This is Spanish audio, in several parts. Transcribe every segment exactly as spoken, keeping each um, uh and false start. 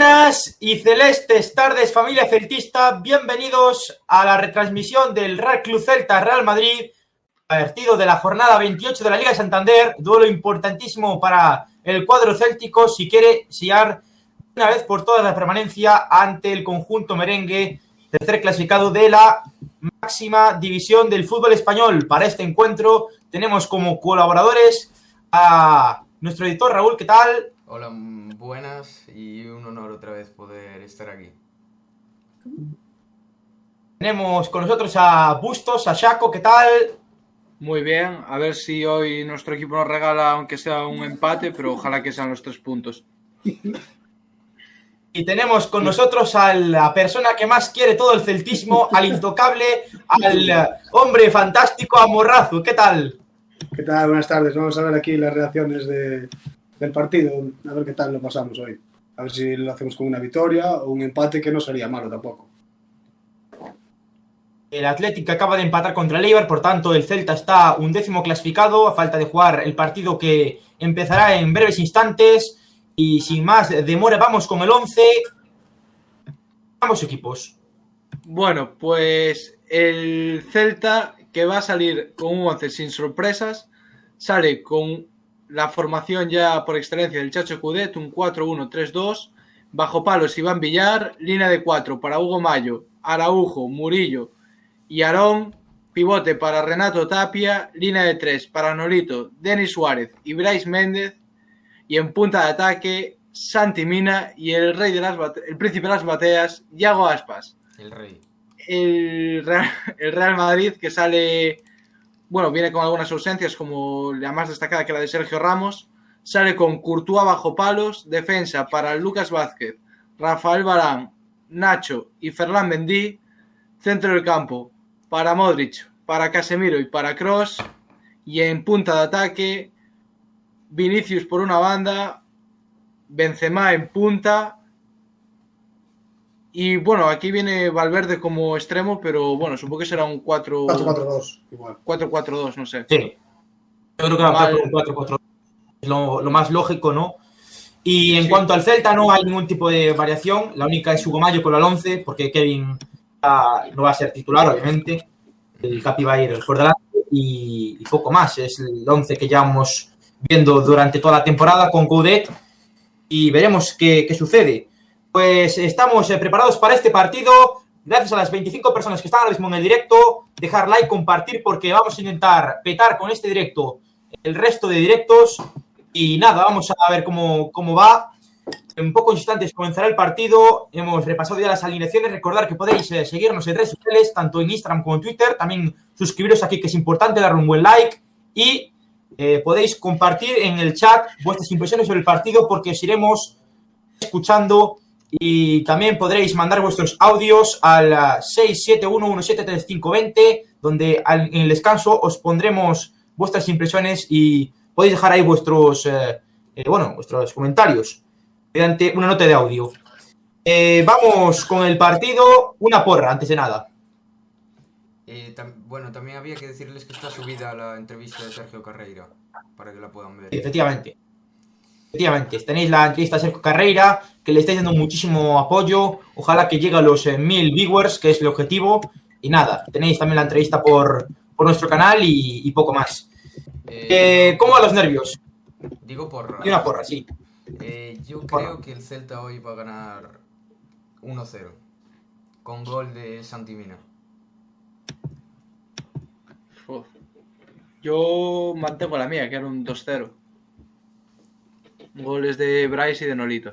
Buenas y celestes tardes, familia celtista. Bienvenidos a la retransmisión del Real Club Celta Real Madrid, partido de la jornada veintiocho de la Liga de Santander, duelo importantísimo para el cuadro céltico si quiere sellar una vez por todas la permanencia ante el conjunto merengue, tercer clasificado de la máxima división del fútbol español. Para este encuentro tenemos como colaboradores a nuestro editor Raúl. ¿Qué tal? Hola, buenas, y un honor otra vez poder estar aquí. Tenemos con nosotros a Bustos, a Shaco. ¿Qué tal? Muy bien, a ver si hoy nuestro equipo nos regala, aunque sea un empate, pero ojalá que sean los tres puntos. Y tenemos con nosotros a la persona que más quiere todo el celtismo, al intocable, al hombre fantástico, a Morrazu. ¿Qué tal? ¿Qué tal? Buenas tardes. Vamos a ver aquí las reacciones de, del partido, a ver qué tal lo pasamos hoy. A ver si lo hacemos con una victoria o un empate, que no sería malo tampoco. El Atlético acaba de empatar contra el Eibar, por tanto el Celta está undécimo clasificado, a falta de jugar el partido que empezará en breves instantes. Y sin más demora, vamos con el once. Ambos equipos. Bueno, pues el Celta, que va a salir con un once sin sorpresas, sale con la formación ya por excelencia del Chacho Coudet, un cuatro uno tres dos, bajo palos Iván Villar, línea de cuatro para Hugo Mayo, Araujo, Murillo y Aarón, pivote para Renato Tapia, línea de tres para Nolito, Denis Suárez y Brais Méndez, y en punta de ataque Santi Mina y el rey de las bate- el príncipe de las bateas, Yago Aspas. El rey. El Real, el Real Madrid, que sale, bueno, viene con algunas ausencias, como la más destacada, que la de Sergio Ramos. Sale con Courtois bajo palos, defensa para Lucas Vázquez, Rafael Varane, Nacho y Ferland Mendy, centro del campo para Modric, para Casemiro y para Kroos, y en punta de ataque Vinicius por una banda, Benzema en punta, y bueno, aquí viene Valverde como extremo, pero bueno, supongo que será un cuatro cuatro dos, igual. cuatro cuatro dos, no sé. Sí, yo creo que va a ser un cuatro cuatro dos, es lo, lo más lógico, ¿no? Y en Sí. cuanto al Celta, no hay ningún tipo de variación. La única es Hugo Mayo con el once, porque Kevin ah, no va a ser titular, obviamente. El Capi va a ir por delante y, y poco más. Es el once que llevamos viendo durante toda la temporada con Coudet y veremos qué, qué sucede. Pues estamos eh, preparados para este partido. Gracias a las veinticinco personas que están ahora mismo en el directo. Dejar like, compartir, porque vamos a intentar petar con este directo el resto de directos. Y nada, vamos a ver cómo, cómo va. En pocos instantes comenzará el partido. Hemos repasado ya las alineaciones. Recordar que podéis eh, seguirnos en redes sociales, tanto en Instagram como en Twitter. También suscribiros aquí, que es importante, darle un buen like. Y eh, podéis compartir en el chat vuestras impresiones sobre el partido, porque os iremos escuchando. Y también podréis mandar vuestros audios al seis siete uno uno siete tres cinco dos cero, donde al, en el descanso os pondremos vuestras impresiones y podéis dejar ahí vuestros, eh, eh, bueno, vuestros comentarios mediante una nota de audio. Eh, vamos con el partido. Una porra, antes de nada. Eh, tam- bueno, también había que decirles que está subida la entrevista de Sergio Carreira, para que la puedan ver. Sí, efectivamente. Efectivamente, tenéis la entrevista a Sergio Carreira, que le estáis dando muchísimo apoyo. Ojalá que llegue a los eh, mil viewers, que es el objetivo. Y nada, tenéis también la entrevista por, por nuestro canal y, y poco más. Eh, Eh, ¿Cómo van los nervios? Digo porra. Y una porra, sí. Eh, yo Porra. creo que el Celta hoy va a ganar uno cero, con gol de Santi Mina. Uf. Yo mantengo la mía, que era un dos cero. Goles de Bryce y de Nolito.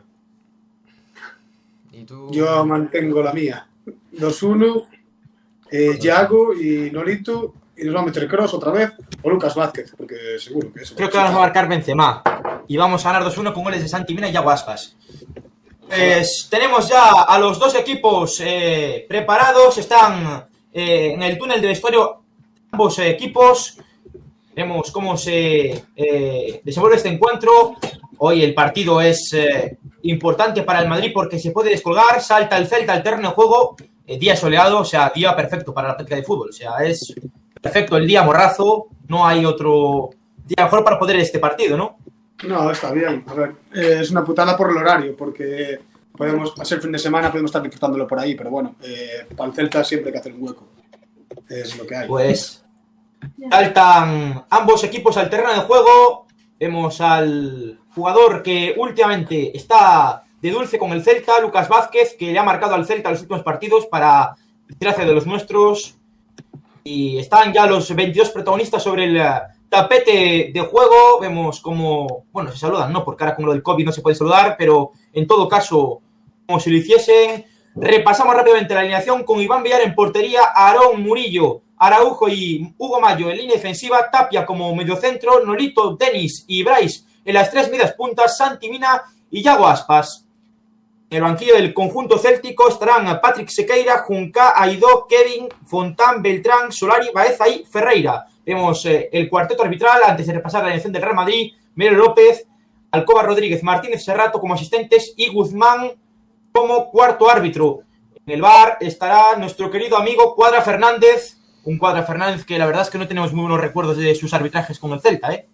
¿Y tú? Yo mantengo la mía. dos uno, eh, Yago y Nolito, y nos va a meter Kroos otra vez, o Lucas Vázquez, porque seguro que eso. Creo que vamos a marcar Benzema. Y vamos a ganar dos uno con goles de Santi Mina y Yago Aspas. Pues tenemos ya a los dos equipos eh, preparados. Están eh, en el túnel de vestuario ambos eh, equipos. Vemos cómo se eh, desenvuelve este encuentro. Hoy el partido es eh, importante para el Madrid porque se puede descolgar. Salta el Celta al terreno de juego. Eh, día soleado, o sea, día perfecto para la práctica de fútbol. O sea, es perfecto el día, Morrazo. No hay otro día mejor para poder este partido, ¿no? No, está bien. A ver, eh, es una putada por el horario, porque podemos, a ser fin de semana, podemos estar disfrutándolo por ahí, pero bueno, eh, para el Celta siempre hay que hacer un hueco. Es lo que hay. Pues saltan ambos equipos al terreno de juego. Vemos al jugador que últimamente está de dulce con el Celta, Lucas Vázquez, que le ha marcado al Celta los últimos partidos para gracia de los nuestros. Y están ya los veintidós protagonistas sobre el tapete de juego. Vemos como, bueno, se saludan, ¿no? Porque ahora con lo del COVID no se puede saludar, pero en todo caso, como si lo hiciesen. Repasamos rápidamente la alineación con Iván Villar en portería, Aarón, Murillo, Araujo y Hugo Mayo en línea defensiva, Tapia como mediocentro, Nolito, Denis y Brais en las tres medias puntas, Santi Mina y Yago Aspas. En el banquillo del conjunto céltico estarán Patrick Sequeira, Junca, Aidó, Kevin, Fontán, Beltrán, Solari, Baeza y Ferreira. Vemos eh, el cuarteto arbitral antes de repasar la alineación del Real Madrid: Melo López, Alcoba Rodríguez, Martínez Serrato como asistentes y Guzmán como cuarto árbitro. En el V A R estará nuestro querido amigo Cuadra Fernández, un Cuadra Fernández que la verdad es que no tenemos muy buenos recuerdos de sus arbitrajes con el Celta, ¿eh?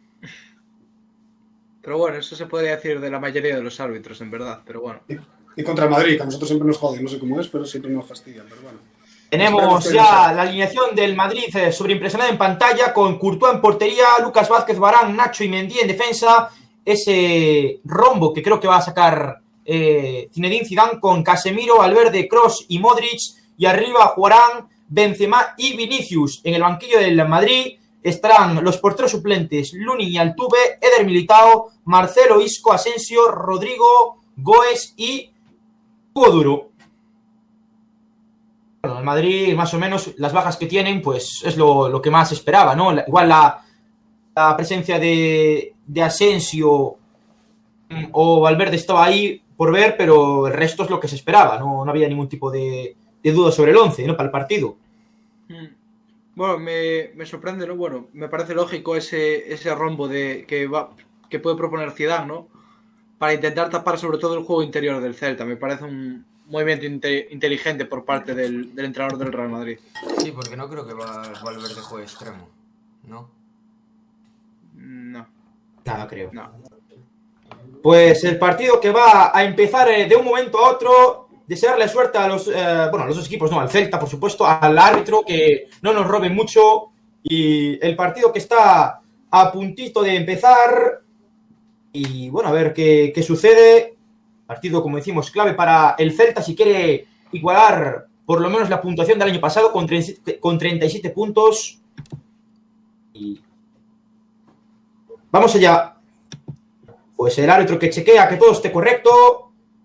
Pero bueno, eso se podría decir de la mayoría de los árbitros, en verdad, pero bueno. Y, y contra el Madrid, que a nosotros siempre nos joden, no sé cómo es, pero siempre nos fastidian, pero bueno. Tenemos ya la alineación del Madrid eh, sobreimpresionada en pantalla, con Courtois en portería, Lucas Vázquez, Varane, Nacho y Mendy en defensa. Ese rombo que creo que va a sacar eh, Zinedine Zidane con Casemiro, Valverde, Kroos y Modric. Y arriba jugarán Benzema y Vinicius. En el banquillo del Madrid estarán los porteros suplentes Lunin y Altuve, Eder Militao, Marcelo, Isco, Asensio, Rodrigo, Goes y Hugo Duro. Bueno, el Madrid, más o menos, las bajas que tienen, pues es lo, lo que más esperaba, ¿no? La, igual la, la presencia de, de Asensio o Valverde estaba ahí por ver, pero el resto es lo que se esperaba, no, no había ningún tipo de, de duda sobre el once, ¿no? Para el partido. Bueno, me, me sorprende, ¿no? Bueno, me parece lógico ese, ese rombo de que va que puede proponer Zidane, ¿no? Para intentar tapar sobre todo el juego interior del Celta. Me parece un movimiento inte, inteligente por parte del, del entrenador del Real Madrid. Sí, porque no creo que Valverde juegue extremo, ¿no? No. Nada, creo. No. Pues el partido que va a empezar de un momento a otro. Desearle suerte a los, eh, bueno, a los dos equipos, no, al Celta, por supuesto, al árbitro, que no nos robe mucho. Y el partido que está a puntito de empezar. Y bueno, a ver qué, qué sucede. Partido, como decimos, clave para el Celta si quiere igualar por lo menos la puntuación del año pasado con, con treinta y siete puntos. Y vamos allá. Pues el árbitro que chequea que todo esté correcto.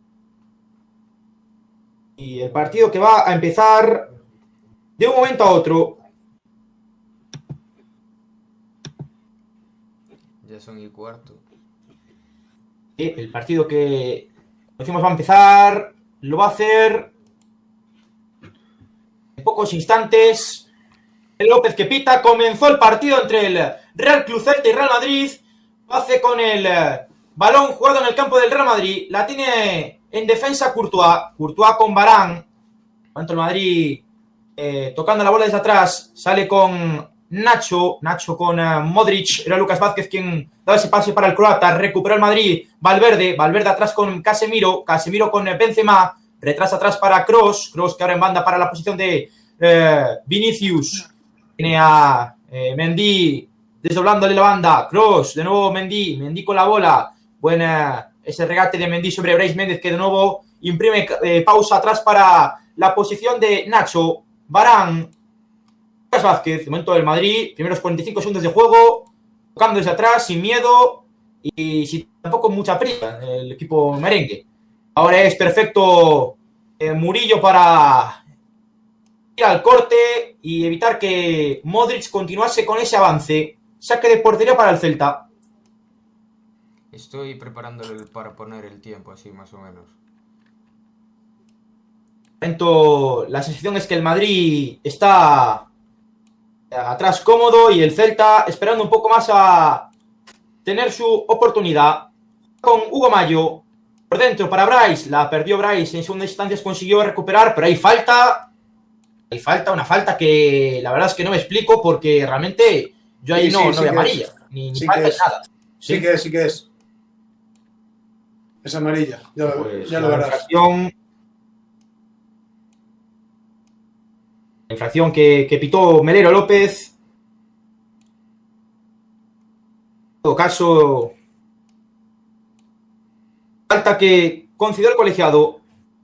Y el partido que va a empezar de un momento a otro. Ya son y cuarto. El partido que, como decimos, va a empezar. Lo va a hacer en pocos instantes. El López que pita. Comenzó el partido entre el Real Club Celta y Real Madrid. Lo hace con el balón jugado en el campo del Real Madrid. La tiene en defensa Courtois. Courtois con Varane. Tanto el Madrid eh, tocando la bola desde atrás. Sale con Nacho. Nacho con uh, Modric. Era Lucas Vázquez quien daba ese pase para el croata. Recupera el Madrid. Valverde. Valverde atrás con Casemiro. Casemiro con Benzema. Retrasa atrás para Kroos. Kroos que ahora en banda para la posición de eh, Vinicius. Tiene a eh, Mendy desdoblándole la banda. Kroos. De nuevo Mendy. Mendy con la bola. Buena ese regate de Mendy sobre Brais Méndez que de nuevo imprime eh, pausa atrás para la posición de Nacho. Varane. Lucas Vázquez. De momento del Madrid. Primeros cuarenta y cinco segundos de juego. Tocando desde atrás sin miedo y sin tampoco mucha prisa el equipo merengue. Ahora es perfecto eh, Murillo para ir al corte y evitar que Modric continuase con ese avance. Saque de portería para el Celta. Estoy preparándolo para poner el tiempo, así más o menos. La sensación es que el Madrid está atrás cómodo y el Celta esperando un poco más a tener su oportunidad. Con Hugo Mayo por dentro para Brais. La perdió Brais, en segunda instancia consiguió recuperar, pero hay falta. Hay falta, una falta que la verdad es que no me explico porque realmente yo ahí sí, no, sí, no sí veo amarilla. Ni, ni sí falta ni nada. Sí, sí que es, sí que es. Es amarilla, ya, Pues ya lo la verás. infracción, la infracción que, que pitó Melero López. En todo caso, falta que concedió el colegiado.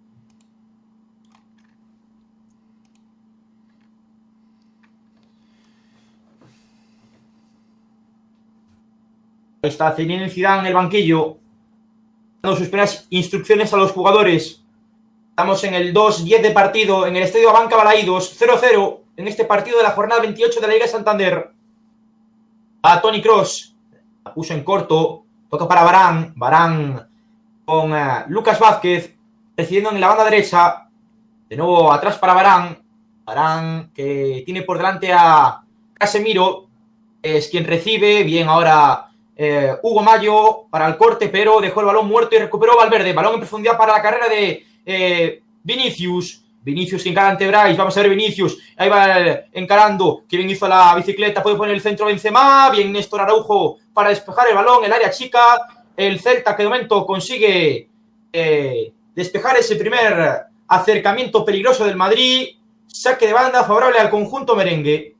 Ahí está Zinedine Zidane en el banquillo, dando sus primeras instrucciones a los jugadores. Estamos en el dos diez de partido, en el estadio Abanca Balaídos, cero cero, en este partido de la jornada veintiocho de la Liga de Santander. A Toni Kroos, la puso en corto, toca para Varane, Varane con uh, Lucas Vázquez, recibiendo en la banda derecha, de nuevo atrás para Varane, Varane que tiene por delante a Casemiro, es quien recibe, bien ahora eh, Hugo Mayo para el corte, pero dejó el balón muerto y recuperó Valverde, balón en profundidad para la carrera de eh, Vinicius, Vinicius que encara ante Bryce, vamos a ver Vinicius, ahí va el, encarando, que bien hizo la bicicleta, puede poner el centro Benzema, bien Néstor Araujo para despejar el balón, el área chica, el Celta que de momento consigue eh, despejar ese primer acercamiento peligroso del Madrid, saque de banda favorable al conjunto merengue.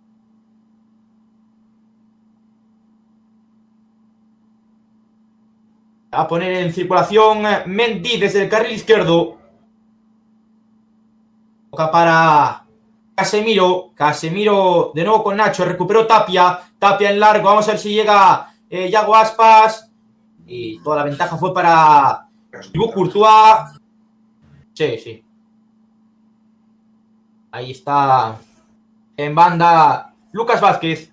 A poner en circulación Mendy desde el carril izquierdo. Toca para Casemiro. Casemiro de nuevo con Nacho. Recuperó Tapia. Tapia en largo. Vamos a ver si llega eh, Yago Aspas. Y toda la ventaja fue para Thibaut Courtois. Sí, sí. Ahí está en banda Lucas Vázquez.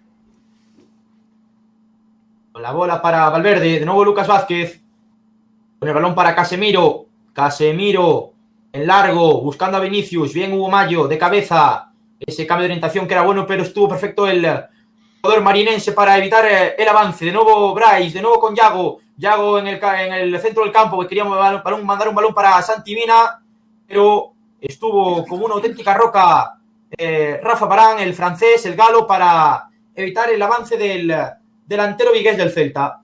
Con la bola para Valverde. De nuevo Lucas Vázquez. Con el balón para Casemiro. Casemiro en largo, buscando a Vinicius. Bien Hugo Mayo, de cabeza. Ese cambio de orientación que era bueno, pero estuvo perfecto el jugador marinense para evitar el avance. De nuevo Bryce, de nuevo con Yago. Yago en el, en el centro del campo, que quería mandar un balón para Santi Mina, pero estuvo como una auténtica roca eh, Rafa Varane, el francés, el galo, para evitar el avance del delantero vigués del Celta.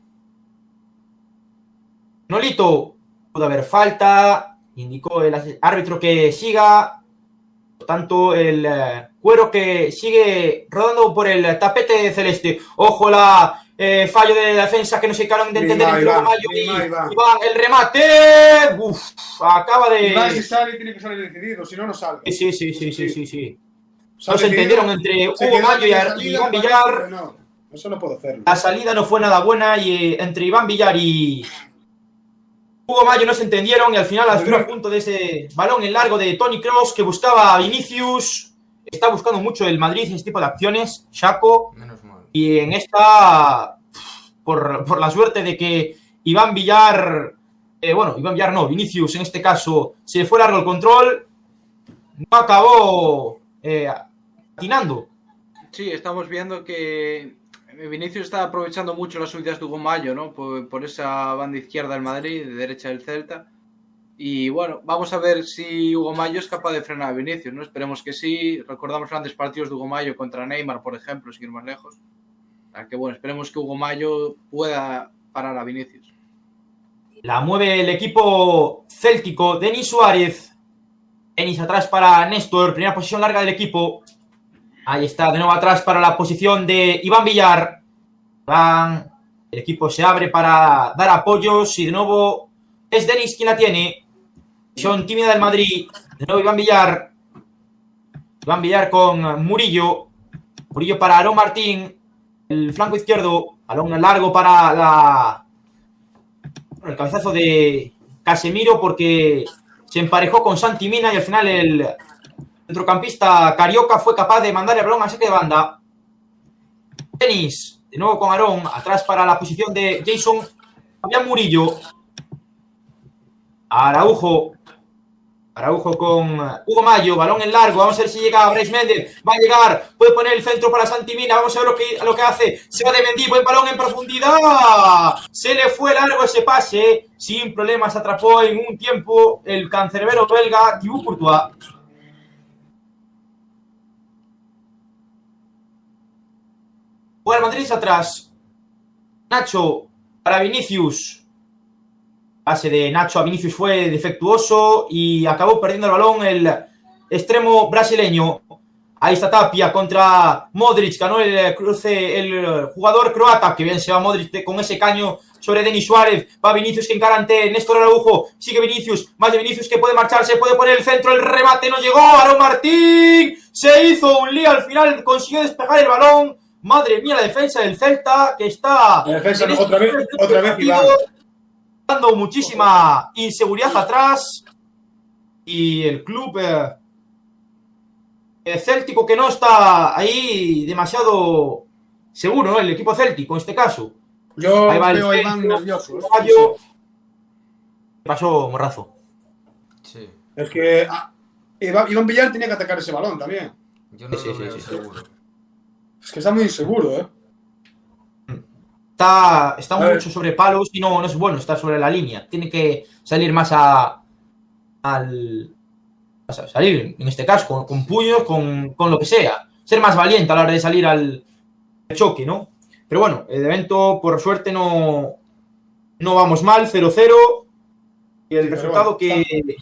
Nolito, pudo haber falta, indicó el árbitro que siga, por tanto el eh, cuero que sigue rodando por el tapete celeste. Ojo la eh, fallo de defensa que no se acaban de entender entre Hugo Mayo y Iván. Iván, el remate, uf, acaba de... Iván si sale tiene que salir decidido, si no, no sale. Sí, sí, sí, sí, sí, sí. No se entendieron entre Hugo Mayo y, y Iván Villar. No, eso no puedo hacerlo. La salida no fue nada buena y eh, entre Iván Villar y Hugo Mayo no se entendieron y al final estuvo a punto de ese balón en largo de Toni Kroos que buscaba a Vinicius. Está buscando mucho el Madrid ese tipo de acciones, Xaco. Menos mal. Y en esta, por, por la suerte de que Iván Villar, eh, bueno, Iván Villar no, Vinicius en este caso, se le fue largo el control, no acabó eh, atinando. Sí, estamos viendo que Vinicius está aprovechando mucho las subidas de Hugo Mayo, ¿no? Por, por esa banda izquierda del Madrid, de derecha del Celta. Y bueno, vamos a ver si Hugo Mayo es capaz de frenar a Vinicius, ¿no? Esperemos que sí. Recordamos grandes partidos de Hugo Mayo contra Neymar, por ejemplo, sin ir más lejos. Así que bueno, esperemos que Hugo Mayo pueda parar a Vinicius. La mueve el equipo céltico, Denis Suárez. Denis atrás para Néstor, primera posición larga del equipo. Ahí está, de nuevo atrás para la posición de Iván Villar. Iván, el equipo se abre para dar apoyos y de nuevo es Denis quien la tiene. Son tímida del Madrid. De nuevo Iván Villar. Iván Villar con Murillo. Murillo para Aarón Martín. El flanco izquierdo. Balón largo para la... Bueno, el cabezazo de Casemiro porque se emparejó con Santi Mina y al final el centrocampista carioca fue capaz de mandar el balón a saque de banda. Denis, de nuevo con Aarón, atrás para la posición de Jason Fabián Murillo. Araujo. Araujo con Hugo Mayo, balón en largo, vamos a ver si llega Bryce Méndez, va a llegar, puede poner el centro para Santi Mina, vamos a ver lo que, lo que hace, se va de Mendy, buen balón en profundidad, se le fue largo ese pase, sin problemas atrapó en un tiempo el cancerbero belga Thibaut Courtois. Juega el Madrid atrás, Nacho para Vinicius, pase de Nacho a Vinicius fue defectuoso y acabó perdiendo el balón el extremo brasileño. Ahí está Tapia contra Modric, ganó el cruce el jugador croata, que bien se va Modric con ese caño sobre Denis Suárez. Va Vinicius que encara ante Néstor Araujo, sigue Vinicius, más de Vinicius que puede marcharse, puede poner el centro, el remate no llegó, Aaron Martín se hizo un lío al final, consiguió despejar el balón. Madre mía, la defensa del Celta, que está la defensa, no, otra vez, otra vez Iván, dando muchísima inseguridad atrás, y el club eh, el céltico que no está ahí demasiado seguro, ¿no? El equipo céltico en este caso. Yo ahí va veo el a Iván centro, nervioso. ¿eh? ¿Qué Sí. pasó, Morrazo? Sí. Es que ah, Iván, Iván Villar tenía que atacar ese balón también. Yo no Sí, lo sí, veo sí, sí. seguro. Es que está muy inseguro, ¿eh? Está, está A ver. mucho sobre palos y no, no es bueno estar sobre la línea. Tiene que salir más a al a salir, en este caso, con, con puños, con, con lo que sea. Ser más valiente a la hora de salir al choque, ¿no? Pero bueno, el evento, por suerte, no, no vamos mal, cero cero. Y el Pero resultado bueno, que...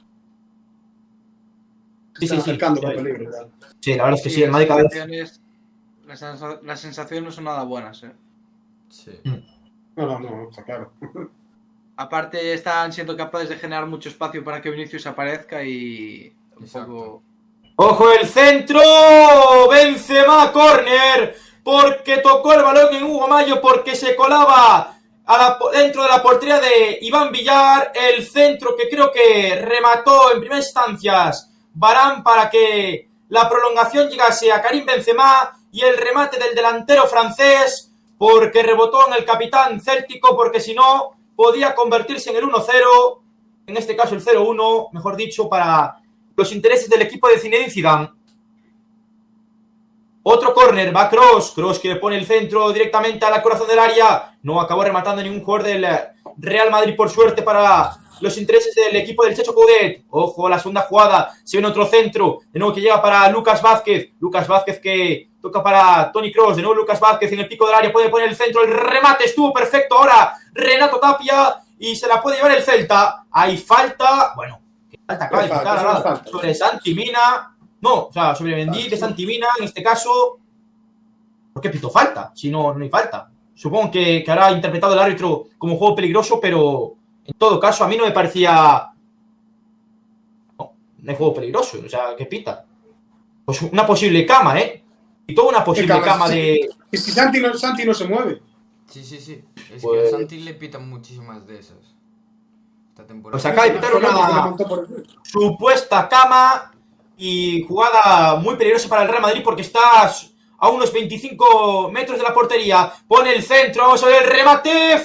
Se Sí, sí, están sí. acercando con peligro. ¿verdad? Sí, la verdad es que sí, Sí, el Madrid las cada vez... sensaciones, las, sensa- las sensaciones no son nada buenas, ¿eh? Sí. No, no, no, está claro. Aparte están siendo capaces de generar mucho espacio para que Vinicius aparezca y un Exacto. poco... ¡Ojo el centro! Benzema, córner, porque tocó el balón en Hugo Mayo, porque se colaba a la, dentro de la portería de Iván Villar. El centro que creo que remató en primeras instancias Varane para que la prolongación llegase a Karim Benzema, y el remate del delantero francés, porque rebotó en el capitán céltico, porque si no podía convertirse en el uno cero, en este caso el cero uno, mejor dicho, para los intereses del equipo de Zinedine Zidane. Otro córner, va Kroos, Kroos que pone el centro directamente a la corazón del área, no acabó rematando ningún jugador del Real Madrid, por suerte para los intereses del equipo del Checho Coudet. Ojo, la segunda jugada, se viene otro centro, de nuevo que llega para Lucas Vázquez, Lucas Vázquez que toca para Toni Kroos, de nuevo Lucas Vázquez en el pico del área, puede poner el centro, el remate estuvo perfecto, ahora Renato Tapia, y se la puede llevar el Celta. Hay falta, bueno, que falta acaba de Falta, pitar es una ahora falta. sobre Santi Mina, no, o sea, sobre Mendy de Santi Mina, en este caso. ¿Por qué pitó falta? Si no, no hay falta. Supongo que, que habrá interpretado el árbitro como juego peligroso, pero en todo caso a mí no me parecía... No, no hay juego peligroso, o sea, ¿qué pita? Pues una posible cama, ¿eh? Y toda una posible cama? cama Sí. de... Y si Santi no, Santi no se mueve. Sí, sí, sí. Es Pues- que a Santi le pitan muchísimas de esas. Esta temporada. Pues acaba de pitar Porque le una montó por el- supuesta cama y jugada muy peligrosa para el Real Madrid, porque está a unos veinticinco metros de la portería, pone el centro, vamos a ver el remate,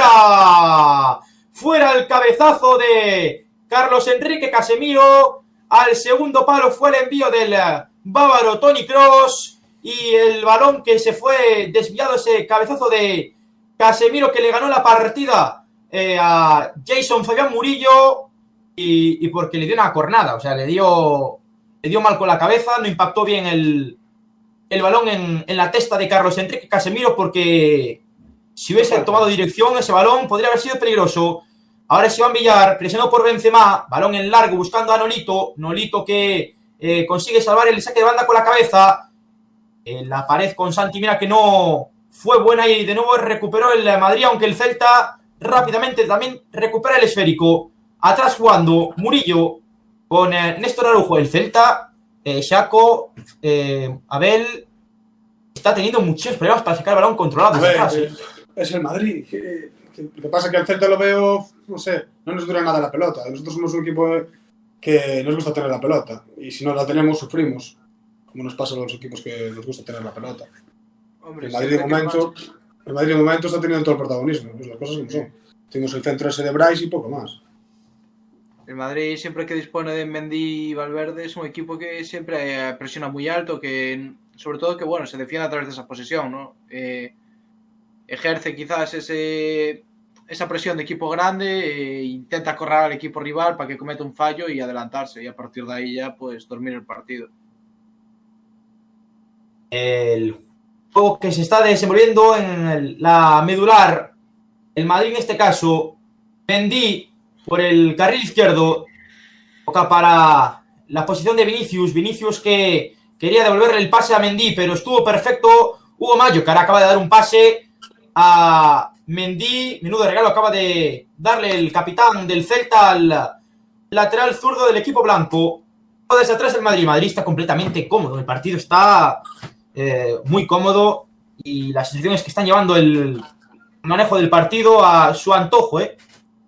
fuera, fuera el cabezazo de Carlos Enrique Casemiro, al segundo palo fue el envío del bávaro Toni Kroos, y el balón que se fue desviado, ese cabezazo de Casemiro que le ganó la partida eh, a Jason Fabián Murillo, y, y porque le dio una cornada, o sea, le dio, le dio mal con la cabeza, no impactó bien el el balón en, en la testa de Carlos Enrique Casemiro, porque si hubiese tomado dirección ese balón podría haber sido peligroso. Ahora es Iván Villar, presionado por Benzema, balón en largo buscando a Nolito, Nolito que eh, consigue salvar el saque de banda con la cabeza, en la pared con Santi Mina que no fue buena, y de nuevo recuperó el Madrid, aunque el Celta rápidamente también recupera el esférico. Atrás jugando Murillo con eh, Néstor Araujo, el Celta... Eh, Xaco, eh, Abel está teniendo muchos problemas para sacar el balón controlado A desde ver, atrás. eh, ¿eh? es el Madrid. que- que- Lo que pasa es que al Celta lo veo, no sé, no nos dura nada la pelota. Nosotros somos un equipo que nos gusta tener la pelota. Y si no la tenemos, sufrimos. Como nos pasa a los equipos que nos gusta tener la pelota. Hombre, El Madrid de siempre que momento, más- el Madrid de momento está teniendo todo el protagonismo. Pues las cosas como son. Tenemos el centro ese de Bryce y poco más. El Madrid, siempre que dispone de Mendy y Valverde, es un equipo que siempre eh, presiona muy alto, que sobre todo que bueno, se defiende a través de esa posesión, ¿no? Eh, ejerce quizás ese esa presión de equipo grande, e intenta correr al equipo rival para que cometa un fallo y adelantarse, y a partir de ahí ya pues dormir el partido. El juego que se está desenvolviendo en el- la medular, el Madrid en este caso, Mendy por el carril izquierdo. Toca para la posición de Vinicius. Vinicius que quería devolverle el pase a Mendy, pero estuvo perfecto Hugo Mayo, que ahora acaba de dar un pase a Mendy. Menudo regalo acaba de darle el capitán del Celta al lateral zurdo del equipo blanco. Desde atrás el Madrid. Madrid está completamente cómodo. El partido está eh, muy cómodo y las sensaciones que están llevando el manejo del partido a su antojo, ¿eh?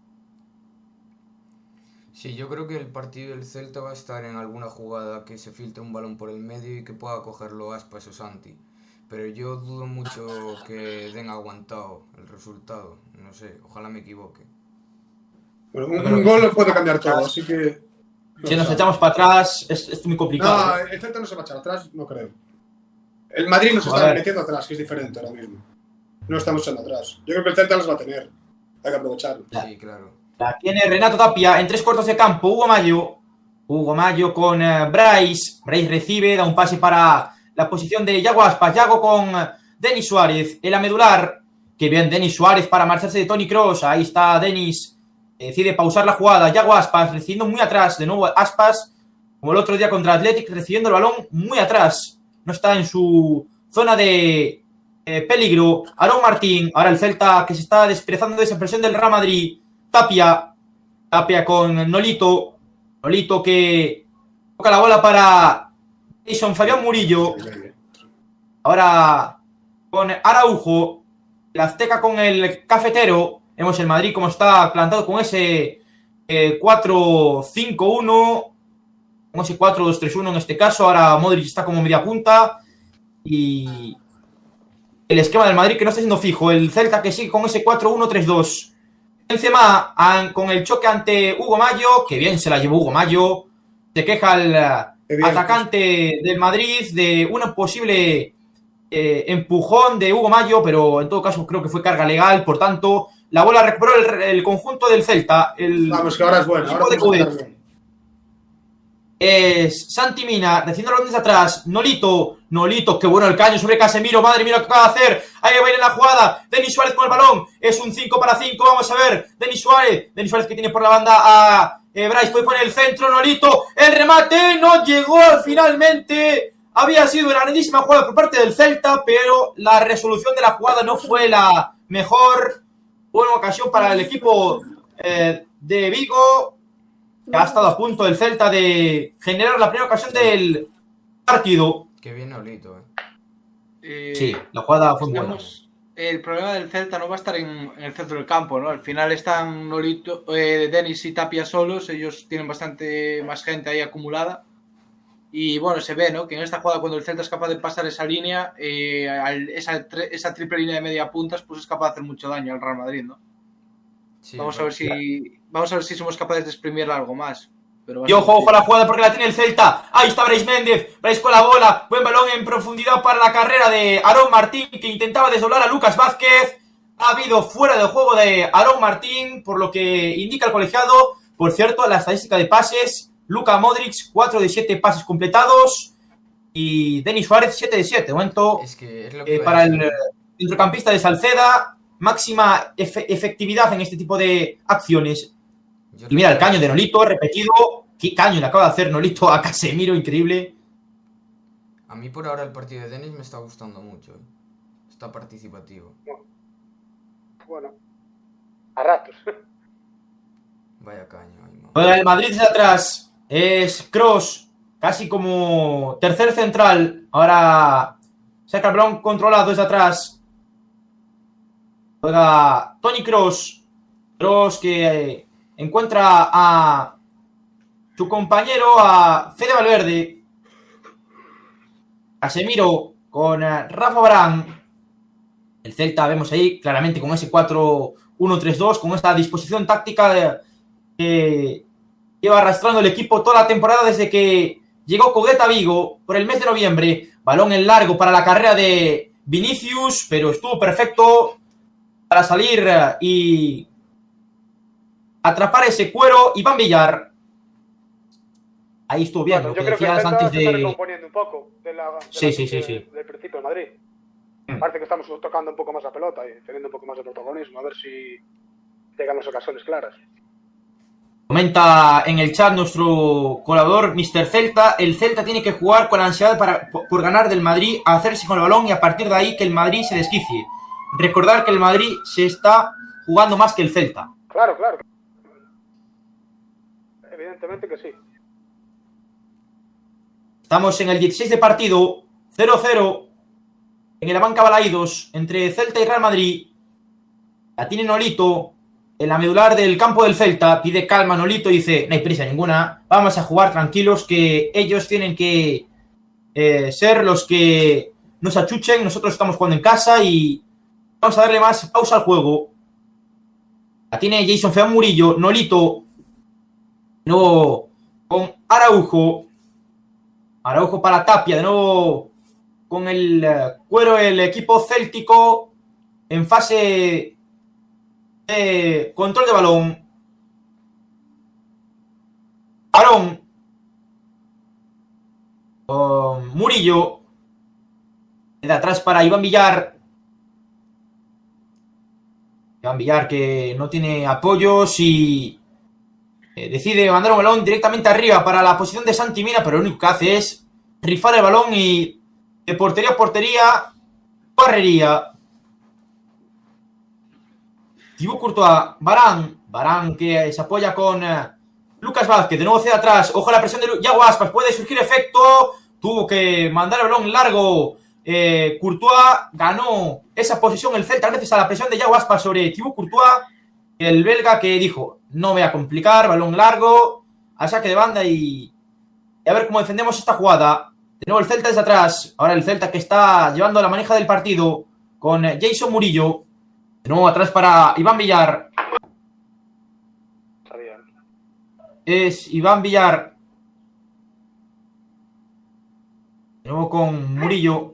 Sí, yo creo que el partido del Celta va a estar en alguna jugada que se filtre un balón por el medio y que pueda cogerlo Aspas o Santi. Pero yo dudo mucho que den aguantado el resultado. No sé, ojalá me equivoque. Bueno, un, un gol lo puede cambiar todo, así que... Si nos echamos para atrás, es, es muy complicado. No, el Celta no se va a echar atrás, no creo. El Madrid nos está metiendo atrás, que es diferente ahora mismo. No estamos echando atrás. Yo creo que el Celta los va a tener. Hay que aprovecharlo. Sí, claro. La tiene Renato Tapia en tres cuartos de campo. Hugo Mayo. Hugo Mayo con uh, Bryce. Bryce recibe, da un pase para la posición de Yago Aspas. Yago con uh, Denis Suárez. El amedular. Que bien, Denis Suárez para marcharse de Toni Kroos. Ahí está Denis. Decide pausar la jugada. Yago Aspas recibiendo muy atrás. De nuevo Aspas, como el otro día contra Athletic, recibiendo el balón muy atrás. No está en su zona de eh, peligro. Aarón Martín. Ahora el Celta que se está desprezando de esa presión del Real Madrid. Tapia. Tapia con Nolito. Nolito que toca la bola para Jason Fabián Murillo. Ahora con Araujo. El Azteca con el Cafetero. Vemos el Madrid como está plantado con ese eh, cuatro cinco uno. Con ese cuatro dos tres uno en este caso. Ahora Modric está como media punta. Y el esquema del Madrid que no está siendo fijo. El Celta que sigue con ese cuatro uno tres dos. Benzema con el choque ante Hugo Mayo, que bien se la llevó Hugo Mayo. Se queja el atacante del Madrid de un posible eh, empujón de Hugo Mayo, pero en todo caso creo que fue carga legal. Por tanto, la bola recuperó el, el conjunto del Celta. El Vamos, que ahora es bueno. Ahora de es Santi Mina, recibiendo los desde atrás. Nolito, Nolito, qué bueno el caño sobre Casemiro. Madre mía lo que acaba de hacer. Ahí va a ir en la jugada. Denis Suárez con el balón. Es un cinco para cinco. Vamos a ver. Denis Suárez. Denis Suárez que tiene por la banda a eh, Bryce. Puede poner el centro. Nolito. El remate. No llegó finalmente. Había sido una grandísima jugada por parte del Celta, pero la resolución de la jugada no fue la mejor. Buena ocasión para el equipo eh, de Vigo. Que ha estado a punto el Celta de generar la primera ocasión del partido. Qué bien Nolito, eh. Eh, Sí, la jugada fue buena. digamos, el problema del Celta no va a estar en, en el centro del campo, ¿no? Al final están Nolito, eh, Denis y Tapia solos. Ellos tienen bastante más gente ahí acumulada. Y bueno, se ve, ¿no? Que en esta jugada, cuando el Celta es capaz de pasar esa línea, eh, al, esa, esa triple línea de media puntas, pues es capaz de hacer mucho daño al Real Madrid, ¿no? Sí, vamos a ver si vamos a ver si somos capaces de exprimirla algo más. Pero y ojo, ojo a la jugada porque la tiene el Celta. Ahí está Bryce Méndez. Bryce con la bola. Buen balón en profundidad para la carrera de Aarón Martín, que intentaba desdoblar a Lucas Vázquez. Ha habido fuera de juego de Aarón Martín, por lo que indica el colegiado. Por cierto, la estadística de pases: Luka Modric, cuatro de siete pases completados. Y Denis Suárez, siete de siete. Momento es que es lo que eh, para el eh, centrocampista de Salceda. Máxima efe efectividad en este tipo de acciones. Yo y mira el caño de Nolito, repetido. ¿Qué caño le acaba de hacer Nolito a Casemiro? Increíble. A mí por ahora el partido de Denis me está gustando mucho. Está participativo. Bueno, a ratos. Vaya caño. Ay, Juega el Madrid desde atrás. Es Kroos, casi como tercer central. Ahora saca el balón controlado desde atrás. Juega Toni Kroos. Kroos que encuentra a su compañero, a Fede Valverde. Casemiro con Rafa Varane. El Celta vemos ahí claramente con ese cuatro uno tres dos, con esta disposición táctica que lleva arrastrando el equipo toda la temporada desde que llegó Coudet a Vigo por el mes de noviembre. Balón en largo para la carrera de Vinicius, pero estuvo perfecto para salir y atrapar ese cuero. Iván Villar. Ahí estuvo bien, bueno, lo que yo creo decías que el antes se está de... recomponiendo un poco de la, de sí, la, sí, sí, de, sí. del principio de Madrid. Mm. Parece que estamos tocando un poco más la pelota y teniendo un poco más de protagonismo, a ver si llegan las ocasiones claras. Comenta en el chat nuestro colaborador mister Celta, el Celta tiene que jugar con ansiedad para, por ganar del Madrid, a hacerse con el balón y a partir de ahí que el Madrid se desquicie. Recordar que el Madrid se está jugando más que el Celta. Claro, claro. Evidentemente que sí. Estamos en el dieciséis de partido, cero cero, en la banca Balaidos, entre Celta y Real Madrid. La tiene Nolito en la medular del campo del Celta, pide calma Nolito, dice, no hay prisa ninguna, vamos a jugar tranquilos, que ellos tienen que eh, ser los que nos achuchen, nosotros estamos jugando en casa y vamos a darle más pausa al juego. La tiene Jason Fean Murillo, Nolito, de nuevo con Araujo, Araujo para Tapia, de nuevo con el uh, cuero el equipo céltico en fase de control de balón. Aarón con Murillo, de atrás para Iván Villar. Iván Villar que no tiene apoyos y eh, decide mandar un balón directamente arriba para la posición de Santi Mina, pero lo único que hace es rifar el balón y de portería a portería, barrería. Thibaut Courtois, Varane, Varane que se apoya con eh, Lucas Vázquez, de nuevo hacia atrás, ojo a la presión de Yago Aspas, puede surgir efecto, tuvo que mandar el balón largo, eh, Courtois ganó esa posición el Celta gracias a la presión de Yago Aspas sobre Thibaut Courtois, el belga que dijo, no voy a complicar, balón largo, al saque de banda y, y a ver cómo defendemos esta jugada. De nuevo el Celta desde atrás, ahora el Celta que está llevando la maneja del partido con eh, Jason Murillo. De nuevo atrás para Iván Villar. Está bien. Es Iván Villar. De nuevo con Murillo.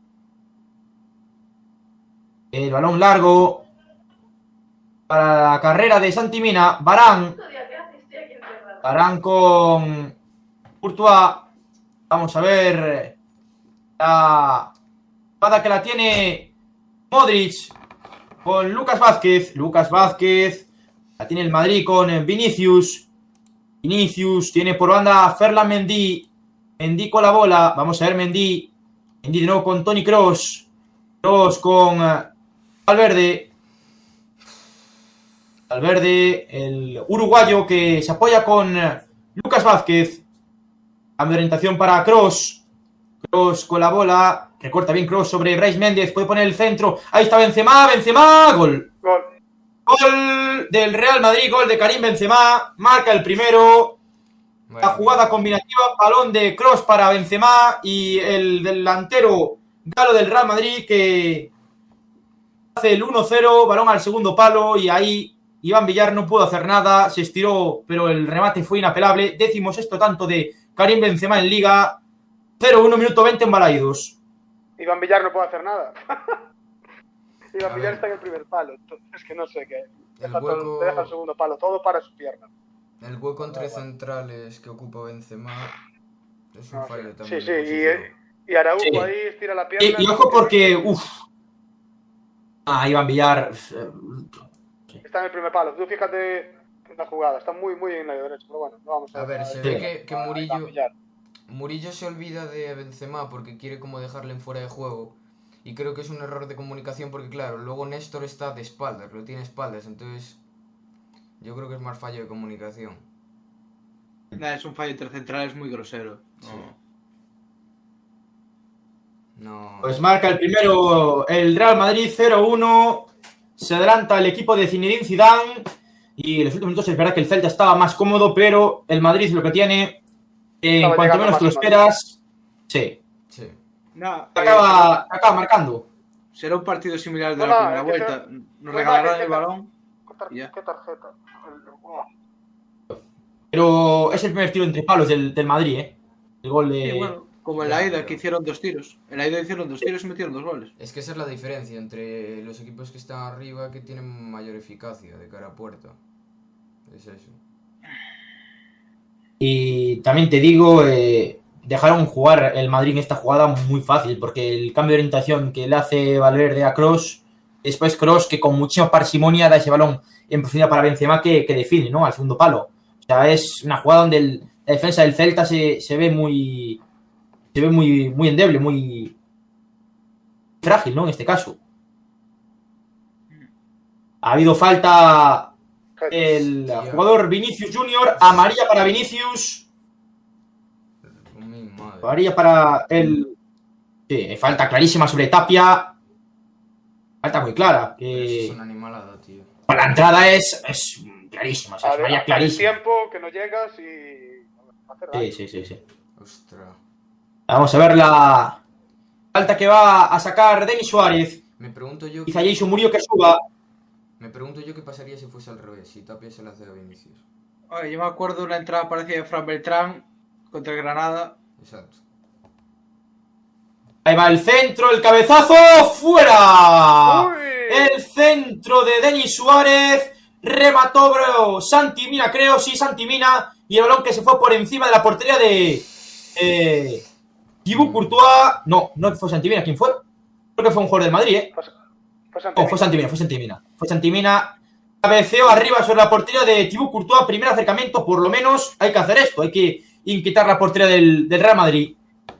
El balón largo para la carrera de Santi Mina. Varane. Varane con Courtois. Vamos a ver la jugada que la tiene Modric con Lucas Vázquez. Lucas Vázquez. La tiene el Madrid con Vinicius. Vinicius tiene por banda a Ferland Mendy. Mendy con la bola. Vamos a ver Mendy. Mendy de nuevo con Toni Kroos. Kroos con Valverde. Valverde, el uruguayo que se apoya con Lucas Vázquez. Cambio de orientación para Kroos. Kroos con la bola. Recorta bien Kroos sobre Brais Méndez. Puede poner el centro. Ahí está Benzema. Benzema. Gol. Gol. Gol del Real Madrid. Gol de Karim Benzema. Marca el primero. Bueno, La jugada combinativa. Balón de Kroos para Benzema. Y el delantero galo del Real Madrid que hace el uno cero. Balón al segundo palo. Y ahí Iván Villar no pudo hacer nada. Se estiró. Pero el remate fue inapelable. Décimo sexto tanto de Karim Benzema en Liga. cero uno minuto veinte en Balaidos. Iván Villar no puede hacer nada. Iván A Villar ver. está en el primer palo. Es que no sé qué. Deja, hueco- todo- te deja el segundo palo. Todo para su pierna. el hueco entre centrales que ocupa Benzema es un No, fallo sí, también. sí, sí. de Y, posición. y Araujo Sí. ahí estira la pierna. Y, y ojo porque, uff. Ah, Iván Villar. Está en el primer palo. Tú fíjate en la jugada. Está muy, muy en la derecha. Pero bueno, no vamos a A ver, se Sí. ve que, que a- a Murillo, Villar. Murillo se olvida de Benzema porque quiere como dejarle en fuera de juego. Y creo que es un error de comunicación porque, claro, luego Néstor está de espaldas, lo tiene espaldas. Entonces, yo creo que es más fallo de comunicación. Nah, es un fallo entre centrales muy grosero. Sí. No. No. Pues marca el primero el Real Madrid cero uno. Se adelanta el equipo de Zinedine Zidane. Y en los últimos minutos es verdad que el Celta estaba más cómodo, pero el Madrid lo que tiene, eh, en Estaba cuanto llegando menos te lo más y más. esperas, sí, Sí. Nah, acaba, acaba marcando. será un partido similar de No, la no, primera es que vuelta. será- Nos no, regalarán no, el que- balón. ¿Qué, tar- Ya. qué tarjeta? El- oh. Pero es el primer tiro entre palos del, del Madrid, ¿eh? El gol de... Sí, bueno, como en Ya, la ida, pero- que hicieron dos tiros. En la ida hicieron dos tiros y metieron dos goles. Es que esa es la diferencia entre los equipos que están arriba que tienen mayor eficacia de cara a puerta. Es eso. Y también te digo, eh, dejaron jugar el Madrid en esta jugada muy fácil, porque el cambio de orientación que le hace Valverde a Kroos, después Kroos que con muchísima parsimonia da ese balón en profundidad para Benzema que, que define, ¿no? Al segundo palo. O sea, es una jugada donde el, la defensa del Celta se, se ve muy se ve muy, muy endeble, muy frágil, ¿no? En este caso. Ha habido falta el Tío. jugador Vinicius Junior, amarilla para Vinicius, Mi madre. amarilla para el... Sí, falta clarísima sobre Tapia, falta muy clara, Pero eso es que una animalada, tío. la entrada es, es clarísima, o sea, es A amarilla ver, clarísima. tiempo, que no llegas y... hacer daño. Sí, sí, sí, sí. Ostras. Vamos a ver la falta que va a sacar Denis Suárez. Me pregunto yo... Quizá Jason Murillo que suba. Me pregunto yo qué pasaría si fuese al revés, si Tapia se la hace a Vinicius. Oye, yo me acuerdo de una entrada parecida de Fran Beltrán contra el Granada. Exacto. Ahí va el centro, el cabezazo, ¡fuera! ¡Uy! El centro de Denis Suárez, remató, bro, Santi Mina, creo, sí, Santi Mina, y el balón que se fue por encima de la portería de eh, Thibaut Courtois. No, no fue Santi Mina, ¿quién fue? Creo que fue un jugador del Madrid, ¿eh? Pues, pues No, fue Santi Mina, fue Santi Mina. Fue Santi Mina. Cabeceo arriba sobre la portería de Thibaut Courtois, primer acercamiento, por lo menos hay que hacer esto, hay que inquietar la portería del, del Real Madrid.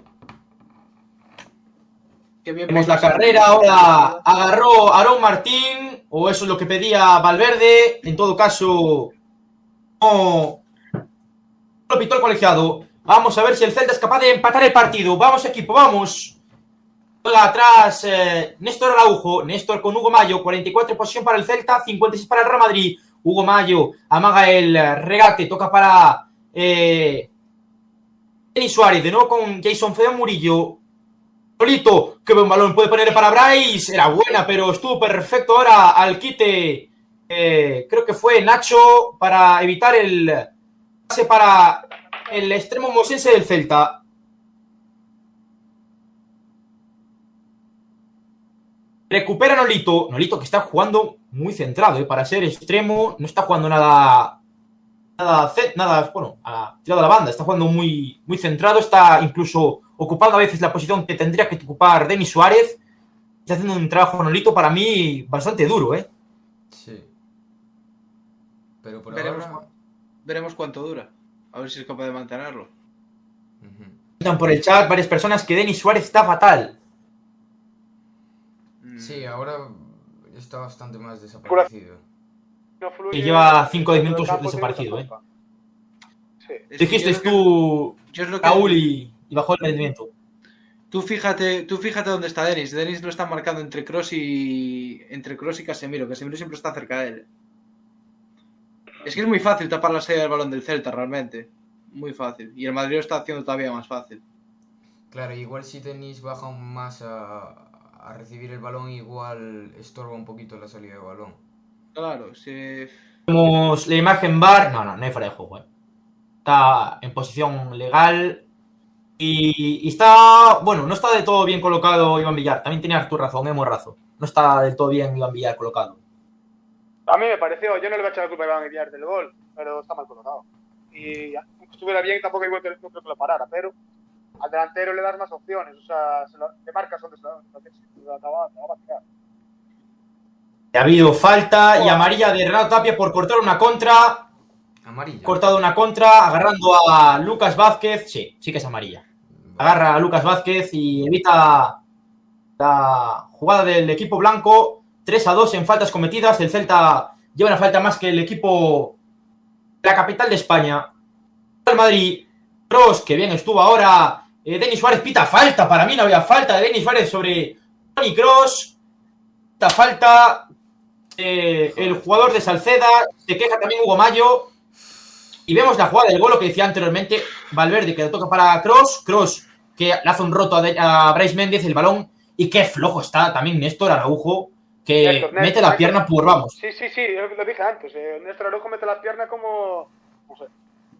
Qué bien Vemos la pasa. carrera, ahora agarró Aarón Martín, o eso es lo que pedía Valverde. En todo caso, no lo pitó el colegiado. Vamos a ver si el Celta es capaz de empatar el partido. Vamos, equipo, vamos. Juega atrás eh, Néstor Araujo, Néstor con Hugo Mayo, cuarenta y cuatro de posición para el Celta, cincuenta y seis para el Real Madrid. Hugo Mayo amaga el regate, toca para eh, Denis Suárez, de nuevo con Jason Fede Murillo. Solito, qué buen balón puede poner para Bryce, era buena, pero estuvo perfecto ahora al quite. Eh, creo que fue Nacho para evitar el pase para el extremo mosense del Celta. Recupera Nolito. Nolito que está jugando muy centrado, ¿eh? Para ser extremo. No está jugando nada. Nada, nada bueno, a, tirado a la banda. Está jugando muy, muy centrado. Está incluso ocupando a veces la posición que tendría que ocupar Denis Suárez. Está haciendo un trabajo Nolito para mí bastante duro, ¿eh? Sí. Pero por Veremos, ahora... veremos cuánto dura. A ver si es capaz de mantenerlo. Ujú. Comentan por el chat varias personas que Denis Suárez está fatal. Mm. Sí, ahora está bastante más desaparecido. no fluye, Que lleva cinco o diez el minutos campo desaparecido, tiene esa culpa. Sí. Es que Dijiste yo lo que- tú, yo es lo que- Raúl, y, y bajó el rendimiento. Tú fíjate, tú fíjate dónde está Denis. Denis lo está marcando entre Kroos y entre Kroos y Casemiro. Casemiro siempre está cerca de él. Es que es muy fácil tapar la salida del balón del Celta, realmente. Muy fácil. Y el Madrid lo está haciendo todavía más fácil. Claro, igual si Denis baja aún más a, a recibir el balón, igual estorba un poquito la salida de balón. Claro, si... Vemos la imagen V A R. No, no, no hay fuera de juego, ¿eh? Está en posición legal. Y, y está, bueno, no está del todo bien colocado Iván Villar. También tiene Artur razón, hemos razón. No está del todo bien Iván Villar colocado. A mí me pareció, yo no le voy a echar la culpa a Iván Villar del gol, pero está mal colocado. Y aunque estuviera bien, tampoco igual que no creo que lo parara, pero al delantero le das más opciones, o sea, se lo, le marcas donde se lo, se lo acaba, acaba de tirar. Ha habido falta y amarilla de Renato Tapia por cortar una contra. Amarilla. Cortado una contra, agarrando a Lucas Vázquez. Sí, sí que es amarilla. Agarra a Lucas Vázquez y evita la jugada del equipo blanco. tres a dos en faltas cometidas. El Celta lleva una falta más que el equipo de la capital de España. El Madrid. Kroos, que bien estuvo ahora. Eh, Denis Suárez pita falta. Para mí no había falta de Denis Suárez sobre Toni Kroos. Pita falta. Eh, el jugador de Salceda. Se queja también Hugo Mayo. Y vemos la jugada del gol, lo que decía anteriormente Valverde, que le toca para Kroos. Kroos, que le hace un roto a, de, a Bryce Méndez el balón. Y qué flojo está también Néstor Araujo, que Néstor, mete Néstor, la Néstor. pierna por vamos. Sí, sí, sí, lo, lo dije antes. Eh, Néstor Araujo mete la pierna como. No sé.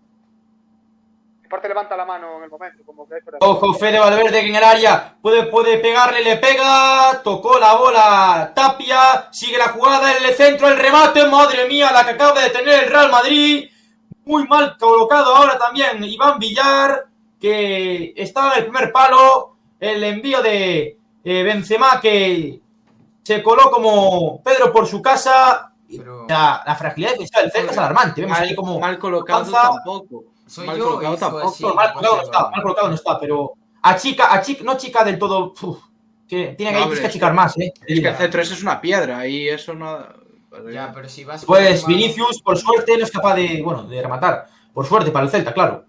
Aparte levanta la mano en el momento, como que hay fuera de- Ojo, Fede Valverde en el área. Puede, puede pegarle, le pega. Tocó la bola Tapia. Sigue la jugada en el centro, el remate. Madre mía, la que acaba de tener el Real Madrid. Muy mal colocado ahora también Iván Villar, que estaba en el primer palo. El envío de eh, Benzema, que se coló como Pedro por su casa. Pero- la, la fragilidad defensiva del Celta es alarmante. Vemos ahí Mal, como mal colocado Panza- tampoco. Soy Mal yo colocado y hizo tampoco. así, No, mal me colocado no pasa está, la- mal colocado no está, pero achica, achica, no chica del todo. Uf, que tiene No, que, hombre, que es achicar que- más, eh. Es que el centro ese es una piedra y eso no. Ya, pero si vas Pues con el Vinicius, por suerte, no es capaz de, bueno, de rematar. Por suerte para el Celta, claro.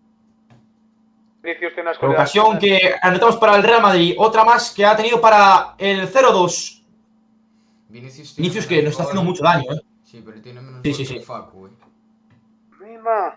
Vinicius tiene una La escuridad. ocasión que anotamos para el Real Madrid, otra más que ha tenido para el cero dos. Vinicius, tiene Vinicius que menos nos está gol. haciendo mucho daño, eh. Sí, pero tiene menos Sí, gol sí, que sí. el Facu, eh. Mima.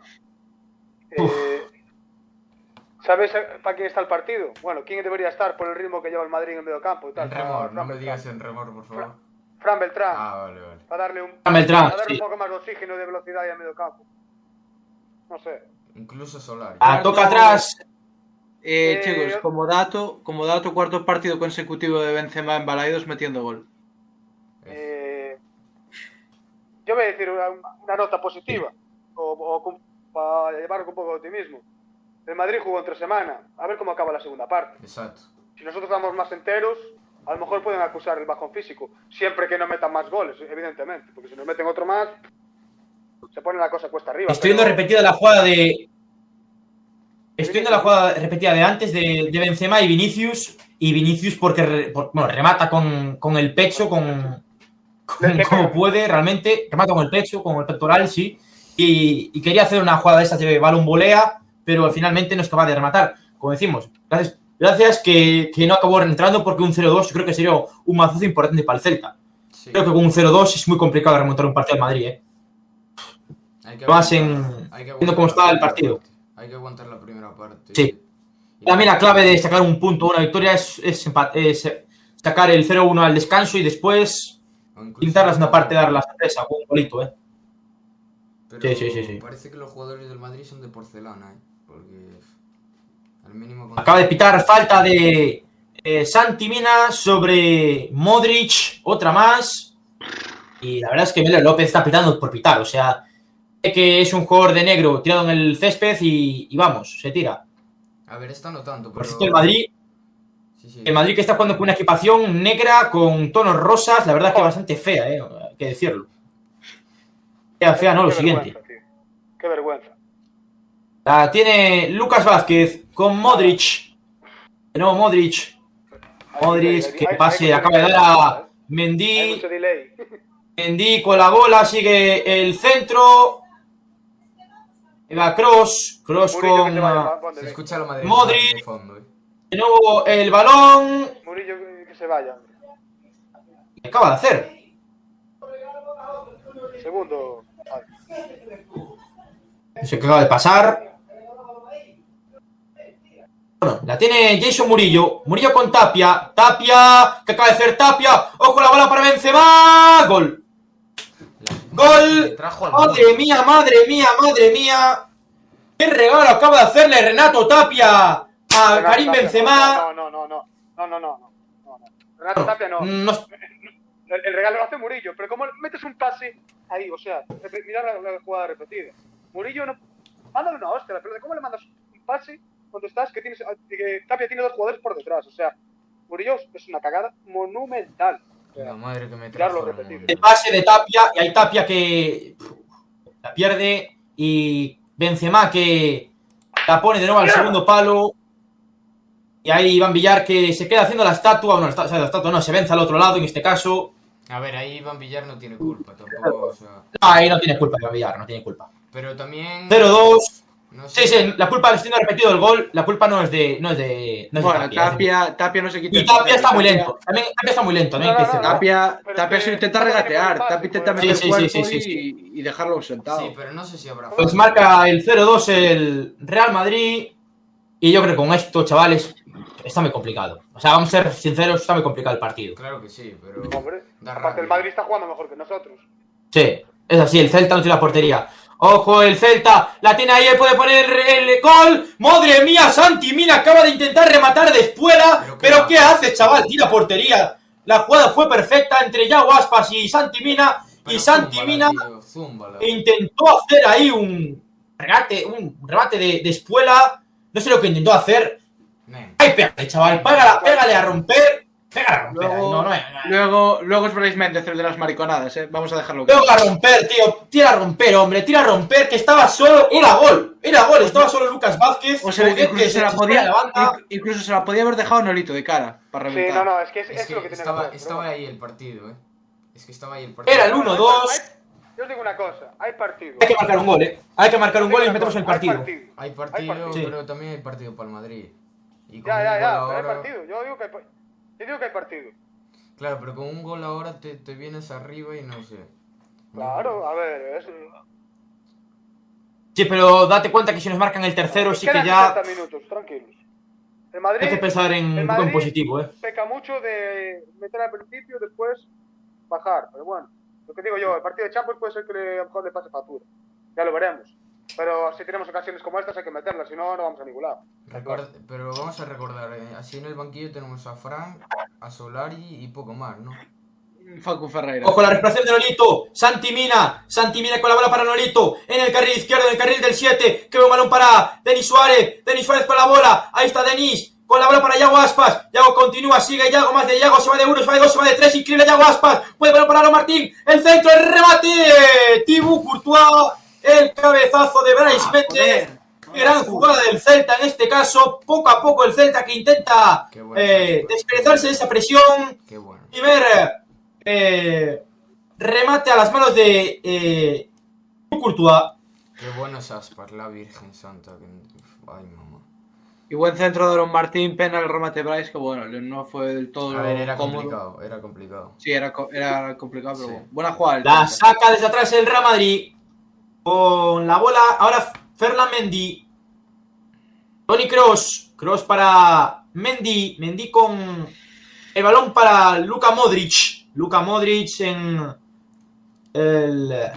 Eh, ¿Sabes para quién está el partido? Bueno, ¿quién debería estar por el ritmo que lleva el Madrid en el medio campo y tal? En remor, no Fran me Beltrán. digas en remor, por favor. Fran Beltrán. Ah, vale, vale. Para darle un, Fran Beltrán, para darle sí. un poco más de oxígeno y de velocidad ahí en medio campo. No sé. Incluso Solari. Ah, toca atrás. Eh, Eh, chicos, como dato, como dato, cuarto partido consecutivo de Benzema en Balaidos metiendo gol. Eh, yo voy a decir una, una nota positiva, o, o con- para llevarlo con un poco de optimismo. El Madrid jugó entre semana, a ver cómo acaba la segunda parte. Exacto. Si nosotros vamos más enteros, a lo mejor pueden acusar el bajón físico, siempre que no metan más goles, evidentemente, porque si nos meten otro más, se pone la cosa cuesta arriba. Estoy pero- viendo repetida la jugada de. Estoy viendo la jugada repetida de antes de, de Benzema y Vinicius. Y Vinicius porque re- por- bueno, remata con, con el pecho, con, con- Le- le como pega. puede, realmente. Remata con el pecho, con el pectoral, sí. Y, y quería hacer una jugada de esas de balón volea, pero finalmente no es capaz de rematar. Como decimos, gracias, gracias que, que no acabó entrando porque un cero dos yo creo que sería un mazazo importante para el Celta. Sí. Creo que con un cero dos es muy complicado remontar un partido al Madrid, ¿eh? Hay que Más aguantar- en- hay que viendo aguantar cómo la estaba el primera partido. parte. Hay que aguantar la primera parte. Sí. Y También la clave de sacar un punto o una victoria es, es, empa- es sacar el cero uno al descanso y después o incluso- pintar la segunda parte, dar la sorpresa con un golito, ¿eh? Pero Sí, sí, sí, sí. parece que los jugadores del Madrid son de porcelana, ¿eh? Porque al mínimo... Acaba de pitar falta de eh, Santi Mina sobre Modric, otra más. Y la verdad es que Melo López está pitando por pitar, o sea, sé que es un jugador de negro tirado en el césped y, y vamos, se tira. A ver, está no tanto, Por pero... cierto, el Madrid, Sí, sí. el Madrid que está jugando con una equipación negra con tonos rosas, la verdad que bastante fea, ¿eh? Hay que decirlo. Fea, fea, no, lo Qué siguiente. vergüenza, tío. Qué vergüenza. La tiene Lucas Vázquez con Modric. De nuevo Modric. Hay- Modric hay- que hay- pase hay acaba de mucho dar a delay, ¿eh? Hay Mendy. mucho delay. Mendy con la bola, sigue el centro. Va Cross. Cross Murillo que con se vaya, ah, va, ponte Se bien. escucha la Madrid Modric. de fondo, ¿eh? de nuevo el balón. Murillo que se vaya. ¿Qué acaba de hacer? Segundo. Vale. No sé qué acaba de pasar. Bueno, la tiene Jason Murillo. Murillo con Tapia. Tapia. ¿Qué acaba de hacer Tapia? ¡Ojo la bola para Benzema! ¡Gol! La- ¡Gol! Le trajo al ¡Madre gol. mía, madre mía, madre mía! ¡Qué regalo acaba de hacerle Renato Tapia a Renato Karim Tapia, Benzema! No, no, no, no, no, no, no, no, no, no. Renato Tapia no. No, El, el regalo lo hace Murillo, pero como metes un pase ahí, o sea, repe- mirar la, la jugada repetida. Murillo no. Mándale una hostia, pero ¿cómo le mandas un pase cuando estás que tienes que Tapia tiene dos jugadores por detrás? O sea, Murillo es una cagada monumental. O sea, La madre que me Tirarlo trajo al repetido. mundo. el pase de Tapia y hay Tapia que la pierde y Benzema que la pone de nuevo al segundo palo y ahí Iván Villar que se queda haciendo la estatua, bueno, la estatua, o sea, la estatua no, se vence al otro lado en este caso. A ver, ahí Iván Villar no tiene culpa tampoco, o sea... No, ahí no tiene culpa Iván Villar, no tiene culpa. Pero también... cero dos. No sé... Sí, sí, la culpa, siendo repetido el gol, la culpa no es de, no es de, no es de Bueno, Tapia. es de- Tapia, Tapia no se quita Y el Tapia papel, está muy Tapia- lento. También Tapia está muy lento, también hay que No, no, decirlo. no. Tapia, Pero Tapia es se que intenta no tiene que regatear, poner Tapia intenta fácil, meter sí, el sí, cuerpo sí, sí, y, y dejarlo sentado. Sí, pero no sé si habrá... Pues marca el cero dos el Real Madrid. Y yo creo que con esto, chavales, está muy complicado. O sea, vamos a ser sinceros, está muy complicado el partido. Claro que sí, pero... hombre, Da aparte el rabia. Madrid está jugando mejor que nosotros. Sí, es así, el Celta no tiene la portería. Ojo, el Celta, la tiene ahí, él puede poner el, el gol. ¡Madre mía, Santi Mina acaba de intentar rematar de espuela! Pero Pero, qué ¿qué va. hace, chaval? Tira portería. La jugada fue perfecta entre Yago Aspas y Santi Mina. Pero Y Santi zúmbala, Mina tío, zúmbala. intentó hacer ahí un regate, un remate de, de espuela. No sé lo que intentó hacer. Nen. ¡Ay, pégale, chaval! ¡Pégale, pégale a romper! ¿Qué va a romper? Luego, No, no, no. luego, luego es Brais Méndez, el de las mariconadas, ¿eh? Vamos a dejarlo claro. Luego a romper, tío. Tira a romper, hombre. Tira a romper, que estaba solo. Era gol. Era gol. Estaba solo Lucas Vázquez. O sea, Juguete, incluso se, la podía, la banda. incluso se la podía haber dejado Nolito de cara para Sí, reventar. no, no, es que es, Es es que lo que tiene estaba, que hacer. estaba pero ahí el partido, eh. Es que estaba ahí el partido. Era el bueno. uno Hay- dos. hay- Yo os digo una cosa, hay partido. Hay que marcar un gol, eh. Hay que marcar un Os gol y digo nos una metemos en el cosa, partido. Hay Hay partido, partido. Sí. pero también hay partido para el Madrid. Y con Ya, un ya, gol ya, ahora... pero hay partido. Yo digo que hay, pa- yo digo que hay partido. Claro, pero con un gol ahora te, te vienes arriba y no sé. Claro, a ver, es... Sí, pero date cuenta que si nos marcan el tercero, sí que Quedan ya sesenta minutos, tranquilos. El Madrid hay que pensar en el un poco en Madrid positivo, eh. peca mucho de meter al principio, después bajar. Pero bueno, lo que digo yo, el partido de Champions puede ser que le, a lo mejor le pase factura. Ya lo veremos. Pero si tenemos ocasiones como estas hay que meterlas, si no, no vamos a ningún lado. Recuerda- pero vamos a recordar, eh, así en el banquillo tenemos a Fran, a Solari y poco más, ¿no? Facu Ferreira. Ojo la recuperación de Nolito, Santi Mina, Santi Mina con la bola para Nolito, en el carril izquierdo, en el carril del siete, que ve un balón para Denis Suárez, Denis Suárez con la bola, ahí está Denis, con la bola para Yago Aspas, Yago continúa, sigue Yago, más de Yago, se va de uno, se va de dos, se va de tres, increíble Yago Aspas, puede balón para Aaron Martín, el centro, el remate, Thibaut Courtois, el cabezazo de Brais Méndez. Gran jugada del Celta en este caso, poco a poco el Celta que intenta Qué bueno. eh, desperezarse de esa presión. Qué bueno. Primer eh, remate a las manos de eh, Courtois. Qué bueno es Aspas, la Virgen Santa. Que... Ay, mamá. Y buen centro de Aaron Martín, pena el remate Brais, que bueno, no fue del todo A ver, era cómodo. complicado, era complicado. Sí, era, co- era complicado, pero Sí. bueno. Buena jugada. del La Celta. saca desde atrás el Real Madrid. Con la bola, ahora Ferland Mendy. Toni Kroos. Kroos para Mendy. Mendy con el balón para Luka Modric. Luka Modric en el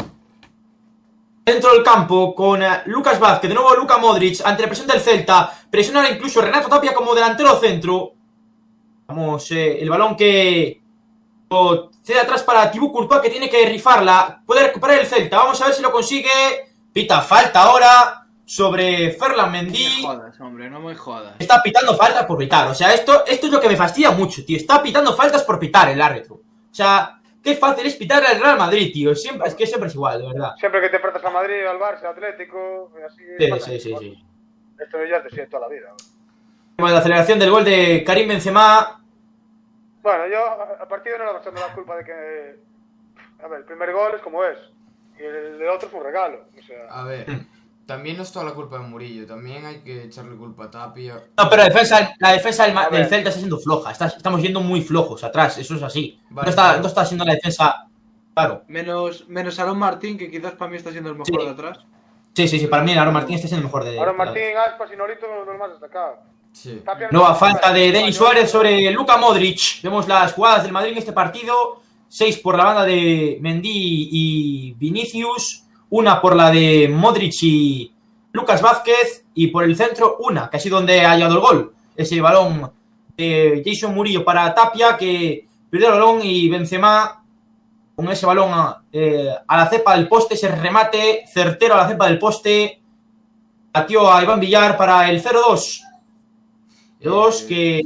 centro del campo con eh, Lucas Vázquez. De nuevo Luka Modric ante la presión del Celta. Presiona incluso Renato Tapia como delantero centro. Vamos, eh, el balón que cede atrás para Thibaut Courtois, que tiene que rifarla. Puede recuperar el Celta. Vamos a ver si lo consigue. Pita falta ahora sobre Ferland No me Mendy. jodas, hombre, no me jodas. Está pitando faltas por pitar. O sea, esto, esto es lo que me fastidia mucho, tío. Está pitando faltas por pitar el árbitro. O sea, qué fácil es pitar al Real Madrid, tío. Siempre, es que siempre es igual, de verdad. Siempre que te enfrentas a Madrid, al Barça, al Atlético, y así... Sí, pasa. sí, sí, sí. Esto ya es de siempre toda la vida. La aceleración del gol de Karim Benzema. Bueno, yo al partido no le voy echando la culpa de que... A ver, el primer gol es como es. Y el de otro es un regalo. O sea... A ver, Mm. también no es toda la culpa de Murillo, también hay que echarle culpa a Tapia. No, pero la defensa, la defensa del, Ma- A ver. del Celta está siendo floja. Está- estamos yendo muy flojos atrás. Eso es así. Vale, no, está, pero- no está siendo la defensa. Claro. Menos, menos Aaron Martín, que quizás para mí está siendo el mejor Sí. de atrás. Sí, sí, sí. Para mí, Aaron Martín está siendo el mejor de. Ahora de- Martín, Aspas y Nolito son los más destacados. Sí. Tapia no Nueva está- falta de Denis Suárez sobre Luka Modric. Vemos las jugadas del Madrid en este partido. Seis por la banda de Mendy y Vinicius. Una por la de Modric y Lucas Vázquez. Y por el centro, una, que ha sido donde ha llegado el gol. Ese balón de Jason Murillo para Tapia, que perdió el balón, y Benzema con ese balón eh, a la cepa del poste. Ese remate certero a la cepa del poste. Batió a Iván Villar para el cero dos. Dos Eh, que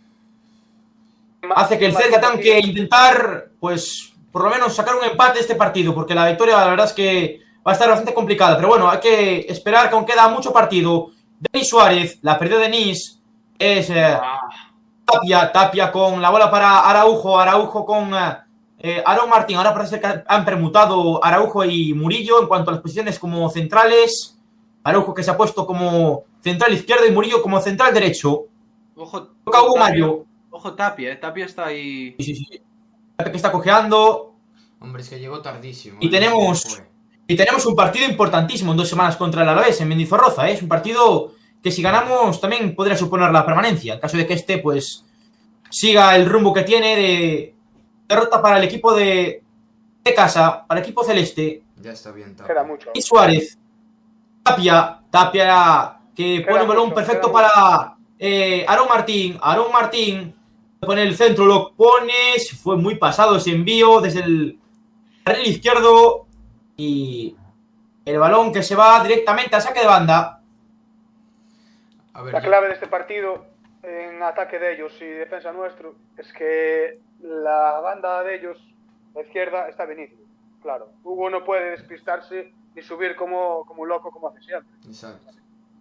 hace que el Celta tenga que intentar, pues, por lo menos sacar un empate de este partido, porque la victoria, la verdad es que va a estar bastante complicada. Pero bueno, hay que esperar, que aún queda mucho partido. Denis Suárez, la perdió Denis, es eh, Tapia, Tapia con la bola para Araujo, Araujo con eh, Aaron Martín. Ahora parece que han permutado Araujo y Murillo en cuanto a las posiciones como centrales. Araujo, que se ha puesto como central izquierdo, y Murillo como central derecho. Ojo, Toca Hugo Tapia- Mayo. Ojo Tapia, eh. Tapia está ahí. Sí, sí, sí. Que está cojeando. Hombre, es que llegó tardísimo. Y ¿eh? tenemos- Fue. Y tenemos un partido importantísimo en dos semanas contra el Alavés en Mendizorroza. ¿eh? Es un partido que, si ganamos, también podría suponer la permanencia. En caso de que este, pues, siga el rumbo que tiene de derrota para el equipo de, de casa, para el equipo celeste. Ya está bien, Queda Tapia. mucho. Y Suárez, Tapia, Tapia, que Queda pone un balón mucho, perfecto queda para eh, Aaron Martín. Aaron Martín pone el centro, lo pone. Fue muy pasado ese envío desde el carril izquierdo. Y el balón que se va directamente a saque de banda. A ver, La yo- clave de este partido en ataque de ellos y defensa nuestro es que la banda de ellos, la izquierda, está Vinicius. Claro, Hugo no puede despistarse ni subir como, como un loco como hace siempre. Exacto.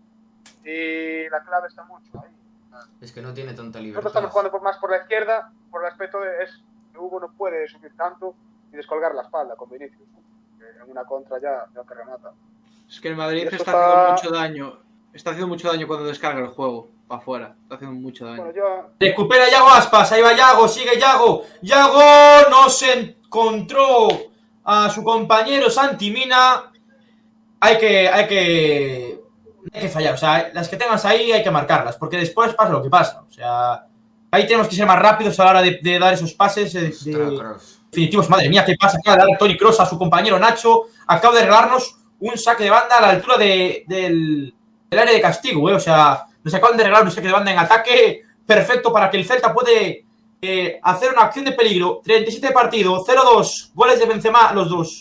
Y la clave está mucho ahí. Es que no tiene tanta Nosotros libertad. estamos jugando por- más por la izquierda, por el aspecto de es que Hugo no puede subir tanto y descolgar la espalda con Vinicius. Que en una contra ya, ya te remata. Es que el Madrid Esto está está- haciendo mucho daño. Está haciendo mucho daño cuando descarga el juego para afuera. Está haciendo mucho daño. Bueno, yo Recupera Yago Aspas, ahí va Yago, sigue Yago. Yago no se encontró a su compañero Santi Mina. Hay que, hay que, hay que fallar. O sea, las que tengas ahí hay que marcarlas, porque después pasa lo que pasa. O sea, ahí tenemos que ser más rápidos a la hora de, de dar esos pases de, Ostras, de Kroos. definitivos. Madre mía, ¿qué pasa? Acaba de dar Toni Kroos a su compañero Nacho. Acaba de regalarnos un saque de banda a la altura de, del, del área de castigo, ¿eh? O sea, nos acaban de regalar un saque de banda en ataque perfecto para que el Celta puede eh, hacer una acción de peligro. treinta y siete de partido, cero dos, goles de Benzema, los dos.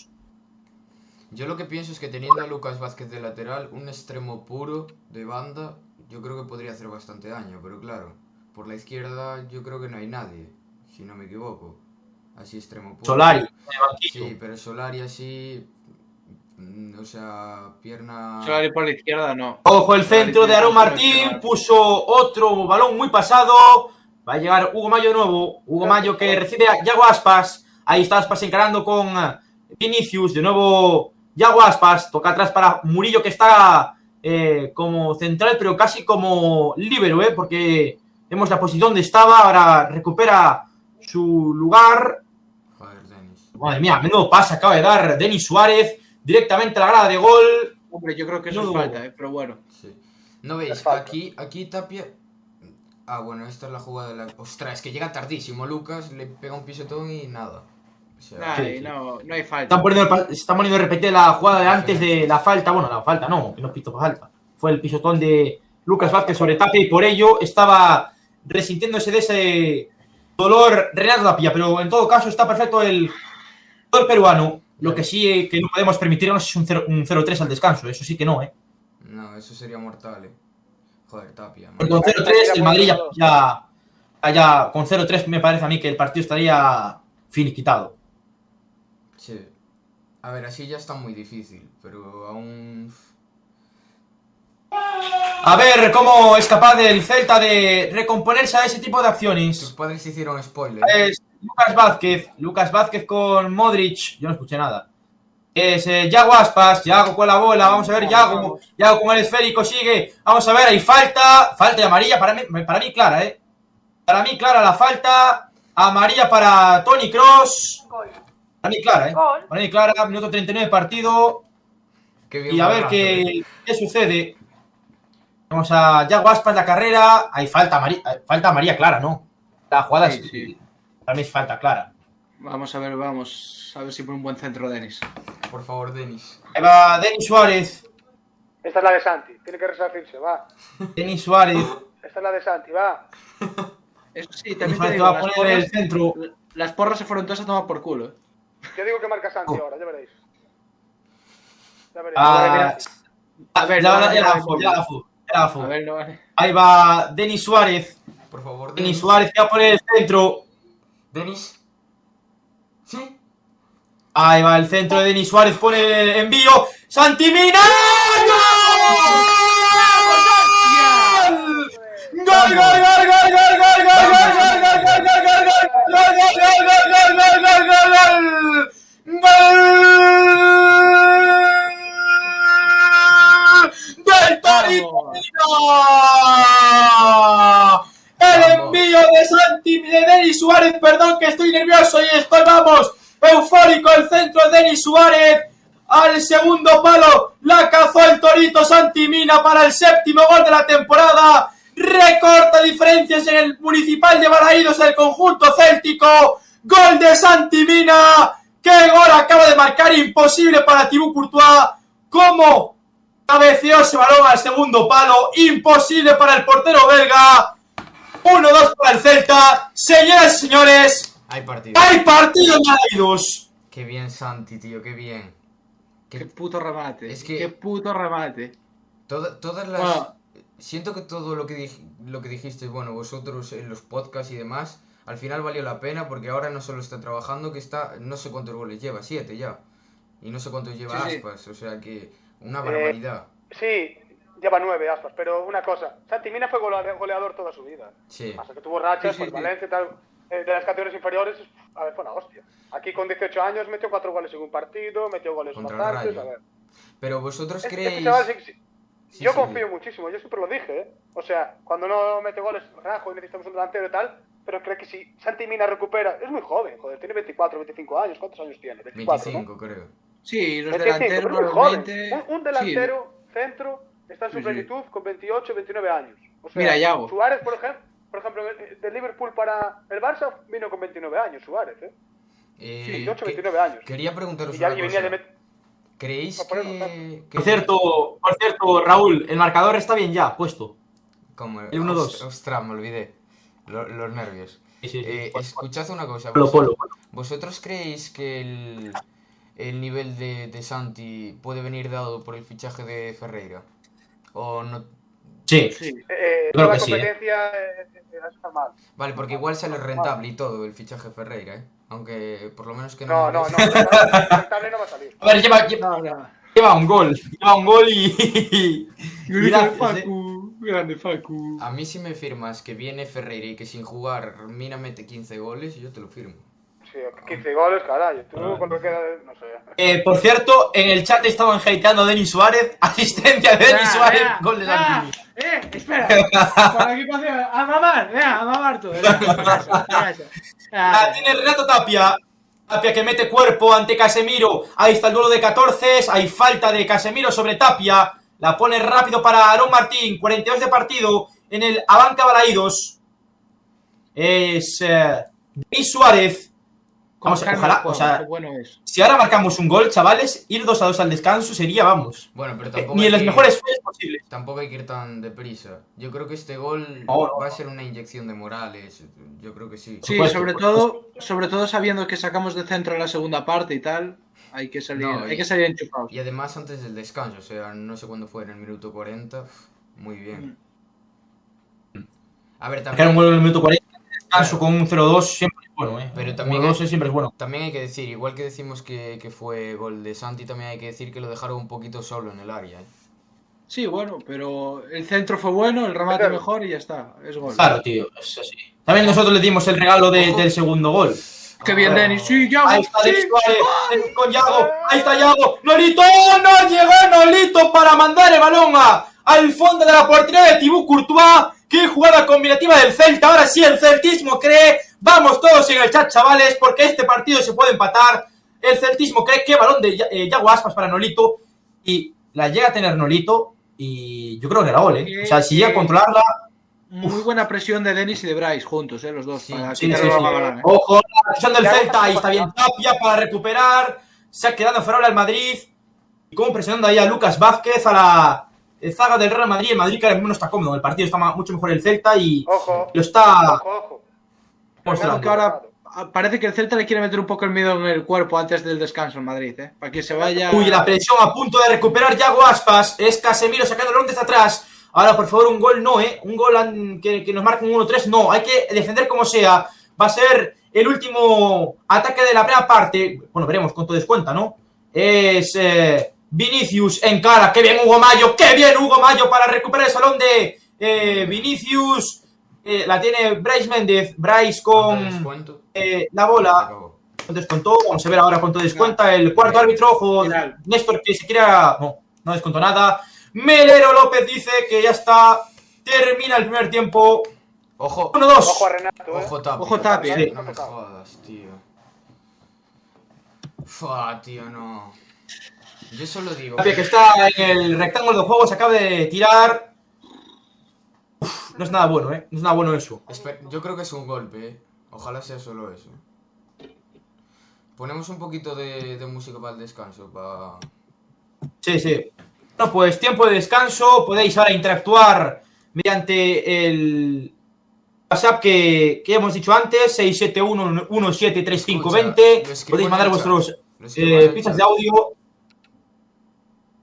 Yo lo que pienso es que teniendo a Lucas Vázquez de lateral, un extremo puro de banda, yo creo que podría hacer bastante daño, pero claro, por la izquierda yo creo que no hay nadie, si no me equivoco. Así extremo puro. Solari, en el banquillo. Sí, pero Solari así, mm, o sea, pierna... Solari por la izquierda no. Ojo, el centro de Aarón Martín, Martín puso otro balón muy pasado. Va a llegar Hugo Mayo de nuevo. Hugo Mayo que recibe a Yago Aspas. Ahí está Aspas encarando con Vinicius. De nuevo Yago Aspas. Toca atrás para Murillo, que está eh, como central, pero casi como líbero, ¿eh? Porque vemos la posición donde estaba. Ahora recupera su lugar. Joder, Denis. Madre mía, menudo pase acaba de dar Denis Suárez. Directamente a la grada de gol. Hombre, yo creo que eso No. es falta, ¿eh? Pero bueno. Sí. ¿No veis? Es falta. Aquí, aquí Tapia... Ah, bueno, esta es la jugada de la... Ostras, es que llega tardísimo Lucas, le pega un pisotón y nada. O sea, Nah, sí, sí. no, no hay falta. Están poniendo, el pa- están poniendo a repetir la jugada de antes de la falta. Bueno, la falta no, que no pito falta. Fue el pisotón de Lucas Vázquez sobre Tapia y por ello estaba resintiéndose de ese dolor Renato Tapia. Pero en todo caso está perfecto el jugador peruano. Lo que sí eh, que no podemos permitirnos es un cero tres al descanso. Eso sí que no, ¿eh? no, eso sería mortal, eh. Joder, Tapia. Porque con cero tres el Madrid ya, ya, ya- con cero tres me parece a mí que el partido estaría finiquitado. Sí. A ver, así ya está muy difícil, pero aún... A ver cómo es capaz el Celta de recomponerse a ese tipo de Tus acciones. padres hicieron spoiler. Es Lucas Vázquez, Lucas Vázquez con Modric, yo no escuché nada. Es eh, Yago Aspas, Yago con la bola, vamos a ver, Yago, Yago con el esférico, sigue, vamos a ver, hay falta, falta de amarilla, para mí, para mí clara, eh. Para mí clara la falta, amarilla para Toni Kroos, Gol. para mí clara, eh. Gol. Para mí clara, minuto treinta y nueve de partido, Qué bien y a ver borrazo, qué, eh. qué sucede. Vamos a Yago Aspas, la carrera, hay falta, amarilla, falta amarilla clara, ¿no? La jugada Sí, es, sí. para mí es falta clara. Vamos a ver, vamos. A ver si pone un buen centro Denis. Por favor, Denis. Ahí va Denis Suárez. esta es la de Santi, tiene que resarcirse, va. Denis Suárez. Esta es la de Santi, va. Eso sí, Denis también te Suárez digo, va a las poner el porras, centro. las porras se fueron todas a tomar por culo. ¿eh? Yo digo que marca Santi Oh. ahora, ya veréis. Ya veréis. Ah, A ver, ya no, la- no, ya la no, fu, no. ya la fu, ya la fu. A ver, no vale. Ahí va Denis Suárez. Por favor, Denis Denis. Suárez que va a poner el centro. Denis. ¿Sí? Ahí va el centro de Denis Suárez. Pone el envío. ¡Santi Mina! ¡Gol! ¡Gol, gol, gol, gol, gol, gol, gol, gol, gol, gol, gol, gol, gol, gol, gol, gol, gol, gol, gol, gol, del Torino. El envío de Santi, de Denis Suárez, perdón que estoy nervioso y estoy, vamos, eufórico. El centro de Denis Suárez al segundo palo, la cazó el Torito Santi Mina para el séptimo gol de la temporada. Recorta diferencias en el Municipal de Balaídos, el conjunto céltico. Gol de Santi Mina. ¡Qué gol acaba de marcar! Imposible para Thibaut Courtois. ¿Cómo cabeceó ese balón al segundo palo? Imposible para el portero belga. uno dos para el Celta. Señoras y señores, Hay partido. hay partido en Balaídos. Qué bien, Santi, tío, qué bien. Qué Qué... puto remate. Es que- Qué puto remate. Toda- todas las... Bueno, siento que todo lo que, dij- lo que dijisteis, bueno, vosotros en los podcasts y demás, al final valió la pena porque ahora no solo está trabajando, que está, no sé cuántos goles lleva, siete ya. Y no sé cuántos lleva Sí, sí. Aspas, o sea que una barbaridad. Sí, lleva nueve Aspas, pero una cosa, Santi Mina fue golea- goleador toda su vida. Sí. Hasta que tuvo rachas Sí, sí, por sí. Valencia y tal. Eh, de las categorías inferiores, a ver, fue una hostia. Aquí con dieciocho años metió cuatro goles en un partido, metió goles Contra el bastantes, Rayo. a ver. Pero vosotros Este, creéis... este chaval sí- sí- Sí, yo sí. confío muchísimo, yo siempre lo dije, ¿eh? O sea, cuando no mete goles, rajo y necesitamos un delantero y tal, pero creo que si Santi Mina recupera, es muy joven, joder, tiene veinticuatro, veinticinco años, ¿cuántos años tiene? veinticuatro, veinticinco, ¿no? creo. Sí, los veinticinco, delanteros pero es muy joven. normalmente... Un, un sí. delantero centro está en su Sí, sí. plenitud con veintiocho, veintinueve años. O sea, Mira, Yago. Suárez, por ejemplo, por ejemplo, el- de Liverpool para el Barça vino con veintinueve años, Suárez, ¿eh? Eh, veintiocho, que- veintinueve años. Quería preguntaros Y ya una y venía cosa. de met- ¿Creéis No, por eso, que, que- Por cierto, por cierto, Raúl, el marcador está bien ya puesto. Como, el uno dos. Ostras, me olvidé. Lo- los nervios. Sí, sí, sí. Eh, escuchad una cosa. Polo, vos- polo. ¿Vosotros creéis que el, el nivel de, de Santi puede venir dado por el fichaje de Ferreira? ¿O no? Sí. Sí. eh, Creo toda que la sí, ¿eh? competencia eh, eh, está mal. Vale, porque igual sale rentable y todo el fichaje de Ferreira, ¿eh? Aunque por lo menos que No, no... no, no, rentable rentable no va a salir. A ver, lleva, lleva, No, no. lleva un gol. Lleva un gol y. y Grande gracias, ¿eh? Facu, grande Facu. A mí si me firmas que viene Ferreira y que sin jugar Mina mete quince goles, yo te lo firmo. Sí, quince goles, caray. Tú cuando queda, no sé. Eh, por cierto, en el chat estaban hateando a Denis Suárez. Asistencia de Denis Ah, Suárez. vea, Gol de ah, Santi. Eh, espera. Por aquí paseo. A mamar, vea, a mamar tú. Venga, para casa, para casa. La Ah, tiene Renato Tapia. Tapia que mete cuerpo ante Casemiro. Ahí está el duelo de catorce. Hay falta de Casemiro sobre Tapia. La pone rápido para Aaron Martín. cuarenta y dos de partido en el Abanca Balaídos. Es eh, Denis Suárez. con Vamos, calma ojalá, el juego, o sea, qué bueno es. Si ahora marcamos un gol, chavales, ir dos a dos al descanso sería, vamos, Bueno, pero eh, tampoco ni hay en las que- mejores fechas posibles. Tampoco hay que ir tan deprisa. Yo creo que este gol No, no, va a ser una inyección de morales. Yo creo que sí. Sí, supuesto, sobre por todo, sobre todo sabiendo que sacamos de centro la segunda parte y tal, hay que salir, No, hay y- que salir enchufados. Y además antes del descanso, o sea, no sé cuándo fue, en el minuto cuarenta. Muy bien. A ver, Marcar un también, gol en el minuto cuarenta, descanso Claro. con un cero dos siempre es bueno, ¿eh? Pero Un también uno dos hay- siempre es bueno. también hay que decir, igual que decimos que, que fue gol de Santi, también hay que decir que lo dejaron un poquito solo en el área. ¿eh? Sí, bueno, pero el centro fue bueno, el remate Claro. mejor y ya está, es gol. Claro, tío, es así. También nosotros le dimos el regalo de- Ojo. del segundo gol. Qué bien, Ah. Denis, sí, ya, Ahí está sí. Denis Suárez, Denis con Yago, ahí está Yago, Nolito, no llegó Nolito para mandar el balón a, al fondo de la portería de Thibaut Courtois. Qué jugada combinativa del Celta, ahora sí el celtismo cree, vamos todos en el chat, chavales, porque este partido se puede empatar. El celtismo cree que balón de Ya- eh, Yago Aspas para Nolito, y la llega a tener Nolito, y yo creo que era gol, ¿eh? O sea, si llega a controlarla, Muy buena presión de Denis y de Bryce juntos, eh, los dos. Sí, para sí, quitarle sí, la sí. balón, eh. Ojo, la presión del Ya Celta, está ahí está bien Tapia para recuperar. Se ha quedado Ferola al Madrid. Y como presionando ahí a Lucas Vázquez, a la eh, zaga del Real Madrid. El Madrid que ahora mismo no está cómodo. El partido está ma- mucho mejor el Celta y Ojo, lo está ojo, ojo. mostrando. Que ahora ah, parece que el Celta le quiere meter un poco el miedo en el cuerpo antes del descanso en Madrid, eh, para que se vaya. Uy, la presión a punto de recuperar Yago Aspas. Es Casemiro sacando el balón desde atrás. Ahora, por favor, un gol no, ¿eh? Un gol an- que, que nos marque un uno tres. No, hay que defender como sea. Va a ser el último ataque de la primera parte. Bueno, veremos cuánto descuenta, ¿no? Es eh, Vinicius en cara. ¡Qué bien Hugo Mayo! ¡Qué bien Hugo Mayo para recuperar el salón de eh, Vinicius! Eh, la tiene Bryce Méndez. Bryce ¿Cuánto con descuento? eh, la Se bola. acabó. ¿Cuánto descontó? Vamos a ver ahora cuánto descuenta el cuarto árbitro. Ojo, Final. Néstor que se quiera... No, no descontó nada. Melero López dice que ya está. Termina el primer tiempo. Ojo, uno dos. Ojo a Renato, eh. ojo Tapia. Ojo Tapia, eh. No me jodas, tío. Fua, tío, no. Yo solo digo... Tapia que está en el rectángulo de juego. Se acaba de tirar. Uf, no es nada bueno, ¿eh? No es nada bueno eso. Espe- Yo creo que es un golpe, ¿eh? Ojalá sea solo eso. Ponemos un poquito de, de música para el descanso, para... Sí, sí. Bueno, pues tiempo de descanso. Podéis ahora interactuar mediante el WhatsApp que, que hemos dicho antes. seis siete uno uno siete tres cinco dos cero. Escucha, lo escribo Podéis en mandar el vuestros chat. Lo escribo en eh, el pistas chat. de audio.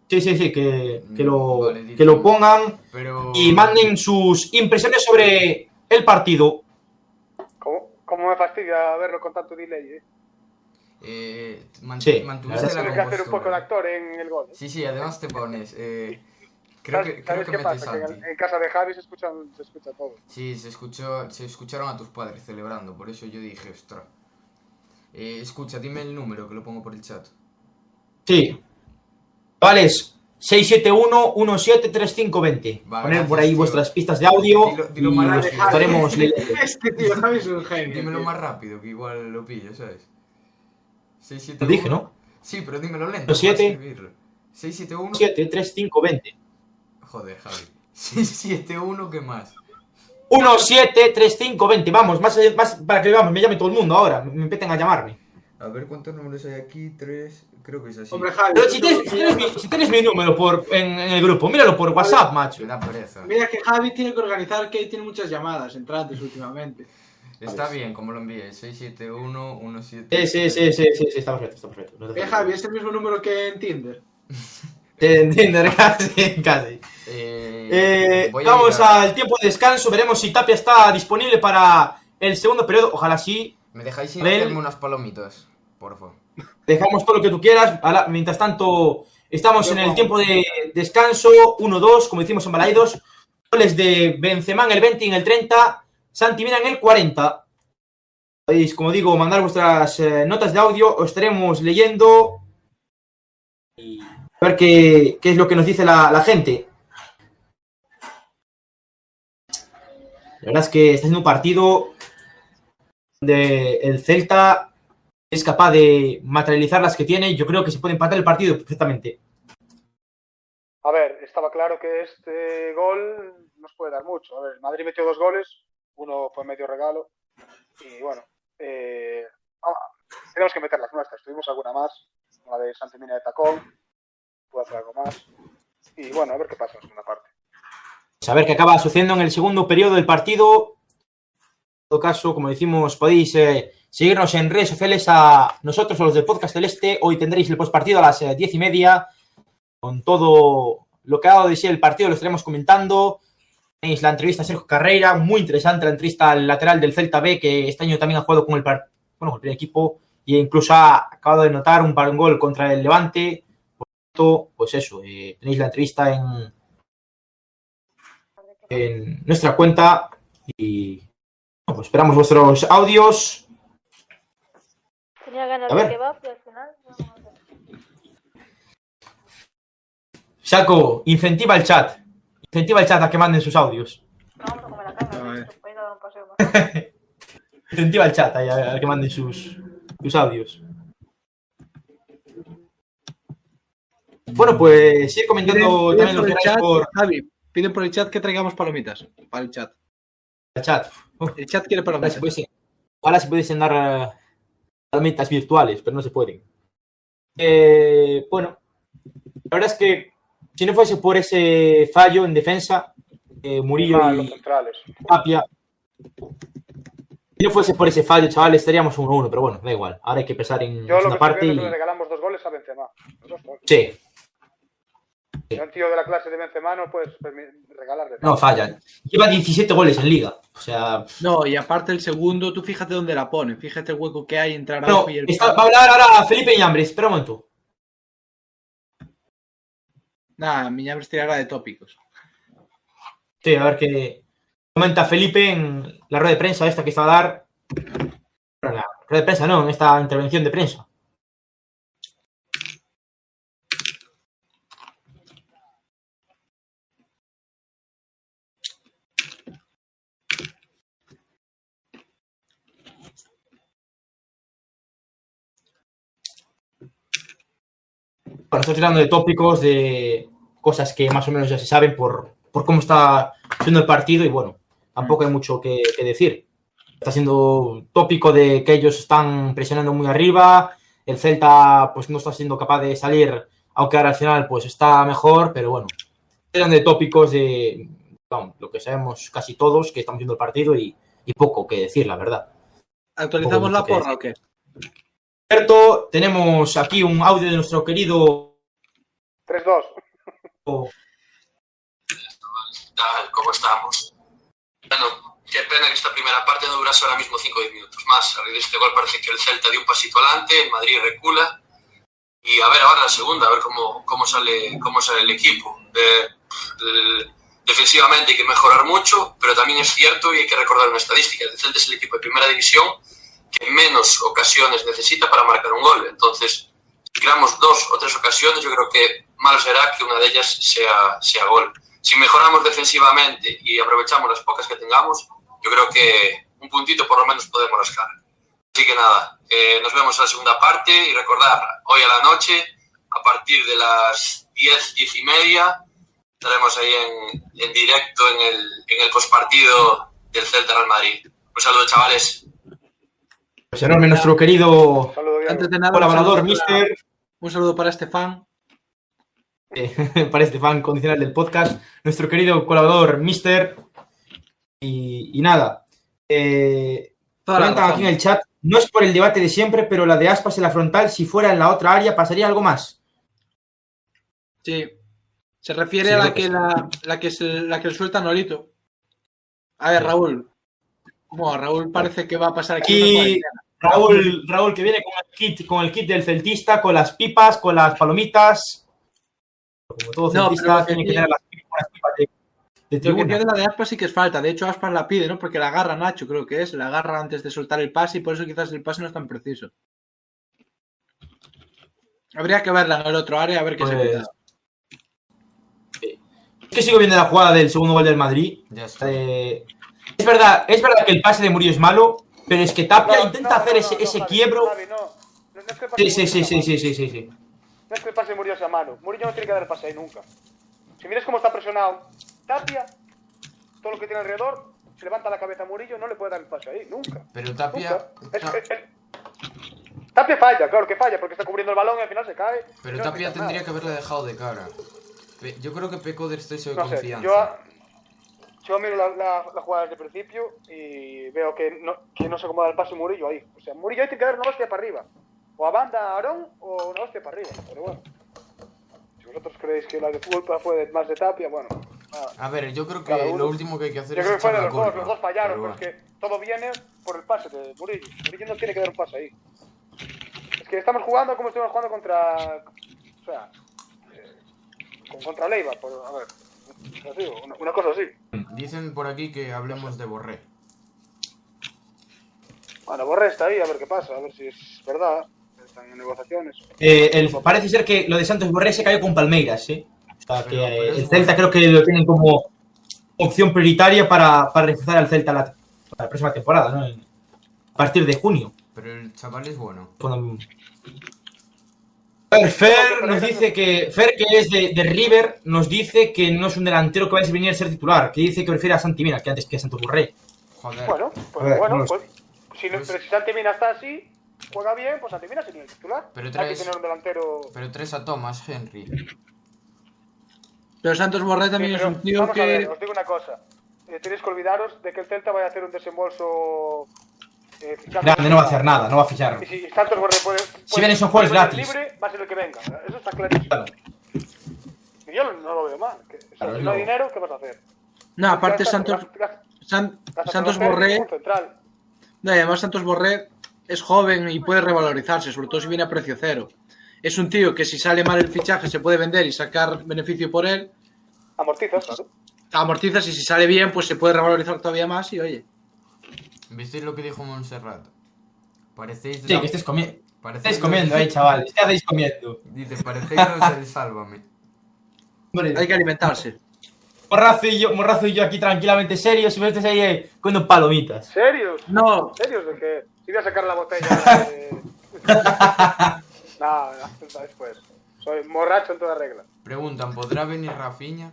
Sí, sí, sí, que, que, lo, Vale, que lo pongan pero... y manden sus impresiones sobre el partido. ¿Cómo, cómo me fastidia verlo con tanto delay, eh? Eh, mant- Sí, la mantuviste verdad la, es Tienes que hacer un poco de compostura. actor en el gol. ¿eh? Sí, sí, además te pones. Eh, creo ¿Sabes, que, creo ¿sabes que qué metes pasa? Que en, Santi. el- en casa de Javi se, escuchan, se escucha todo. Sí, se escuchó, se escucharon a tus padres celebrando, por eso yo dije, ostras. Eh, escucha, dime el número que lo pongo por el chat. Sí. Vale, es seis siete uno uno siete tres cinco dos cero. Va, Poner por gracias, ahí tío. vuestras pistas de audio Dilo- dilo y más los rápido. estaremos leyendo. Este tío Javi es un genio. Dímelo tío. más rápido, que igual lo pillo, ¿sabes? seis siete Lo uno dije, ¿no? Sí, pero dímelo lento, Los siete. para escribirlo. seis siete uno siete tres cinco dos cero. Joder, Javi. seis siete uno, ¿qué más? uno siete tres cinco dos cero. Vamos, más, más para que vamos, me llame todo el mundo ahora. Me empiecen a llamarme. A ver cuántos números hay aquí. Tres. Creo que es así. Hombre, Javi, Pero tú si te- tienes, si tienes mi, si tienes mi número por, en, en el grupo, míralo por WhatsApp, macho. Me da pereza. mira que Javi tiene que organizar, que tiene muchas llamadas entrantes últimamente. Está bien, como lo envié. seis siete uno uno siete. Sí, sí, sí, sí, sí, sí, está perfecto, está perfecto. No te Eh, preocupes. Javi, es el mismo número que en Tinder. En Tinder, casi, casi. Eh, Eh, voy a vamos mirar. al tiempo de descanso, veremos si Tapia está disponible para el segundo periodo, ojalá sí. ¿Me dejáis ir a Abel. hacerme unas palomitas? Por favor. Dejamos todo lo que tú quieras. Ahora, mientras tanto, estamos en el tiempo de descanso. uno dos, como decimos en Balaidos. Goles de Benzema en el veinte y en el treinta. Santi Mina en el cuarenta. Podéis, como digo, mandar vuestras eh, notas de audio. Os estaremos leyendo. Y a ver qué, qué es lo que nos dice la, la gente. La verdad es que está siendo un partido donde el Celta es capaz de materializar las que tiene. Yo creo que se puede empatar el partido perfectamente. A ver, estaba claro que este gol nos puede dar mucho. A ver, Madrid metió dos goles, uno fue medio regalo. Y bueno, eh, ah, tenemos que meter las nuestras. Tuvimos alguna más, una de Santi Mina de tacón, puede hacer algo más. Y bueno, a ver qué pasa en la segunda parte. A ver qué acaba sucediendo en el segundo periodo del partido. En todo caso, como decimos, podéis eh, seguirnos en redes sociales a nosotros, a los del Podcast Celeste. Hoy tendréis el postpartido a las eh, diez y media. Con todo lo que ha dado de sí el partido lo estaremos comentando. Tenéis la entrevista a Sergio Carreira, muy interesante la entrevista al lateral del Celta B, que este año también ha jugado con el, par- bueno, con el primer equipo e incluso ha acabado de notar un par- un gol contra el Levante. Por tanto, pues eso, eh, tenéis la entrevista en, en nuestra cuenta y bueno, pues esperamos vuestros audios. Tenía ganas A de ver. kebab y al final no, no sé. Saco, incentiva el chat. Incentiva el chat a que manden sus audios. No, vamos a comer la carne, A ver. ¿no? Voy a dar un paseo más. Incentiva el chat ahí a, a que manden sus, sus audios. Bueno, pues ir comentando Piden- también lo por que el queráis chat, por Javi, piden por el chat que traigamos palomitas para el chat. el chat. Uf, El chat quiere ahora palomitas. si pudiesen, ahora si pudiesen dar eh, herramientas virtuales, pero no se pueden. Eh, bueno, la verdad es que si no fuese por ese fallo en defensa, eh, Murillo Mal, los y centrales. Tapia, si no fuese por ese fallo, chaval, estaríamos uno uno, pero bueno, da igual. Ahora hay que pensar en Yo lo una que parte estoy viendo y... es que le regalamos dos goles a Benzema. Los dos goles. Sí, Y un tío de la clase de Benzema no puedes permi- regalarle. no fallan. Lleva diecisiete goles en liga. O sea, No, y aparte el segundo, tú fíjate dónde la ponen. Fíjate el hueco que hay entre no, Araujo y el... está- va a hablar ahora Felipe Ñambres. Espera un momento. Nada, Miñambres tirará de tópicos. Sí, a ver qué comenta Felipe en la rueda de prensa esta que está a dar. Bueno, la rueda de prensa no, en esta intervención de prensa. Bueno, estoy tirando de tópicos, de cosas que más o menos ya se saben por, por cómo está siendo el partido y bueno, tampoco hay mucho que, que decir. Está siendo tópico de que ellos están presionando muy arriba, el Celta pues no está siendo capaz de salir, aunque ahora al final pues está mejor, pero bueno, eran de tópicos de bueno, lo que sabemos casi todos, que estamos viendo el partido y, y poco que decir, la verdad. ¿Actualizamos la Poco mucho que porra o qué? Cierto, tenemos aquí un audio de nuestro querido tres dos. O- tal, ¿cómo estamos? Bueno, qué pena que esta primera parte no durase ahora mismo cinco o diez minutos más. A raíz de este gol parece que el Celta dio un pasito adelante, el Madrid recula. Y a ver ahora la segunda, a ver cómo, cómo, sale, cómo sale el equipo. Eh, el, defensivamente hay que mejorar mucho, pero también es cierto y hay que recordar una estadística. El Celta es el equipo de primera división que menos ocasiones necesita para marcar un gol. Entonces, si creamos dos o tres ocasiones, yo creo que mal será que una de ellas sea, sea gol. Si mejoramos defensivamente y aprovechamos las pocas que tengamos, yo creo que un puntito por lo menos podemos rascar. Así que nada, eh, nos vemos en la segunda parte y recordar, hoy a la noche, a partir de las diez, diez y media, estaremos ahí en, en directo en el, en el postpartido del Celta Real Madrid. Un saludo, chavales. Pues enorme nuestro querido Saludos, Diego. Antes de nada, colaborador, un saludo para- mister, Un saludo para Estefan. eh, para este fan condicional del podcast, nuestro querido colaborador, mister. Y, y nada, eh, Toda la comentan razón. aquí en el chat, no es por el debate de siempre, pero la de Aspas en la frontal, si fuera en la otra área, ¿pasaría algo más? Sí. Se refiere Sí, a la creo que que, sí. la, la que se, la que suelta Nolito. A ver, Raúl. Bueno, Raúl parece que va a pasar aquí. una Aquí cuarentena. Raúl, Raúl que viene con el kit, con el kit del celtista, con las pipas, con las palomitas. Como todo No, celtista, pero lo que tiene que sí- tener las pipas, las pipas de, de Lo que tribuna. de la de Aspas sí que es falta. De hecho, Aspas la pide, ¿no? Porque la agarra Nacho, creo que es. La agarra antes de soltar el pase y por eso quizás el pase no es tan preciso. Habría que verla en el otro área a ver qué se Pues- quita. Es que sigo viendo la jugada del segundo gol del Madrid. Ya está. Eh, es verdad, es verdad que el pase de Murillo es malo, pero es que Tapia No, intenta no, hacer no, ese, no, ese Javi, quiebro. Javi, no. No, no es que el pase Sí, sí, de sí, Murillo sí, sea sí, malo. sí, sí, sí. No es que el pase de Murillo sea malo. Murillo no tiene que dar el pase ahí nunca. Si miras cómo está presionado Tapia, todo lo que tiene alrededor, se levanta la cabeza a Murillo, no le puede dar el pase ahí, nunca. Pero Tapia... Nunca. Es- Ta- es- es- Tapia falla, claro que falla, porque está cubriendo el balón y al final se cae. Pero y no Tapia hace tendría nada. que haberla dejado de cara. Pe- Yo creo que pecó de exceso de No sé, confianza. yo, yo miro la, la, la jugada desde el principio y veo que no, que no se acomoda el pase Murillo ahí. O sea, Murillo ahí tiene que dar una hostia para arriba. O a banda a Aarón o una hostia para arriba. Pero bueno, si vosotros creéis que la de culpa fue de- más de Tapia, bueno. nada. A ver, yo creo que Cada uno. lo último que hay que hacer Yo es creo que fue echar de la los dos, culpa. los dos fallaron, Pero pero es bueno. que todo viene por el pase de Murillo. Murillo no tiene que dar un pase ahí. Es que estamos jugando como estuvimos jugando contra. O sea, eh, con- contra Leiva, por, a ver. así, Una, una cosa así. Dicen por aquí que hablemos de Borré. Bueno, Borré está ahí, a ver qué pasa, a ver si es verdad. Están en negociaciones. Eh, el- parece ser que lo de Santos Borré se cayó con Palmeiras, ¿eh? O sea, que Pero- pero eh, es el Celta bueno. creo que lo tienen como opción prioritaria para, para reforzar al Celta la, para la próxima temporada, ¿no? En- A partir de junio. Pero el chaval es bueno. Cuando- A ver, Fer nos dice que Fer, que es de, de River, nos dice que no es un delantero que vaya a venir a ser titular, que dice que prefiere a Santi Mina que antes que a Santos Borré. Joder. Bueno, pues A ver, bueno, no pues, si, no- Pues- pero si Santi Mina está así, juega bien, pues Santi Mina sería el titular. Pero Hay que traes- tener un delantero. Pero tres a Thomas, Henry. Pero Santos Borré también Sí, es pero un tío vamos a ver, que. os digo una cosa. Eh, tenéis que olvidaros de que el Celta vaya a hacer un desembolso. Eh, fichando- Grande, no va a hacer nada, no va a fichar. Y si Santos Borré puede. Si vienen son jugadores puede ser gratis. libre, va a ser el que venga. Eso está clarísimo. Claro. Y yo no lo veo mal. Que, o sea, Claro, si es no hay lo- dinero, ¿qué vas a hacer? No, aparte Gastas- Santos, gastas- San- gastas Santos en un Borré. un central. No, y además Santos Borré es joven y puede revalorizarse, sobre todo si viene a precio cero. Es un tío que si sale mal el fichaje se puede vender y sacar beneficio por él. Amortizas, claro. Amortizas y si sale bien, pues se puede revalorizar todavía más y oye. ¿Visteis lo que dijo Montserrat? Parecéis... Sí, la- que estés, comi parecéis estés comiendo ahí, chavales. ¿Qué hacéis comiendo? Dice, parecéis los del Sálvame. Hombre, Hay que alimentarse. Morrazo y yo, Morrazo y yo aquí tranquilamente serios y me estés ahí eh, comiendo palomitas. ¿Serios? No, ¿Serios de que si voy a sacar la botella de... no, no, después. Soy borracho en toda regla. Preguntan, ¿podrá venir Rafinha?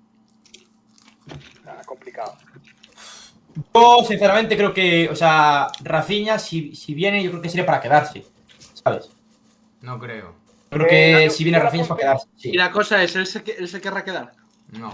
Ah, complicado. Yo, sinceramente, creo que, o sea, Rafinha, si, si viene, yo creo que sería para quedarse, ¿sabes? No creo. Creo Eh, que no, si viene yo Rafinha es para quedarse, sí. y la cosa es, ¿él se, que- él se querrá quedar? No.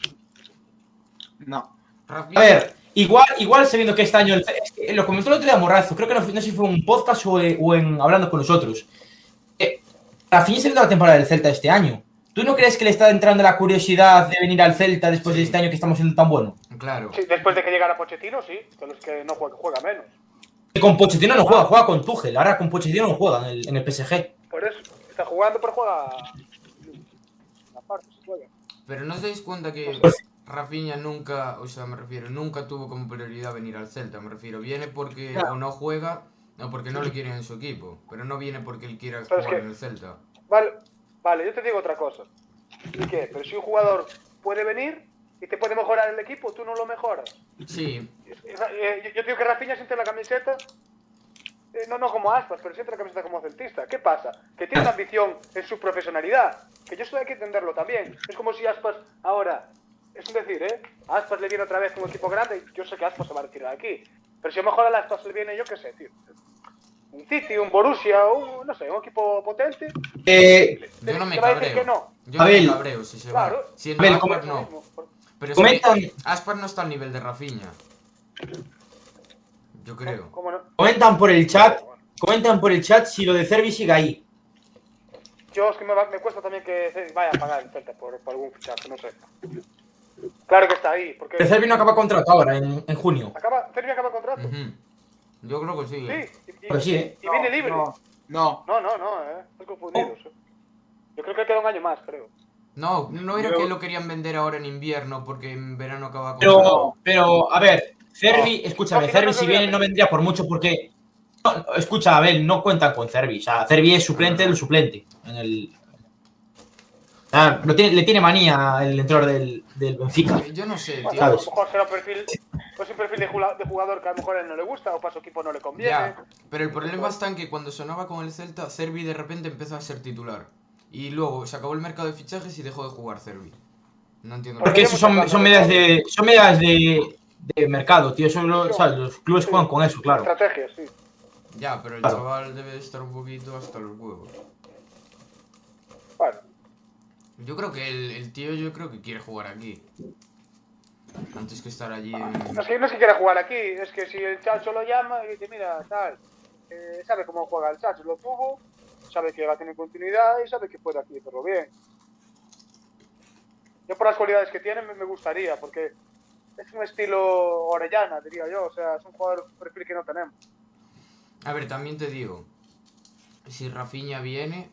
No. Rafinha... A ver, igual, igual sabiendo que este año, el- es que lo comentó el otro día Morrazo, creo que no, no sé si fue un podcast o, eh, o en hablando con nosotros. Eh, Rafinha está viendo la temporada del Celta este año. ¿Tú no crees que le está entrando la curiosidad de venir al Celta después Sí. de este año que estamos siendo tan bueno? Claro. Sí, después de que llegara Pochettino, sí. Con los que no juega, juega menos. Que con Pochettino no juega, juega con Tuchel. Ahora con Pochettino no juega en el, en el P S G. Por eso. Está jugando, pero juega. Aparte, se juega. Pero no os dais cuenta que Pues- Rafinha nunca, o sea, me refiero, nunca tuvo como prioridad venir al Celta. Me refiero, viene porque Claro. o no juega o porque no le quieren en su equipo. Pero no viene porque él quiera Pero es jugar que- en el Celta. Vale, vale, yo te digo otra cosa. ¿Y qué? Pero si un jugador puede venir y te puede mejorar el equipo, tú no lo mejoras. Sí, Eh, Yo, yo digo que Rafinha siente la camiseta, eh, no, no como Aspas, pero siente la camiseta como celtista. ¿Qué pasa? Que tiene una ambición en su profesionalidad, que yo eso hay que entenderlo también. Es como si Aspas ahora, es un decir, ¿eh? A Aspas le viene otra vez un equipo grande y yo sé que Aspas se va a retirar aquí. Pero si a lo mejor a Aspas le viene, yo qué sé, tío. Un City, un Borussia, un, no sé, un equipo potente. Eh, yo no me te va a decir cabreo. que no. Yo no Abel. me cabreo si se Claro. va. Si el Abel, Aspas ¿cómo- no. Mismo. Pero es Comentan- que Aspas no está al nivel de Rafinha. Yo creo. ¿Cómo no? comentan por el chat, comentan por el chat si lo de Cervi sigue ahí. Yo es que me, va- me cuesta también que se vaya a pagar el Celta por, por algún fichaje, no sé. Claro que está ahí, porque El Cervi no acaba contrato ahora, en, en junio. acaba, Cervi acaba contrato. Ujú. Yo creo que sí. ¿eh? Sí, y, y- Pues sí, ¿eh? y viene libre. No, no. No, no, no, eh. Estoy confundido. Oh. Yo creo que queda un año más, creo. No, no era Yo- que lo querían vender ahora en invierno porque en verano acaba con. Pero, pero, a ver, Cervi, No. escúchame, No, si no, Cervi no si lo viene vean. no vendría por mucho porque... No, no, escucha, Abel, no cuentan con Cervi. O sea, Cervi es suplente del suplente. En el... O sea, lo tiene- le tiene manía el entrenador del, del Benfica. Yo no sé, Bueno, tío. a lo ¿sabes? mejor será un perfil, pues un perfil de, jula- de jugador que a lo mejor a él no le gusta o para su equipo no le conviene. Ya, pero el problema está en que cuando sonaba con el Celta, Cervi de repente empezó a ser titular. Y luego se acabó el mercado de fichajes y dejó de jugar Cervi. No entiendo Porque qué. eso son, son medidas de son medidas de, de mercado, tío. Eso lo- ¿sabes? Los clubes juegan con eso, claro. Estrategias, sí. Ya, pero el Claro. chaval debe de estar un poquito hasta los huevos. Bueno, Yo creo que el, el tío, yo creo que quiere jugar aquí. Antes que estar allí en... no es, que, no es que quiera jugar aquí, es que si el Chacho lo llama y dice, mira, tal, eh, sabe cómo juega el Chacho, lo tuvo, sabe que va a tener continuidad y sabe que puede aquí hacerlo bien. Yo por las cualidades que tiene me, me gustaría, porque es un estilo Orellana, diría yo, o sea, es un jugador un perfil que no tenemos. A ver, también te digo, si Rafinha viene,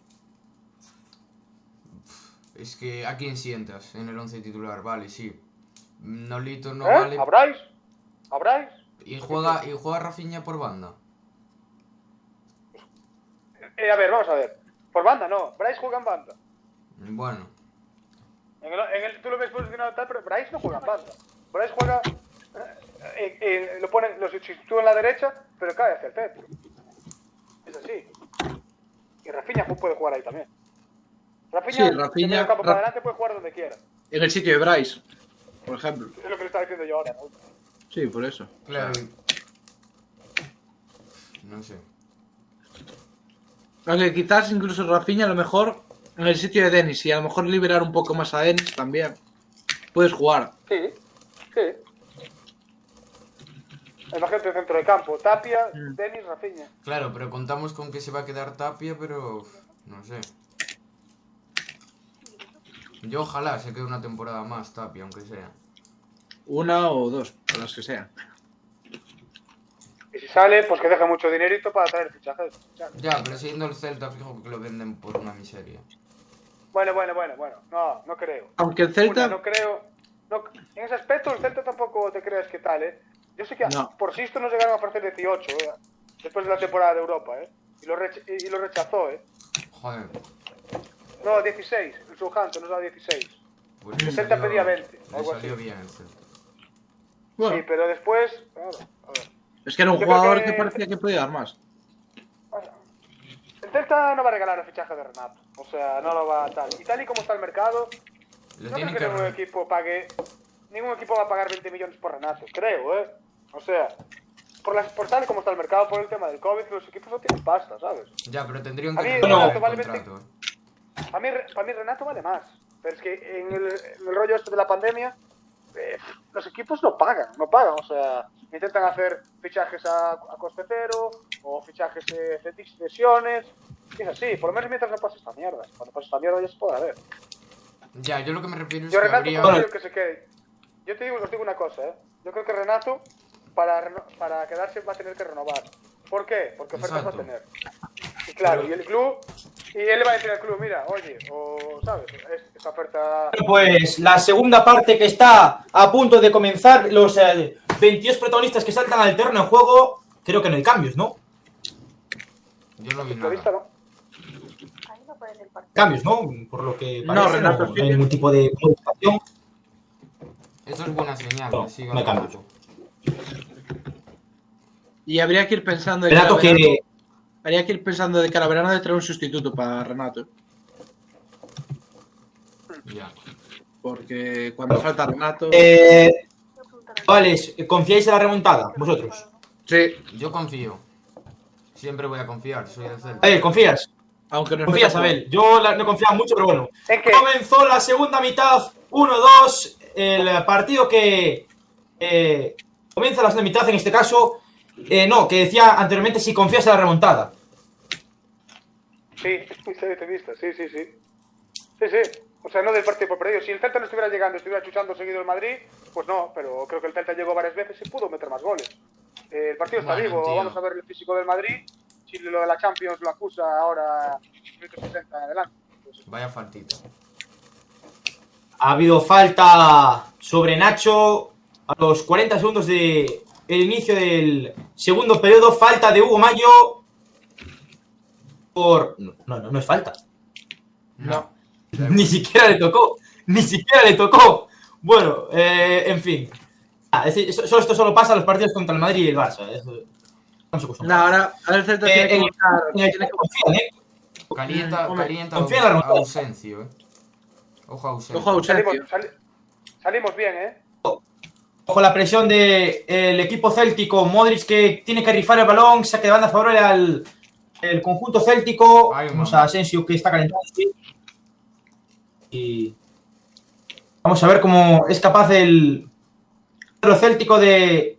es que ¿a quién sientas en el once titular? Vale, sí. Nolito no ¿Eh? vale. ¿A Bryce? ¿A Bryce? Y juega, y juega Rafinha por banda. Eh, a ver, vamos a ver. Por banda no, Bryce juega en banda. Bueno, En el, en el, tú lo ves posicionado tal, pero Bryce no juega en banda. Bryce juega, eh, eh, lo pone, lo sitúa en la derecha, pero cae hacia el centro. Es así. Y Rafinha puede jugar ahí también. Rafinha, Sí, de Rafinha- medio campo Ra- para adelante puede jugar donde quiera. En el sitio de Bryce, por ejemplo. Es lo que le estaba diciendo yo ahora, ¿no? Sí, por eso. claro. No sé. Aunque quizás incluso Rafinha a lo mejor en el sitio de Denis y a lo mejor liberar un poco más a Denis también. Puedes jugar. Sí, sí. Imagínate el centro de campo. Tapia, Mm. Denis, Rafinha. Claro, pero contamos con que se va a quedar Tapia, pero no sé. Yo ojalá se quede una temporada más Tapia, aunque sea. Una o dos, por las que sean. Y si sale, pues que deje mucho dinerito para traer fichajes. Ya, pero siendo el Celta, fijo que lo venden por una miseria. Bueno, bueno, bueno, bueno. No, no creo. Aunque el Celta... Una, no creo. No, en ese aspecto, el Celta tampoco te creas que tal, ¿eh? Yo sé que No. por Sisto nos llegaron a ofrecer dieciocho, ¿eh? Después de la temporada de Europa, ¿eh? Y lo, rech- y lo rechazó, ¿eh? Joder. No, dieciséis. El Southampton nos da dieciséis. Pues El le Celta salió- pedía veinte, Le algo así. salió bien el Celta. Bueno, Sí, pero después. Claro, a ver. es que era un yo creo jugador que- que parecía que podía dar más. Bueno, el Celta no va a regalar el fichaje de Renato. O sea, no lo va a tal. Y tal y como está el mercado, Le no tienen creo que... que ningún equipo pague. Ningún equipo va a pagar veinte millones por Renato, creo, ¿eh? O sea, por, las, por tal y como está el mercado, por el tema del COVID, los equipos no tienen pasta, ¿sabes? Ya, pero tendrían A que mí, renovar Renato el vale contrato, ¿eh? Para mí, para mí Renato vale más. Pero es que en el, en el rollo este de la pandemia, eh, los equipos no pagan, no pagan. O sea, intentan hacer fichajes a, a coste cero o fichajes de de lesiones. Y es así, por lo menos mientras no pase esta mierda. Cuando pase esta mierda ya se podrá ver. Ya, yo lo que me refiero es Yo que Renato habría... confío que se quede. Yo te digo, os digo una cosa, ¿eh? Yo creo que Renato, para, reno- para quedarse, va a tener que renovar. ¿Por qué? Porque ofertas va a Exacto. tener. Y claro, y el club... Y él le va a decir al club, mira, oye, o, ¿sabes? Es- Esta oferta... Pues la segunda parte que está a punto de comenzar, los eh, veintidós protagonistas que saltan al terreno de juego, creo que no hay cambios, ¿no? Yo no vi La vista, nada. ¿no? Ahí no aparece el partido. Cambios, ¿no? Por lo que No, parece, Renato, no, sí. hay ningún tipo de modificación. Eso es buena señal, No, que siga no hay cambios. Renato. Y habría que ir pensando de cara Renato a verano, que... habría que ir pensando de cara a verano de traer un sustituto para Renato. Ya. Porque cuando falta Renato. Eh, Voy a preguntar a- Chavales, ¿confiáis en la remontada? Vosotros. Sí, Yo confío. Siempre voy a confiar, soy del Celta. Abel, ¿confías? aunque no Confías, Abel. Yo la- no confiaba mucho, pero bueno. ¿En qué? Comenzó la segunda mitad, uno dos. El partido que eh, comienza la segunda mitad, en este caso. Eh, no, que decía anteriormente si confías en la remontada. Sí, sí, te he visto, sí, sí, sí. Sí, sí. O sea, no del partido por perdido. Si el Celta no estuviera llegando, estuviera chuchando seguido el Madrid, pues no, pero creo que el Celta llegó varias veces y pudo meter más goles. Eh, el partido está Bueno, vivo, tío. vamos a ver el físico del Madrid. Si lo de la Champions lo acusa ahora, ciento sesenta en adelante. Pues, Vaya faltita. Ha habido falta sobre Nacho a los cuarenta segundos de el inicio del segundo periodo. Falta de Hugo Mayo por... No, no, no es falta. No. Ni siquiera le tocó. Ni siquiera le tocó. Bueno, eh, en fin. Ah, es decir, eso- esto solo pasa en los partidos contra el Madrid y el Barça. Eso- no se acostumbra. No, ahora, ahora el Celta Eh, tiene que en- buscar. en el tiene que- confían, ¿eh? Calienta, Hombre, calienta confía en la remontada. Ausencio, eh. Ojo a Ausencio. Ojo a Ausencio. salimos, sali- salimos bien, ¿eh? Bajo la presión del equipo céltico, Modric que tiene que rifar el balón, saque de banda favorable al el conjunto céltico. Ay, Vamos mamá. a Asensio que está calentando. Y vamos a ver cómo es capaz el cuadro céltico de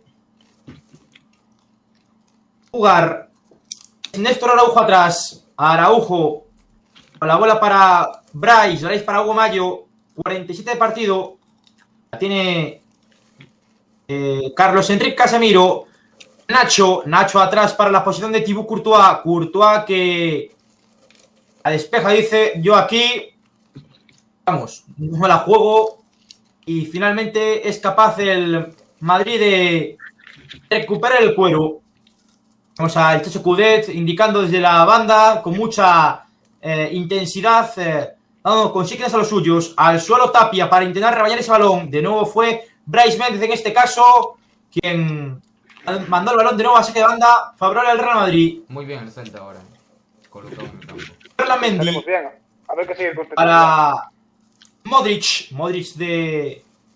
jugar. Néstor Araujo atrás. Araujo con la bola para Bryce. Bryce para Hugo Mayo. cuarenta y siete de partido. La tiene eh, Carlos Enrique Casemiro. Nacho. Nacho atrás para la posición de Thibaut Courtois. Courtois que la despeja. Dice, yo aquí, vamos, no me la juego. Y finalmente es capaz el Madrid de recuperar el cuero. Vamos al Chacho Coudet indicando desde la banda con mucha eh, intensidad, eh, dando consignas a los suyos. Al suelo Tapia para intentar rebañar ese balón. De nuevo fue Bryce Méndez en este caso quien mandó el balón de nuevo a saque de banda favorable al Real Madrid. Muy bien el Celta ahora. Colocado en el campo. Ferland Mendy Salimos bien. A ver qué sigue con para Modric. Modric de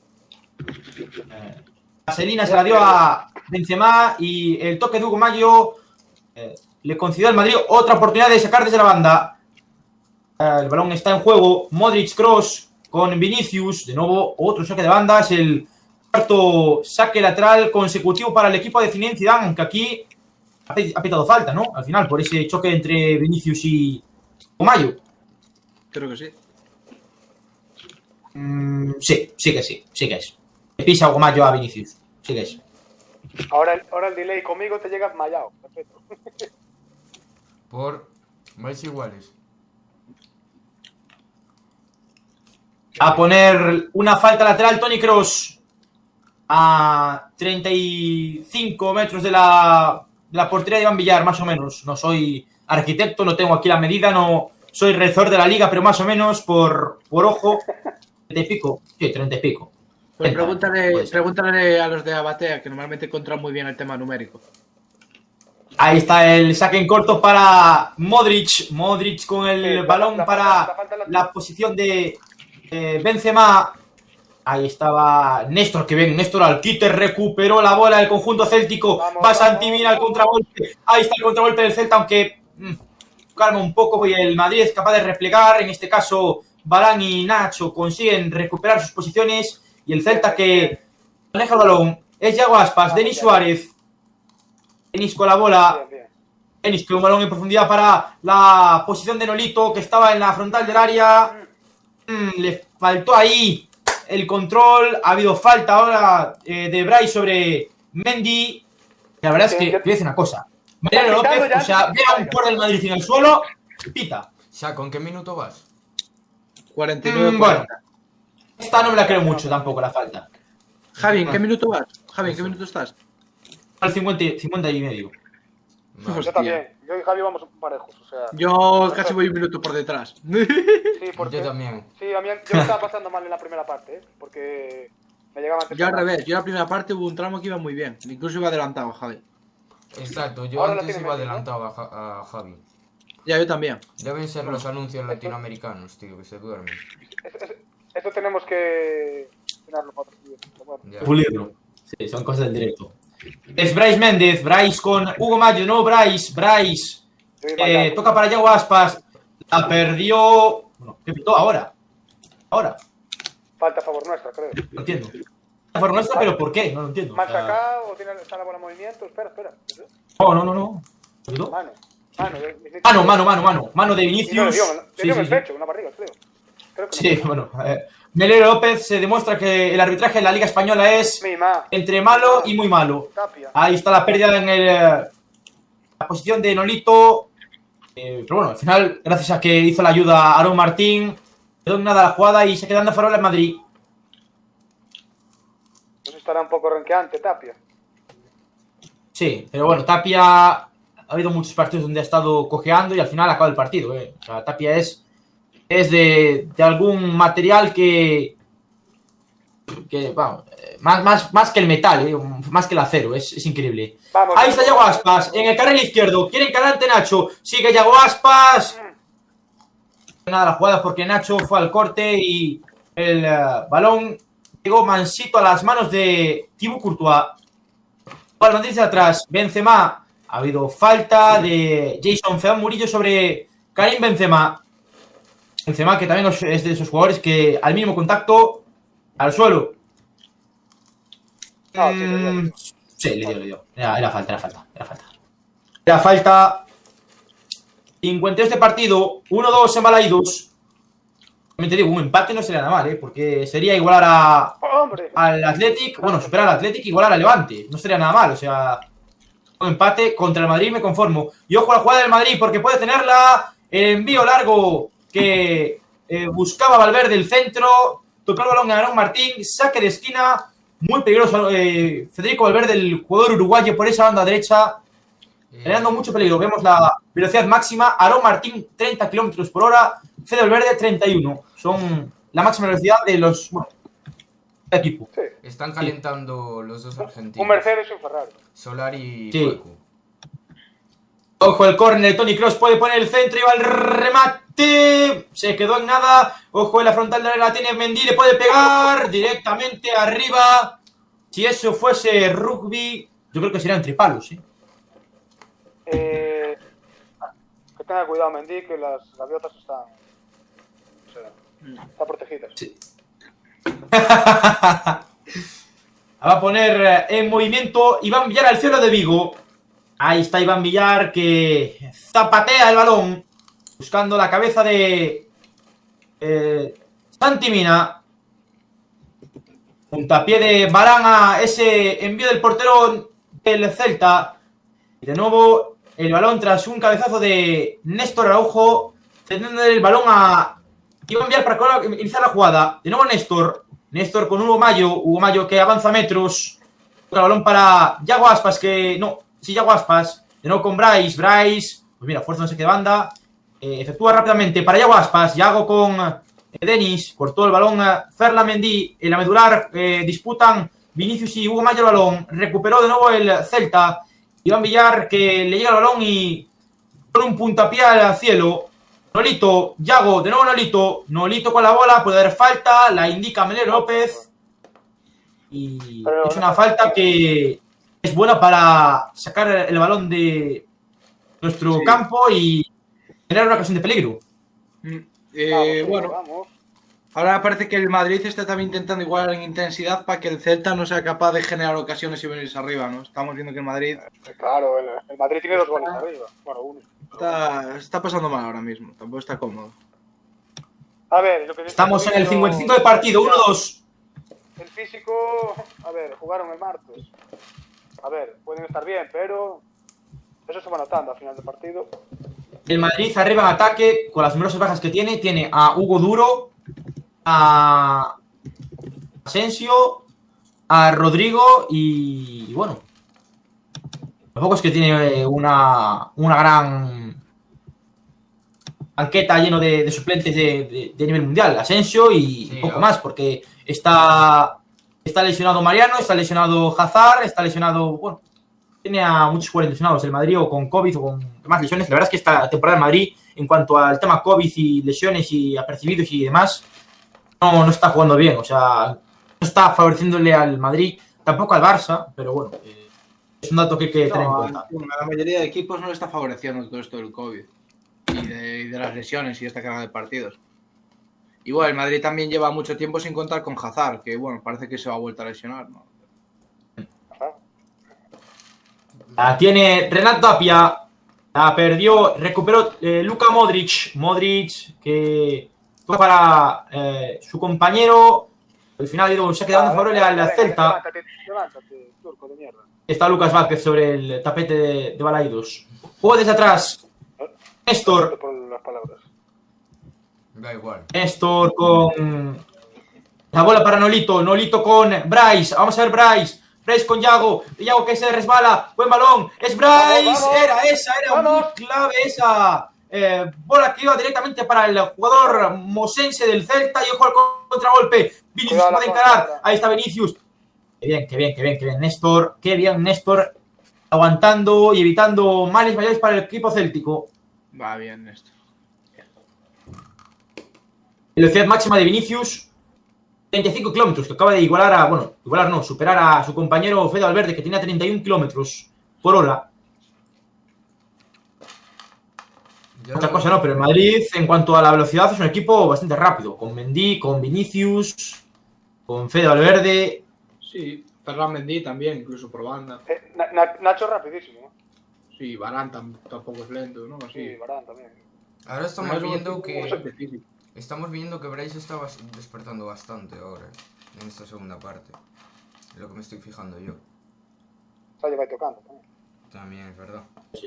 eh, Vaselina se la dio a Benzema y el toque de Hugo Mayo eh, le concedió al Madrid otra oportunidad de sacar desde la banda. Eh, el balón está en juego. Modric cross con Vinicius. De nuevo otro saque de banda. Es el cuarto saque lateral consecutivo para el equipo de Zinedine Zidane, aunque aquí ha ha pitado falta, ¿no? Al final, por ese choque entre Vinicius y Hugo Mayo. Creo que sí. Mm, sí, sí que sí, sí que es. Le pisa Hugo Mayo a Vinicius. Sí que es. Ahora el, ahora el delay conmigo te llega mallado. Perfecto. Por... vais iguales. A poner una falta lateral Toni Kroos a treinta y cinco metros de la, de la portería de Iván Villar, más o menos. No soy arquitecto, no tengo aquí la medida, no soy redactor de la liga, pero más o menos por, por ojo, treinta y pico. Sí, treinta y pico. Pues treinta, pregúntale, puede ser. pregúntale a los de Abatea, que normalmente controlan muy bien el tema numérico. Ahí está el saque en corto para Modric. Modric con el Sí, la- balón la para falta- la falta la- la posición de eh, Benzema. Ahí estaba Néstor, que bien, Néstor al quite, recuperó la bola del conjunto céltico. Vamos, Va Santi vamos, Mina al vamos. contragolpe. Ahí está el contragolpe del Celta, aunque mm, calma un poco, y el Madrid es capaz de replegar. En este caso, Varane y Nacho consiguen recuperar sus posiciones. Y el Celta que maneja el balón es Yago Aspas, Denis Suárez. Denis con la bola. Bien, bien. Denis que un balón en profundidad para la posición de Nolito, que estaba en la frontal del área. Mm, le faltó ahí el control. Ha habido falta ahora eh, de Bryce sobre Mendy. La verdad es que, te voy a decir una cosa. Mariano López, o sea, ve a un por del Madrid en el suelo, pita. Saco, ¿en qué minuto vas? cuarenta y nueve Mm, cuarenta. bueno, esta no me la creo mucho tampoco, la falta. Javi, ¿en qué minuto vas? Javi, ¿en qué minuto estás? Al cincuenta, cincuenta y medio. Vale. Yo Hostia. también. Yo y Javi vamos parejos, o sea. Yo casi voy un minuto por detrás. Sí, porque, Yo también. Sí, a mí yo me estaba pasando mal en la primera parte, ¿eh? Porque me llegaba antes. Yo al revés, yo en la primera parte hubo un tramo que iba muy bien. Incluso iba adelantado, Javi. Exacto, yo Ahora la antes tiene iba Mendy, ¿no? adelantado a, Ja- a Javi. Ya, yo también. Deben ser los anuncios latinoamericanos, tío, que se duermen. Esto, esto- esto tenemos que llenarlo para otros vídeos, pero bueno. Ya. Pulirlo. Sí, son cosas del directo. Es Bryce Méndez, Bryce con Hugo Mayo, no Bryce, Bryce. Yo y Eh, Mariano. toca para Yago Aspas. La perdió. Bueno, ¿qué pitó ahora? Ahora. Falta a favor nuestra, creo. No entiendo. La forma nuestra, pero ¿por qué? No lo entiendo. O Marca sea, acá o tiene está la bola en movimiento. Espera, espera. no, no, no, no. ¿Lo pitó? Mano. Mano, de- de- Mano, mano, mano, mano. Mano de Y no, le Vinicius. dio, le Sí, dio sí, en el sí. pecho, una barriga, creo. Creo que Sí, no. bueno. Eh, Melero López se demuestra que el arbitraje en la Liga Española es Mima. entre malo y muy malo. Tapia. Ahí está la pérdida en el, eh, la posición de Nolito. Eh, pero bueno, al final, gracias a que hizo la ayuda a Aaron Martín, quedó en nada la jugada y se queda dando farola en Madrid. Pues estará un poco renqueante, Tapia. Sí, pero bueno, Tapia ha habido muchos partidos donde ha estado cojeando y al final acaba el partido. Eh. O sea, Tapia es, es de, de algún material que, que vamos, eh, más, más, más que el metal, eh, más que el acero, es, es increíble. Vamos. Ahí está Yago Aspas, en el carril izquierdo, quiere encarar ante Nacho, sigue Yago Aspas. Nada la jugada porque Nacho fue al corte y el uh, balón llegó mansito a las manos de Thibaut Courtois. Al Madrid de atrás, Benzema. Ha habido falta de Jason Ferran Murillo sobre Karim Benzema. Benzema que también es de esos jugadores que al mínimo contacto al suelo. No, sí, le dio. Mm, sí, le dio, le dio. Era, era falta, era falta, era falta. Era falta. cincuenta y dos de partido, uno dos en Balaidos. Te digo, un empate no sería nada mal, ¿eh? Porque sería igualar a, ¡Hombre! al Athletic, bueno, superar al Athletic y igualar al Levante. No sería nada mal, o sea, un empate contra el Madrid me conformo. Y ojo a la jugada del Madrid porque puede tenerla. El envío largo que eh, buscaba Valverde el centro. Tocó el balón a Aaron Martín, saque de esquina. Muy peligroso eh, Federico Valverde, el jugador uruguayo por esa banda derecha. Eh, Generando mucho peligro. Vemos la velocidad máxima. Aaron Martín, treinta kilómetros por hora. Fede Valverde, treinta y uno. Son la máxima velocidad de los... Bueno, de equipo. Sí. Están calentando los dos argentinos. Un Mercedes y un Ferrari. Solari y Sí. Facu. Ojo el córner. Toni Kroos puede poner el centro y va el remate. Se quedó en nada. Ojo en la frontal de la tiene Mendy. Le puede pegar directamente arriba. Si eso fuese rugby, yo creo que sería entre palos, ¿eh? Eh, que tenga cuidado, Mendy, que las gaviotas están. O sea, están protegidas. Sí. Va a poner en movimiento Iván Villar al cielo de Vigo. Ahí está Iván Villar que zapatea el balón buscando la cabeza de eh, Santi Mina. Puntapié de Varane a ese envío del portero del Celta. Y de nuevo el balón tras un cabezazo de Néstor Araujo, cediendo el balón a Iván Villar para iniciar la jugada. De nuevo Néstor. Néstor con Hugo Mayo. Hugo Mayo que avanza metros. Otro balón para Yago Aspas que... No, sí, Yago Aspas. De nuevo con Bryce. Bryce. Pues mira, fuerza no sé qué banda. Eh, efectúa rápidamente para Yago Aspas. Yago con eh, Denis. Cortó el balón eh, Ferland Mendy. En la medular eh, disputan Vinicius y Hugo Mayo el balón. Recuperó de nuevo el Celta. Iván Villar que le llega el balón y con un puntapié al cielo. Nolito, Yago, de nuevo Nolito. Nolito con la bola, puede haber falta. La indica Melero López. Y es una falta que es buena para sacar el balón de nuestro Sí. campo y generar una ocasión de peligro. Mm, eh, Vamos, bueno, vamos. ahora parece que el Madrid está también intentando igualar en intensidad para que el Celta no sea capaz de generar ocasiones y venirse arriba, ¿no? Estamos viendo que el Madrid Claro, el, el Madrid tiene dos goles arriba. Bueno, uno. está, está pasando mal ahora mismo, tampoco está cómodo. A ver, lo que Estamos en el pero- cincuenta y cinco de partido, uno dos. El físico, a ver, jugaron el martes. A ver, pueden estar bien, pero eso se va notando al final del partido. El Madrid arriba en ataque, con las numerosas bajas que tiene. Tiene a Hugo Duro, a Asensio, a Rodrigo y, y bueno. Tampoco es que tiene una, una gran banqueta lleno de, de suplentes de, de, de nivel mundial. Asensio y Sí, poco a- más, porque está, está lesionado Mariano, está lesionado Hazard, está lesionado... Bueno, tiene a muchos jugadores lesionados el Madrid o con COVID o con más lesiones. La verdad es que esta temporada del Madrid, en cuanto al tema COVID y lesiones y apercibidos y demás, no, no está jugando bien. O sea, no está favoreciéndole al Madrid, tampoco al Barça, pero bueno, eh, es un dato que hay que tener en No, cuenta. a la mayoría de equipos no le está favoreciendo todo esto del COVID y de, y de las lesiones y esta carga de partidos. Igual, el Madrid también lleva mucho tiempo sin contar con Hazard, que bueno, parece que se va a vuelto a lesionar, ¿no? La tiene Renato Tapia, la perdió, recuperó eh, Luka Modric, Modric que fue para eh, su compañero, al final ha ido un saque de banda favorable al Venga, Celta. Levántate, levántate, turco de mierda. Está Lucas Vázquez sobre el tapete de, de Balaidos. Juego desde atrás, Néstor, Por las palabras. Da igual. Néstor con la bola para Nolito, Nolito con Bryce, vamos a ver Bryce, Bryce con Yago, Yago que se resbala, buen balón, es Bryce, Vamos, vamos. era esa, era Vamos. muy clave esa eh, bola que iba directamente para el jugador mosense del Celta y ojo al contragolpe, Vinicius Cuidado la puede contra. encarar, ahí está Vinicius, qué bien, qué bien, qué bien, qué bien, Néstor, qué bien Néstor, aguantando y evitando males mayores para el equipo céltico. Va bien esto. Velocidad máxima de Vinicius, treinta y cinco kilómetros, que acaba de igualar a, bueno, igualar no, superar a su compañero Fede Valverde, que tenía treinta y un kilómetros por hora. Yo Otra lo- cosa no, pero el Madrid, en cuanto a la velocidad, es un equipo bastante rápido, con Mendy, con Vinicius, con Fede Valverde. Sí, Ferran Mendy también, incluso por banda. Eh, Na- Na- Nacho es rapidísimo, ¿no? Sí, Varane tam- tampoco es lento, ¿no? Sí, Sí. Varane también. Ahora estamos Es un viendo equipo que bastante físico. estamos viendo que Bryce está bas- despertando bastante ahora en esta segunda parte. Es lo que me estoy fijando yo. Se lleva ahí tocando también. También es verdad.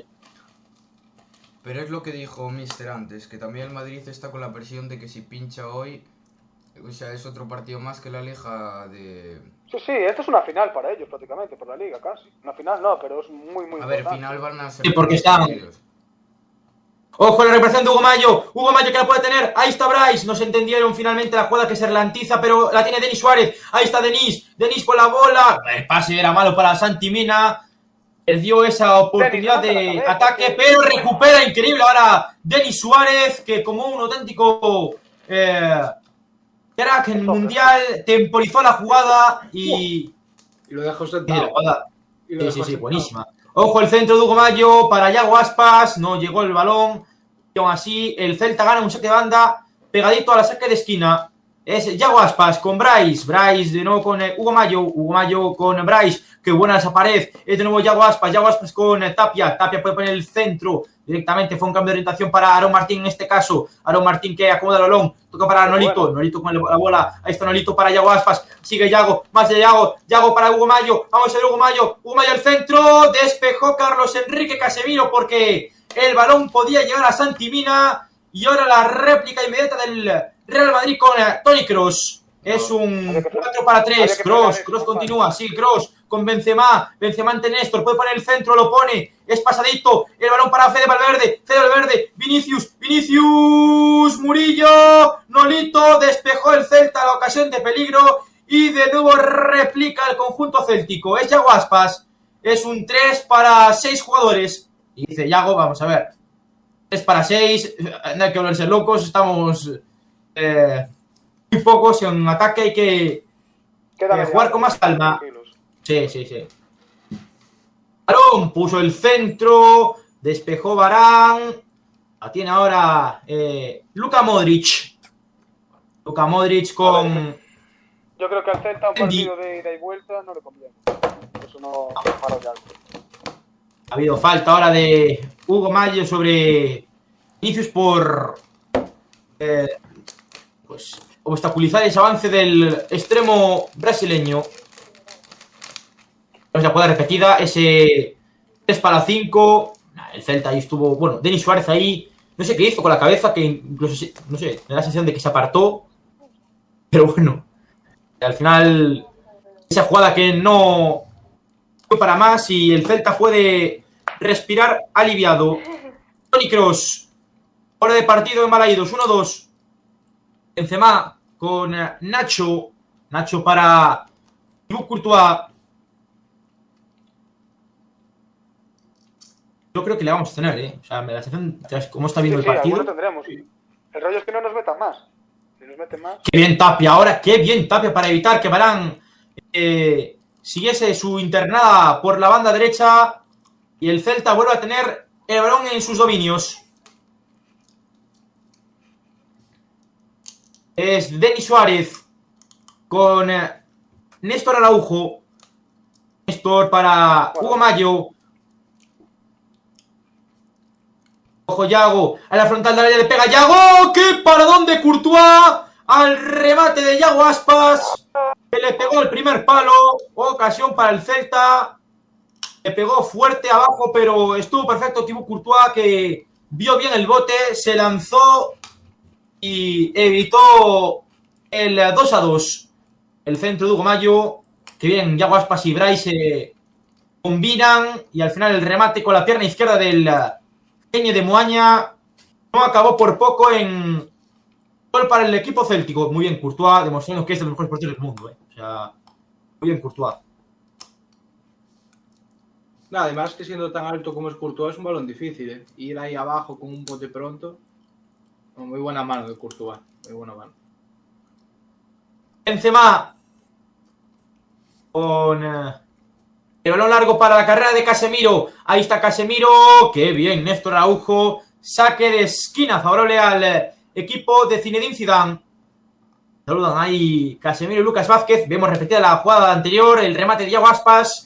Pero es lo que dijo Mister antes, que también el Madrid está con la presión de que si pincha hoy, o sea, es otro partido más que la liga de... Sí, sí, esta es una final para ellos prácticamente, por la liga casi. Una final no, pero es muy, muy A ver, importante. final van a ser... Sí, porque todos están- partidos. Ojo, la recuperación de Hugo Mayo. Hugo Mayo que la puede tener. Ahí está Bryce. No se entendieron finalmente la jugada que se relantiza, pero la tiene Denis Suárez. Ahí está Denis. Denis con la bola. El pase era malo para Santi Mina. Perdió esa oportunidad Denis, de levanta la ataque, cabeza. pero recupera increíble ahora Denis Suárez, que como un auténtico eh, crack en mundial, temporizó la jugada y... Y lo dejo y la sentado. jugada Y lo Sí, dejo sí, sí, sentado. buenísima. Ojo el centro de Hugo Mayo para Yago Aspas, no llegó el balón. Y aún así, el Celta gana un saque de banda pegadito a la saque de esquina. Es Yago Aspas con Bryce. Bryce de nuevo con eh, Hugo Mayo. Hugo Mayo con Bryce. Qué buena esa pared. Es de nuevo Yago Aspas. Yago Aspas con eh, Tapia. Tapia puede poner el centro. Directamente fue un cambio de orientación para Aaron Martín en este caso. Aaron Martín que acomoda el balón. Toca para Nolito. Nolito con la bola. Ahí está Nolito para Yago Aspas. Sigue Yago. Más de Yago. Yago para Hugo Mayo. Vamos a ver Hugo Mayo. Hugo Mayo al centro. Despejó Carlos Enrique Casemiro porque el balón podía llegar a Santi Mina. Y ahora la réplica inmediata del Real Madrid con eh, Toni Kroos. Es un cuatro para tres. Kroos. Kroos continúa. Sigue Kroos con Benzema. Benzema ante Néstor. Puede poner el centro. Lo pone. Es pasadito. El balón para Fede Valverde. Fede Valverde. Vinicius. Vinicius. Murillo. Nolito. Despejó el Celta la ocasión de peligro. Y de nuevo replica el conjunto céltico. Es Yago Aspas. Es un tres para seis jugadores. Y dice Yago, vamos a ver. tres para seis. No hay que volverse locos. Estamos eh, muy pocos en ataque. Hay que Queda eh, media jugar hora, con más calma. tranquilos. Sí, sí, sí. Balón, puso el centro, despejó Varane. La tiene ahora eh, Luka Modric. Luka Modric con... Yo creo que al Celta un Mendy. partido de ida y vuelta no le conviene. Eso no para ya. Ha habido falta ahora de Hugo Mayo sobre Vinicius por... Eh, pues, obstaculizar ese avance del extremo brasileño. Es la jugada repetida, ese tres para cinco. El Celta ahí estuvo, bueno, Denis Suárez ahí, no sé qué hizo con la cabeza, que incluso, no sé, me da la sensación de que se apartó. Pero bueno, al final, esa jugada que no fue para más y el Celta puede respirar aliviado. Toni Kroos, hora de partido en Balaidos, uno dos. Benzema con Nacho, Nacho para Thibaut Courtois. Yo creo que le vamos a tener, ¿eh? O sea, me da la sensación, ¿cómo está viendo Sí, el sí, partido? alguno tendremos. El rollo es que no nos metan más. Si nos meten más... Qué bien Tapia ahora, qué bien Tapia para evitar que Varane eh, siguiese su internada por la banda derecha y el Celta vuelve a tener el balón en sus dominios. Es Denis Suárez con eh, Néstor Araujo. Néstor para Hugo Mayo. Ojo, Yago, a la frontal del área le pega Yago, ¡qué paradón de Courtois! Al remate de Yago Aspas, que le pegó el primer palo, ocasión para el Celta, le pegó fuerte abajo, pero estuvo perfecto Thibaut Courtois, que vio bien el bote, se lanzó y evitó el dos a dos. El centro de Hugo Mayo, que bien, Yago Aspas y Bryce se combinan, y al final el remate con la pierna izquierda del de Moaña no acabó por poco en gol para el equipo céltico. Muy bien Courtois, demostrando que es de los mejores porteros del mundo, ¿eh? O sea, muy bien Courtois. Nada, además que siendo tan alto como es Courtois es un balón difícil, ¿eh? Ir ahí abajo con un bote pronto. Muy buena mano de Courtois, muy buena mano. Benzema con eh, el balón largo para la carrera de Casemiro. Ahí está Casemiro. Qué bien, Néstor Araujo. Saque de esquina favorable al eh, equipo de Zinedine Zidane. Saludan ahí Casemiro y Lucas Vázquez. Vemos repetida la jugada anterior. El remate de Yago Aspas.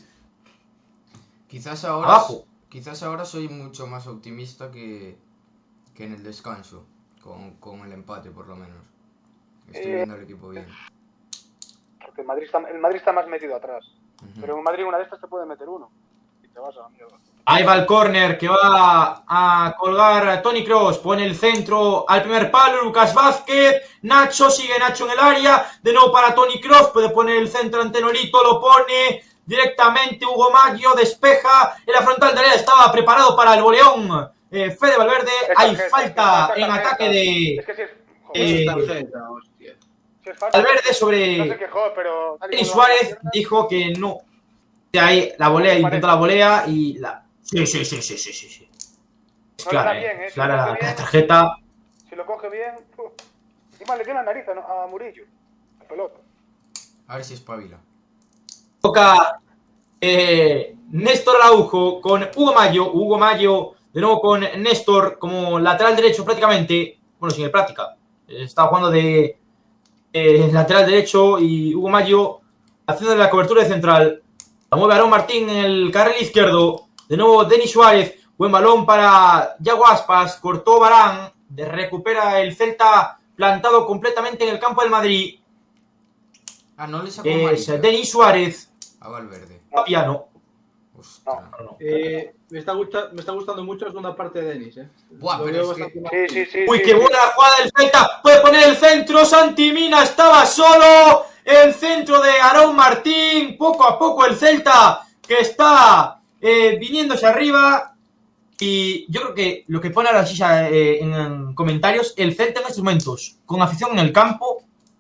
Quizás ahora, Abajo. Quizás ahora soy mucho más optimista que, que en el descanso. Con, con el empate, por lo menos. Estoy Eh, viendo al equipo bien. Porque el Madrid está, el Madrid está más metido atrás. Ujú. Pero en Madrid una de estas te puede meter uno. Y te vas a la mierda. Ahí va el córner que va a colgar Toni Kroos. Pone el centro al primer palo. Lucas Vázquez. Nacho. Sigue Nacho en el área. De nuevo para Toni Kroos. Puede poner el centro ante Nolito. Lo pone directamente Hugo Maggio. Despeja. En la frontal de área estaba preparado para el boleón. Eh, Fede Valverde. Es Hay tarjeta, falta es en tarjeta. ataque de Es que si es... Eh, Joder, Tarjeta, hostia. si es falta, Valverde no sobre se quejó, pero... tal y Denis como va la Suárez. pierna, Dijo que no. De ahí la volea, Me intentó parece. la volea y la. Sí, sí, sí, sí, sí, sí. sí. Es No le da clara, bien, eh. eh, Es si clara lo la, hace bien. la tarjeta. Si lo coge bien... uf. Encima le dio la nariz a, a Murillo. La pelota. A ver si espabila. Toca eh, Néstor Araujo con Hugo Mayo. Hugo Mayo de nuevo con Néstor como lateral derecho prácticamente. Bueno, sin el práctica. Está jugando de eh, lateral derecho y Hugo Mayo haciendo la cobertura de central. La mueve Aarón Martín en el carril izquierdo. De nuevo Denis Suárez. Buen balón para Yago Aspas. Cortó Varane. De recupera el Celta plantado completamente en el campo del Madrid. Ah, no le sacó Es amarilla Denis Suárez. a Valverde. Piano. Ostras. No, no. Eh, me, está gusta, me está gustando mucho la segunda parte de Denis, ¿eh? Buah, Lo pero veo es que- bastante más- Sí, sí, sí. Uy, sí, qué sí. buena la jugada del Celta. Puede poner el centro. Santi Mina estaba solo. El centro de Aarón Martín. Poco a poco el Celta que está eh, viniéndose arriba. Y yo creo que lo que pone ahora Sisa eh, en, en comentarios, el Celta en estos momentos, con afición en el campo.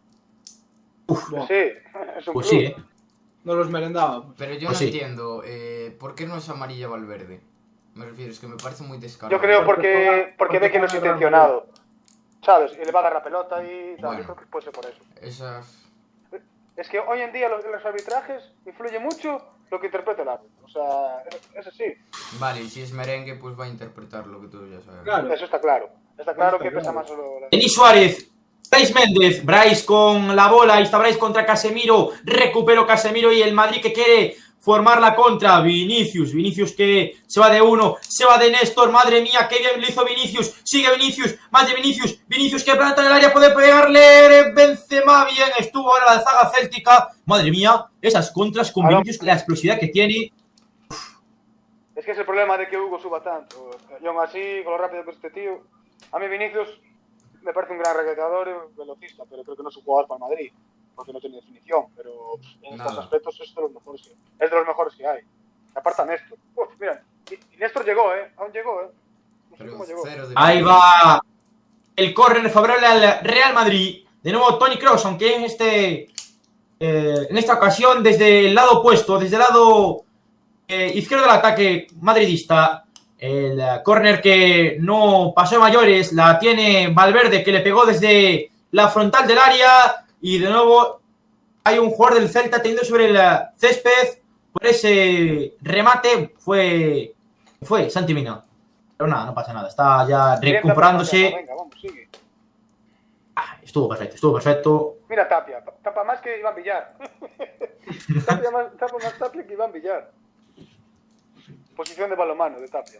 Uf, Buah, Sí, es un pues plus. sí, eh. no los merendábamos. Pero yo Pues no sí. entiendo, eh, ¿por qué no es amarilla Valverde? Me refiero, es que me parece muy descarado. Yo creo Porque porque, juega- porque ve porque que no es juega intencionado. ¿Sabes? Y le va a dar la pelota y tal. Bueno. Yo creo que puede ser por eso. Esas... Es que hoy en día los, los arbitrajes influye mucho lo que interpreta el árbitro. O sea, es así. Vale, y si es merengue, pues va a interpretar lo que tú ya sabes. Claro. Eso está claro. Está claro Está que pesa claro. más solo la... Denis Suárez. Bryce Méndez. Bryce con la bola. Ahí está Bryce contra Casemiro. Recuperó Casemiro y el Madrid que quiere formar la contra. Vinicius, Vinicius que se va de uno, se va de Néstor. Madre mía, qué bien lo hizo Vinicius. Sigue Vinicius, más de Vinicius. Vinicius que planta en el área, puede pegarle. Benzema, bien, estuvo ahora la zaga céltica. Madre mía, esas contras con Vinicius, la explosividad que tiene. Es que es el problema de que Hugo suba tanto. Y aún así, con lo rápido que es este tío. A mí Vinicius me parece un gran reggaetador y velocista, pero creo que no es un jugador para el Madrid, porque no tiene definición. Pero en Nada. estos aspectos es de los mejores que, es de los mejores que hay. Y aparte a Néstor. Uf, mira, y, y Néstor llegó, ¿eh? Aún llegó, ¿eh? No sé Pero cómo llegó. cero de Ahí va el córner favorable al Real Madrid. De nuevo Toni Kroos, aunque en este eh, en esta ocasión desde el lado opuesto, desde el lado eh, izquierdo del ataque madridista. El uh, córner que no pasó de mayores, la tiene Valverde, que le pegó desde la frontal del área. Y de nuevo hay un jugador del Celta teniendo sobre el uh, césped por ese remate. Fue fue Santi Mina. Pero nada, no pasa nada. Está ya recuperándose. Venga, vamos, sigue. Ah, estuvo perfecto, estuvo perfecto. Mira Tapia, tapa más que Iván Villar. Tapia más, tapa más Tapia que Iván Villar. Posición de balonmano de Tapia.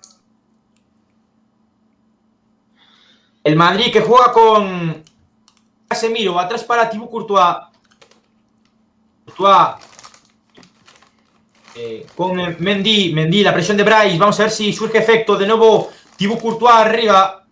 El Madrid que juega con Casemiro, atrás para Thibaut Courtois. Courtois eh, con Mendy, Mendy, la presión de Bryce. Vamos a ver si surge efecto. De nuevo Thibaut Courtois arriba.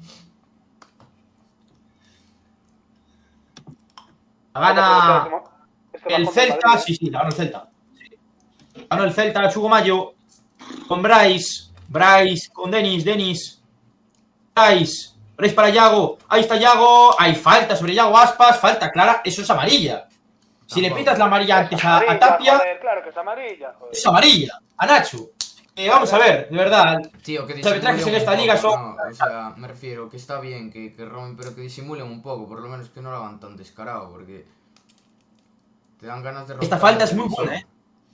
La gana el Celta. Sí, sí, la gana el Celta. Ganó el Celta, Hugo Mayo. Con Bryce, Bryce con Denis, Denis, Bryce, Bryce para Yago, ahí está Yago, hay falta sobre Yago Aspas, falta clara, eso es amarilla. Si le pitas la amarilla antes a, a Tapia, joder, claro que es amarilla, joder. Es amarilla, a Nacho. Eh, vamos a ver, de verdad, Tío, que los arbitrajes en disimulen esta un liga poco, son... no, o sea, me refiero que está bien que, que roben, pero que disimulen un poco, por lo menos que no lo hagan tan descarado, porque te dan ganas de romper. Esta falta es muy buena, eh.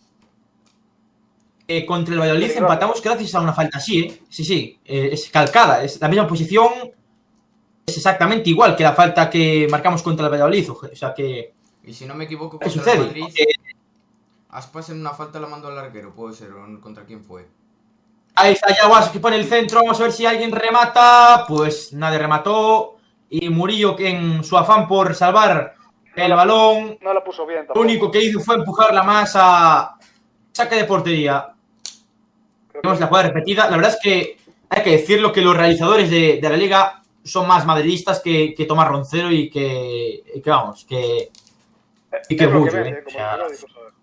Eh, contra el Valladolid empatamos gracias a una falta así, ¿eh? Sí, sí, eh, es calcada, es la misma posición, es exactamente igual que la falta que marcamos contra el Valladolid, o sea que... Y si no me equivoco, ¿Qué contra sucede? el Madrid, Eh, Aspas en una falta la mandó al larguero, puede ser, o ¿contra quién fue? ahí está Yaguas que pone el centro, vamos a ver si alguien remata, pues nadie remató, y Murillo que en su afán por salvar el balón, No la puso bien lo tampoco. único que hizo fue empujarla más a saque de portería. Vemos la jugada repetida. La verdad es que hay que decirlo que los realizadores de, de la liga son más madridistas que, que Tomás Roncero y que, y que vamos, que y que Es lo Bullo, que vende, ¿eh? O como sea, los periódicos, joder.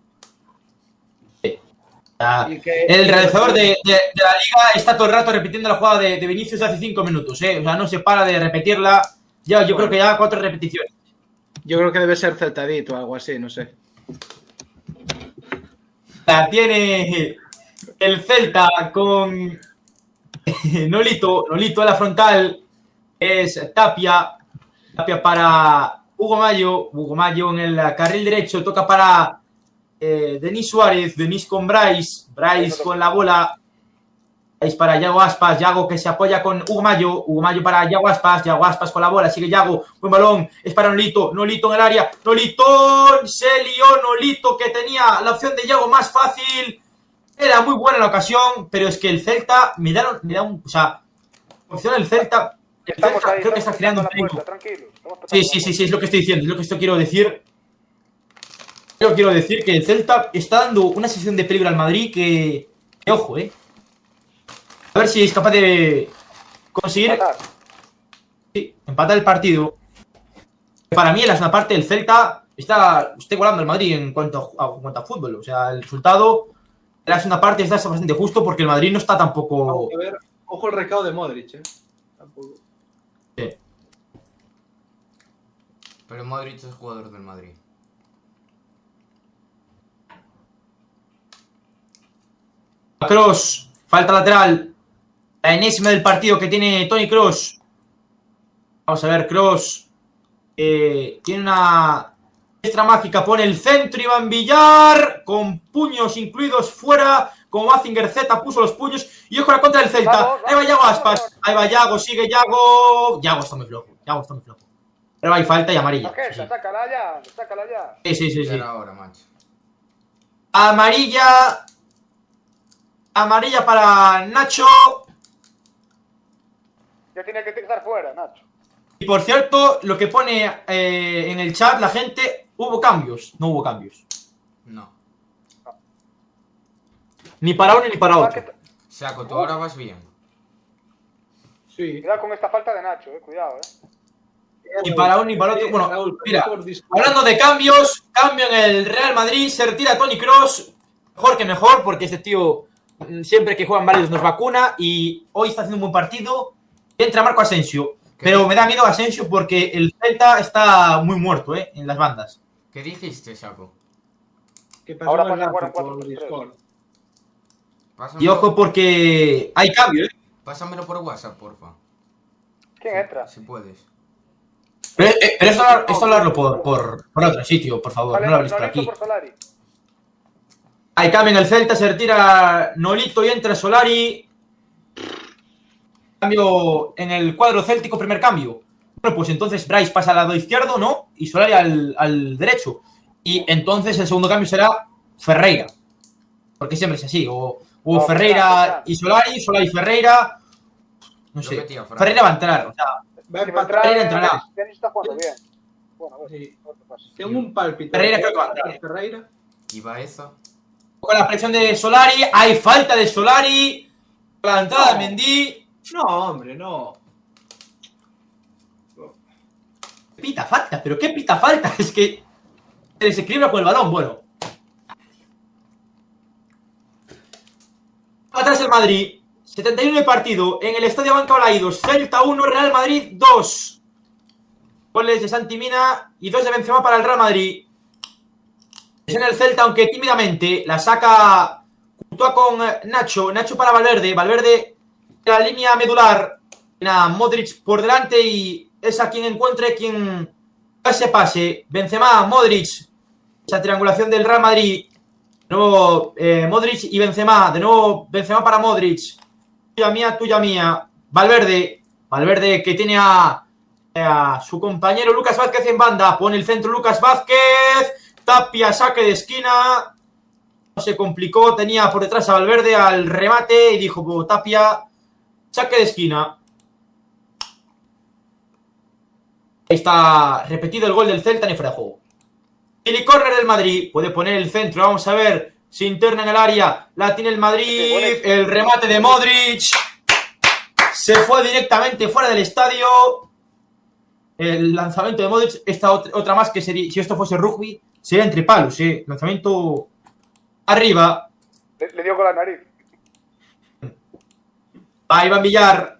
o sea, Y que- el realizador de, de- de la liga está todo el rato repitiendo la jugada de, de Vinicius de hace cinco minutos, ¿eh? O sea, no se para de repetirla. Ya, yo creo que ya cuatro repeticiones. Yo creo que debe ser Celtadito o algo así, no sé. La tiene el Celta con Nolito, Nolito a la frontal, es Tapia, Tapia para Hugo Mayo, Hugo Mayo en el carril derecho, toca para eh, Denis Suárez, Denis con Bryce, Bryce con la bola, Bryce para Yago Aspas, Yago que se apoya con Hugo Mayo, Hugo Mayo para Yago Aspas, Yago Aspas con la bola, sigue Yago, buen balón, es para Nolito, Nolito en el área, Nolito, se lió Nolito que tenía la opción de Yago más fácil. Era muy buena la ocasión, pero es que el Celta me da, me da un... O sea, opción el Celta... El Estamos Celta ahí, creo que estamos está creando un petando la peligro. puerta, tranquilos. Estamos petando Sí, la sí, sí, puerta. sí, es lo que estoy diciendo, es lo que esto quiero decir. Yo quiero decir que el Celta está dando una sesión de peligro al Madrid que... que ojo, eh. A ver si es capaz de conseguir... Empatar. Sí, empatar el partido. Para mí en la segunda parte el Celta está, está igualando al Madrid en cuanto a, en cuanto a fútbol. O sea, el resultado en la segunda parte está bastante justo porque el Madrid no está tampoco... Vamos a ver, ojo el recado de Modric, eh. Tampoco. Sí. Pero Modric es jugador del Madrid. Kroos, falta lateral. La enésima del partido que tiene Toni Kroos. Vamos a ver, Kroos eh, tiene una extra mágica, pone el centro, Iván Villar, con puños incluidos fuera, como Mazinger Z puso los puños, y ojo la contra del Celta. Vamos, vamos, Ahí va Yago vamos, Aspas, vamos. ahí va Yago, sigue Yago. Yago está muy flojo, Yago está muy flojo. Pero hay falta y amarilla. Sí, Tarjeta, sácala ya, sácala ya. sí, sí, sí, Ya sí. era hora, macho. Amarilla. Amarilla para Nacho. Ya tiene que estar fuera, Nacho. Y por cierto, lo que pone eh, en el chat la gente, hubo cambios. No hubo cambios. No. Ni para uno ni para Ah, otro. que- Saco, tú ahora vas bien. Sí. Cuidado con esta falta de Nacho, eh. Cuidado, eh. Ni para uno ni para otro. Bueno, Raúl, mira, por disculpa. hablando de cambios, cambio en el Real Madrid, se retira Toni Kroos, mejor que mejor, porque este tío mm, siempre que juegan varios nos vacuna y hoy está haciendo un buen partido. Entra Marco Asensio, pero me da miedo Asensio porque el Celta está muy muerto, ¿eh? En las bandas. ¿Qué dijiste, Saco? ¿Qué pasó Ahora en el pasa a jugar rato un cuatro por tres tres. Discord? Pásamelo, Y ojo porque hay cambio, ¿eh? pásamelo por WhatsApp, porfa. ¿Quién entra? Si puedes. Pero, eh, pero esto, esto hablarlo por, por, por otro sitio, por favor, Vale, no lo habléis por Nolito aquí. por Solari. Hay cambio en el Celta, se retira Nolito y entra Solari. Cambio en el cuadro céltico, primer cambio. Bueno, pues entonces Bryce pasa al lado izquierdo, ¿no? Y Solari al, al derecho. Y entonces el segundo cambio será Ferreira. Porque siempre es así. O, o No, Ferreira Fran, y Solari, Solari y Ferreira. No Yo sé. metí a Fran. Ferreira va a entrar. O sea, Va a Si me empatar. Ferreira entra, entrará. Denis está jugando bien. Bueno, a ver. Sí. a ver qué pasa. Tengo un pálpito. Ferreira creo que va a entrar. Ferreira. Y Baeza. con la presión de Solari. Hay falta de Solari. La entrada de Mendy. No, hombre, no. Pita falta, pero qué pita falta, es que se desequilibra con el balón, bueno. Atrás el Madrid, setenta y uno de partido, en el Estadio Banca Olaidos, Celta uno, Real Madrid dos. Goles de Santi Mina y dos de Benzema para el Real Madrid. Es en el Celta, aunque tímidamente, la saca Courtois con Nacho, Nacho para Valverde, Valverde en la línea medular, a Modric por delante y es a quien encuentre quien ese pase. Benzema, Modric, esa triangulación del Real Madrid. De nuevo eh, Modric y Benzema. De nuevo Benzema para Modric. Tuya mía, tuya mía. Valverde. Valverde que tiene a, a su compañero Lucas Vázquez en banda. Pone el centro Lucas Vázquez. Tapia, saque de esquina. No se complicó. Tenía por detrás a Valverde al remate y dijo pues, Tapia, saque de esquina. Ahí está repetido el gol del Celta ni fuera de juego. Y córner del Madrid. Puede poner el centro. Vamos a ver. Se interna en el área. La tiene el Madrid. El remate de Modric. Se fue directamente fuera del estadio. El lanzamiento de Modric. Esta otra, otra más que sería, si esto fuese rugby, sería entre palos. ¿eh? Lanzamiento arriba. Le, le dio con la nariz. Va Iván Villar.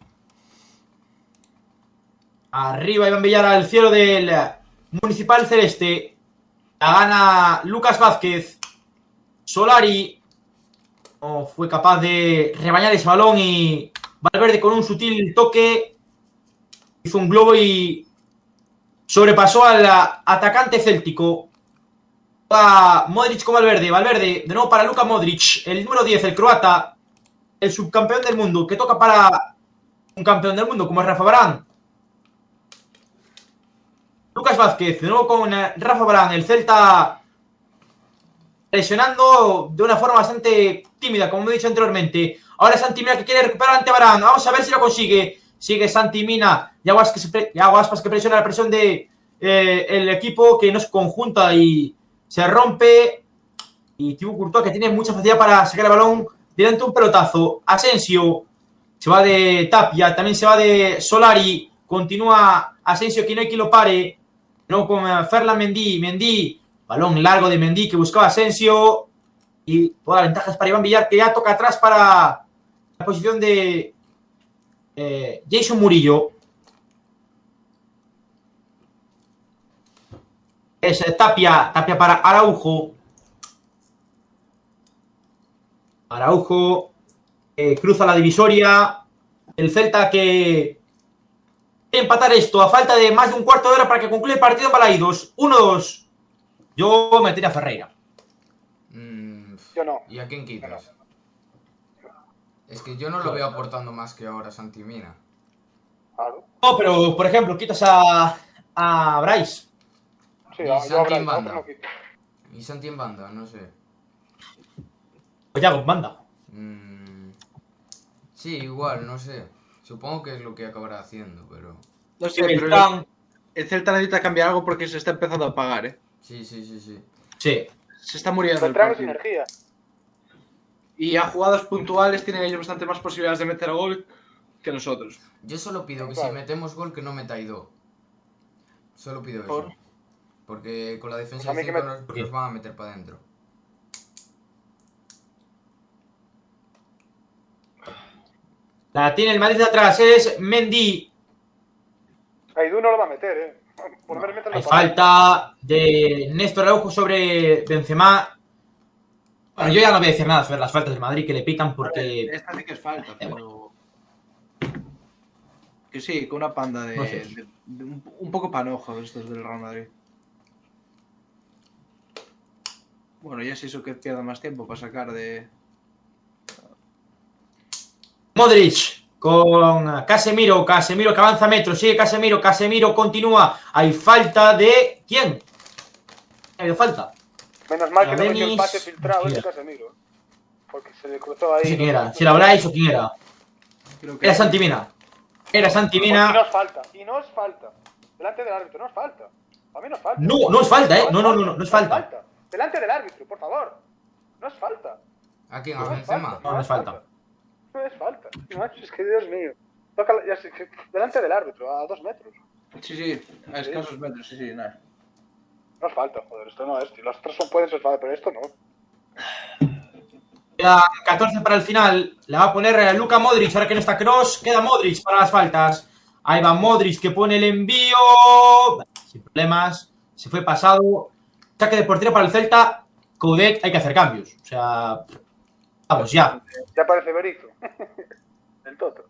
Arriba Iván Villar al cielo del Municipal Celeste. La gana Lucas Vázquez. Solari no fue capaz de rebañar ese balón y Valverde con un sutil toque hizo un globo y sobrepasó al atacante céltico. A Modric con Valverde. Valverde de nuevo para Luka Modric. El número diez, el croata. El subcampeón del mundo. Que toca para un campeón del mundo como es Rafa Varane. Lucas Vázquez, de nuevo con Rafa Varane, el Celta presionando de una forma bastante tímida, como he dicho anteriormente. Ahora Santi Mina que quiere recuperar ante Varane, vamos a ver si lo consigue. Sigue Santi Mina, Yago Aspas que, Aspas que presiona la presión de eh, el equipo que no se conjunta y se rompe. Y Thibaut Courtois que tiene mucha facilidad para sacar el balón delante de un pelotazo. Asensio se va de Tapia, también se va de Solari, continúa Asensio que no hay quien lo pare. No con Ferland Mendy, Mendy, balón largo de Mendy que buscaba Asensio y todas las ventajas para Iván Villar que ya toca atrás para la posición de eh, Jason Murillo. Es eh, Tapia, Tapia para Araujo. Araujo eh, cruza la divisoria. El Celta que empatar esto a falta de más de un cuarto de hora para que concluya el partido en Balaidos. uno dos. Yo metería a Ferreira. Mm, Yo no. ¿Y a quién quitas? Es que yo no lo veo aportando más que ahora Santi Mina. Claro. No, pero por ejemplo, quitas a, a Bryce. Sí, Y yo Santi habrá en otro banda. no quito. Y Santi en banda, no sé. Pues ya, con banda. Mm, sí, igual, no sé. Supongo que es lo que acabará haciendo, pero... No sé, El pero el, Beltrán, el Celta necesita cambiar algo porque se está empezando a apagar, ¿eh? Sí, sí, sí, sí. sí. Se está muriendo el Beltrán es partido. energía. Y a jugadas puntuales tienen ellos bastante más posibilidades de meter gol que nosotros. Yo solo pido que Claro. si metemos gol que no meta Aidó. Solo pido ¿Por? eso. Porque con la defensa Pues a de mí que cinco me- nos, ¿Por qué? nos van a meter para adentro. La tiene el Madrid de atrás, es Mendy. Aidú no lo va a meter, eh. Por lo menos mételo Hay para falta de Néstor Araujo sobre Benzema. Bueno, yo ya no voy a decir nada sobre las faltas del Madrid que le pitan porque... Esta sí que es falta, pero... Que sí, con una panda de... No sé. de- de un, un poco panojo estos del Real Madrid. Bueno, ya se hizo que queda más tiempo para sacar de... Modric con Casemiro, Casemiro que avanza metros, sigue Casemiro, Casemiro continúa. Hay falta de... ¿Quién? ¿Ha habido falta? Menos mal que Pero no metió el Denis- pase filtrado ese Mira. Casemiro. Porque se le cruzó ahí. No sé quién era, si era Bryce o quién era. Creo que Era Santi Mina. Era Santi Y no Mina. es falta. Y no es falta. Delante del árbitro, no es falta. A mí no es falta. No, no es falta, eh. No, no, no, no, no es falta. Delante del árbitro, por favor. No es falta. ¿A quién? ¿A Pues No es Benzema? falta. No, no es falta. No es falta. Macho, es que Dios mío. Toca la- ya sé que- delante del árbitro, a dos metros. Sí, sí, a escasos metros, sí, sí, nada. No es falta, joder, esto no es. Los otros son, pueden ser falta, pero esto no. Queda catorce para el final. Le va a poner eh, Luka Modric. Ahora que no está Kroos, queda Modric para las faltas. Ahí va Modric que pone el envío. Sin problemas. Se fue pasado. Saque de portería para el Celta. Coudet, hay que hacer cambios. O sea, vamos ya. Ya parece Berizzo. El Toto.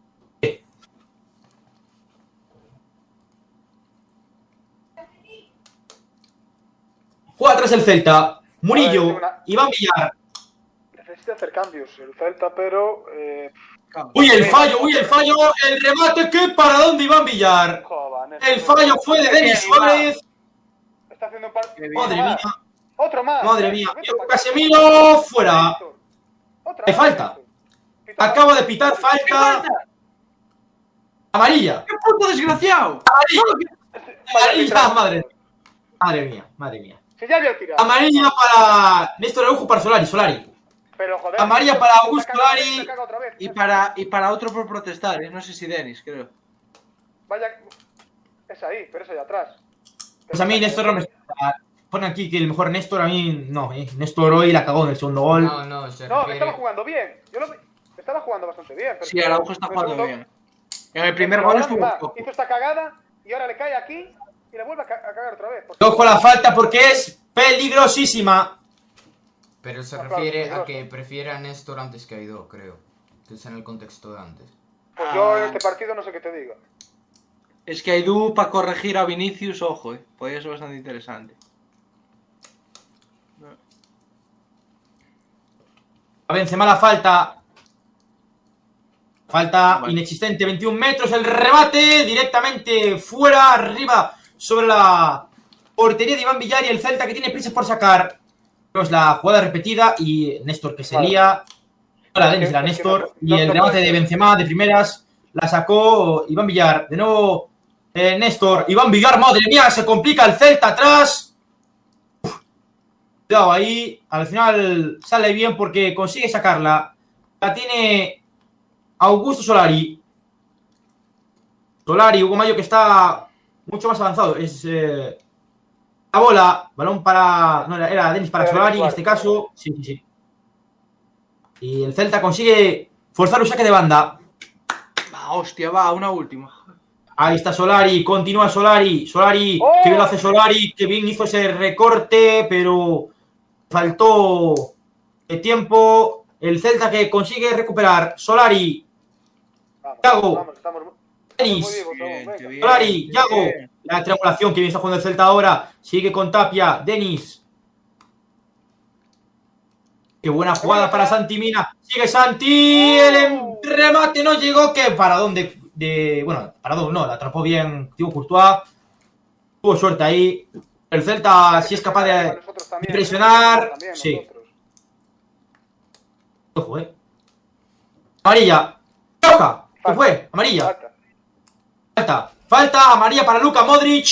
Juega atrás el Celta. Murillo, A ver, una- Iván Villar. Necesita hacer cambios el Celta, pero. Eh, Uy, el fallo, uy, el fallo. El remate, ¿qué? ¿Para dónde Iván Villar? joder, El fallo fue de Denis Suárez. Está haciendo un par. Qué bien. Madre Otro mía. más. Otro más. Madre mía. Vete para acá. Casemiro, fuera. Otra Hay vez. falta. Pita- Acabo de pitar falta. Amarilla. ¡Qué puto desgraciado! Amarilla, madre. Madre mía, madre mía. Si ya había tirado. Amarilla para Néstor Araujo para Solari, Solari. Pero joder. Amarilla para Augusto Se caga- Solari. se caga otra vez. Y para, y para otro por protestar, ¿eh? No sé si Denis, creo. Vaya. Es ahí, pero es allá atrás. Pues a mí Néstor no me... Pone aquí que el mejor Néstor, a mí no, eh. Néstor hoy la cagó en el segundo gol. No, no, se No, refiere... estaba jugando bien. Yo lo vi. Estaba jugando bastante bien. Pero Sí, Araujo está el jugando segundo- bien. En el primer Pero gol ahora estuvo encima flojo. hizo esta cagada y ahora le cae aquí y le vuelve a, ca- a cagar otra vez. Porque- Ojo a la falta porque es peligrosísima. Pero se Ah, claro, refiere peligroso. a que prefiere a Néstor antes que a Aidó, creo. Que es en el contexto de antes. Pues yo en Ah. este partido no sé qué te diga. Es que Aidú para corregir a Vinicius, ojo, eh. Podría ser bastante interesante. A Benzema la falta. Falta Vale. inexistente, veintiún metros, el remate directamente fuera, arriba, sobre la portería de Iván Villar y el Celta que tiene prisa por sacar. Es la jugada repetida y Néstor que se Vale. lía. Ahora Denis Es que- era es que Néstor no- y no el se remate puede. de Benzema de primeras la sacó Iván Villar. De nuevo eh, Néstor, Iván Villar, madre mía, se complica el Celta atrás. Uf. Cuidado ahí, al final sale bien porque consigue sacarla. La tiene Augusto Solari. Solari, Hugo Mayo que está mucho más avanzado. Es eh, la bola, balón para... No, era, era Denis para Era Solari en Denis este Suárez. caso. Sí, sí, sí. Y el Celta consigue forzar un saque de banda. Ah, hostia, va, una última. Ahí está Solari, continúa Solari. Solari, ¡Oh! que bien lo hace Solari, que bien hizo ese recorte, pero faltó el tiempo. El Celta que consigue recuperar. Solari, Vamos, Yago. vamos, estamos, mu- Denis. estamos muy vivos aún, Bien, qué venga. bien. Solari, qué Yago. bien. La triangulación que bien está jugando el Celta ahora. Sigue con Tapia, Denis. Qué buena jugada para Santi Mina. Sigue Santi. El em- remate no llegó. ¿Qué? ¿Para dónde? De, bueno, para dónde no. La atrapó bien Thibaut Courtois. Tuvo suerte ahí. El Celta, si es capaz de, Nosotros también, presionar, nosotros también, sí. nosotros. Ojo, eh. Amarilla. Roja. ¿Qué fue? Amarilla. Falta. Falta. Falta. Amarilla para Luka Modric.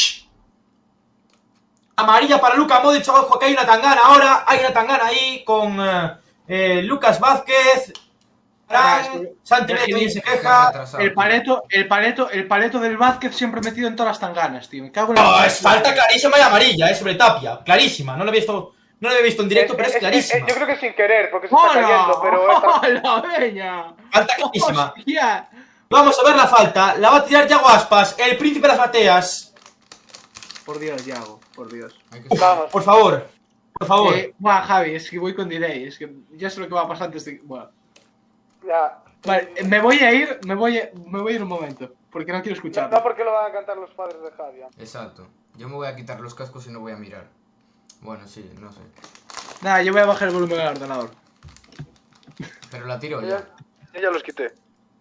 Amarilla para Luka Modric. Ojo que hay una tangana ahora. Hay una tangana ahí con eh, eh, Lucas Vázquez. Arán, Santi Medio se queja. El paleto, el paleto, el paleto del Vázquez siempre metido en todas las tanganas, tío. Me cago en la... No, es falta clarísima y amarilla, eh, sobre Tapia. Clarísima. No lo he visto, no lo he visto en directo, pero es clarísima. Yo creo que sin querer, porque se está cayendo, pero... Esta... ¡Hola, veña! Falta clarísima. ¡Hostia! Vamos a ver la falta. La va a tirar Yago Aspas, el príncipe de las bateas. Por Dios, Yago, por Dios. Uf, Vamos. por favor. Por favor. Eh, buah, Javi, es que voy con delay. Es que ya sé lo que va a pasar antes de... Buah. Ya. Vale, me voy a ir, me voy a, me voy a ir un momento, porque no quiero escucharlo. No porque lo van a cantar los padres de Javi. Exacto. Yo me voy a quitar los cascos y no voy a mirar. Bueno, sí, no sé. Nada, yo voy a bajar el volumen del ordenador. Pero la tiro Yo ya. ya, yo ya los quité.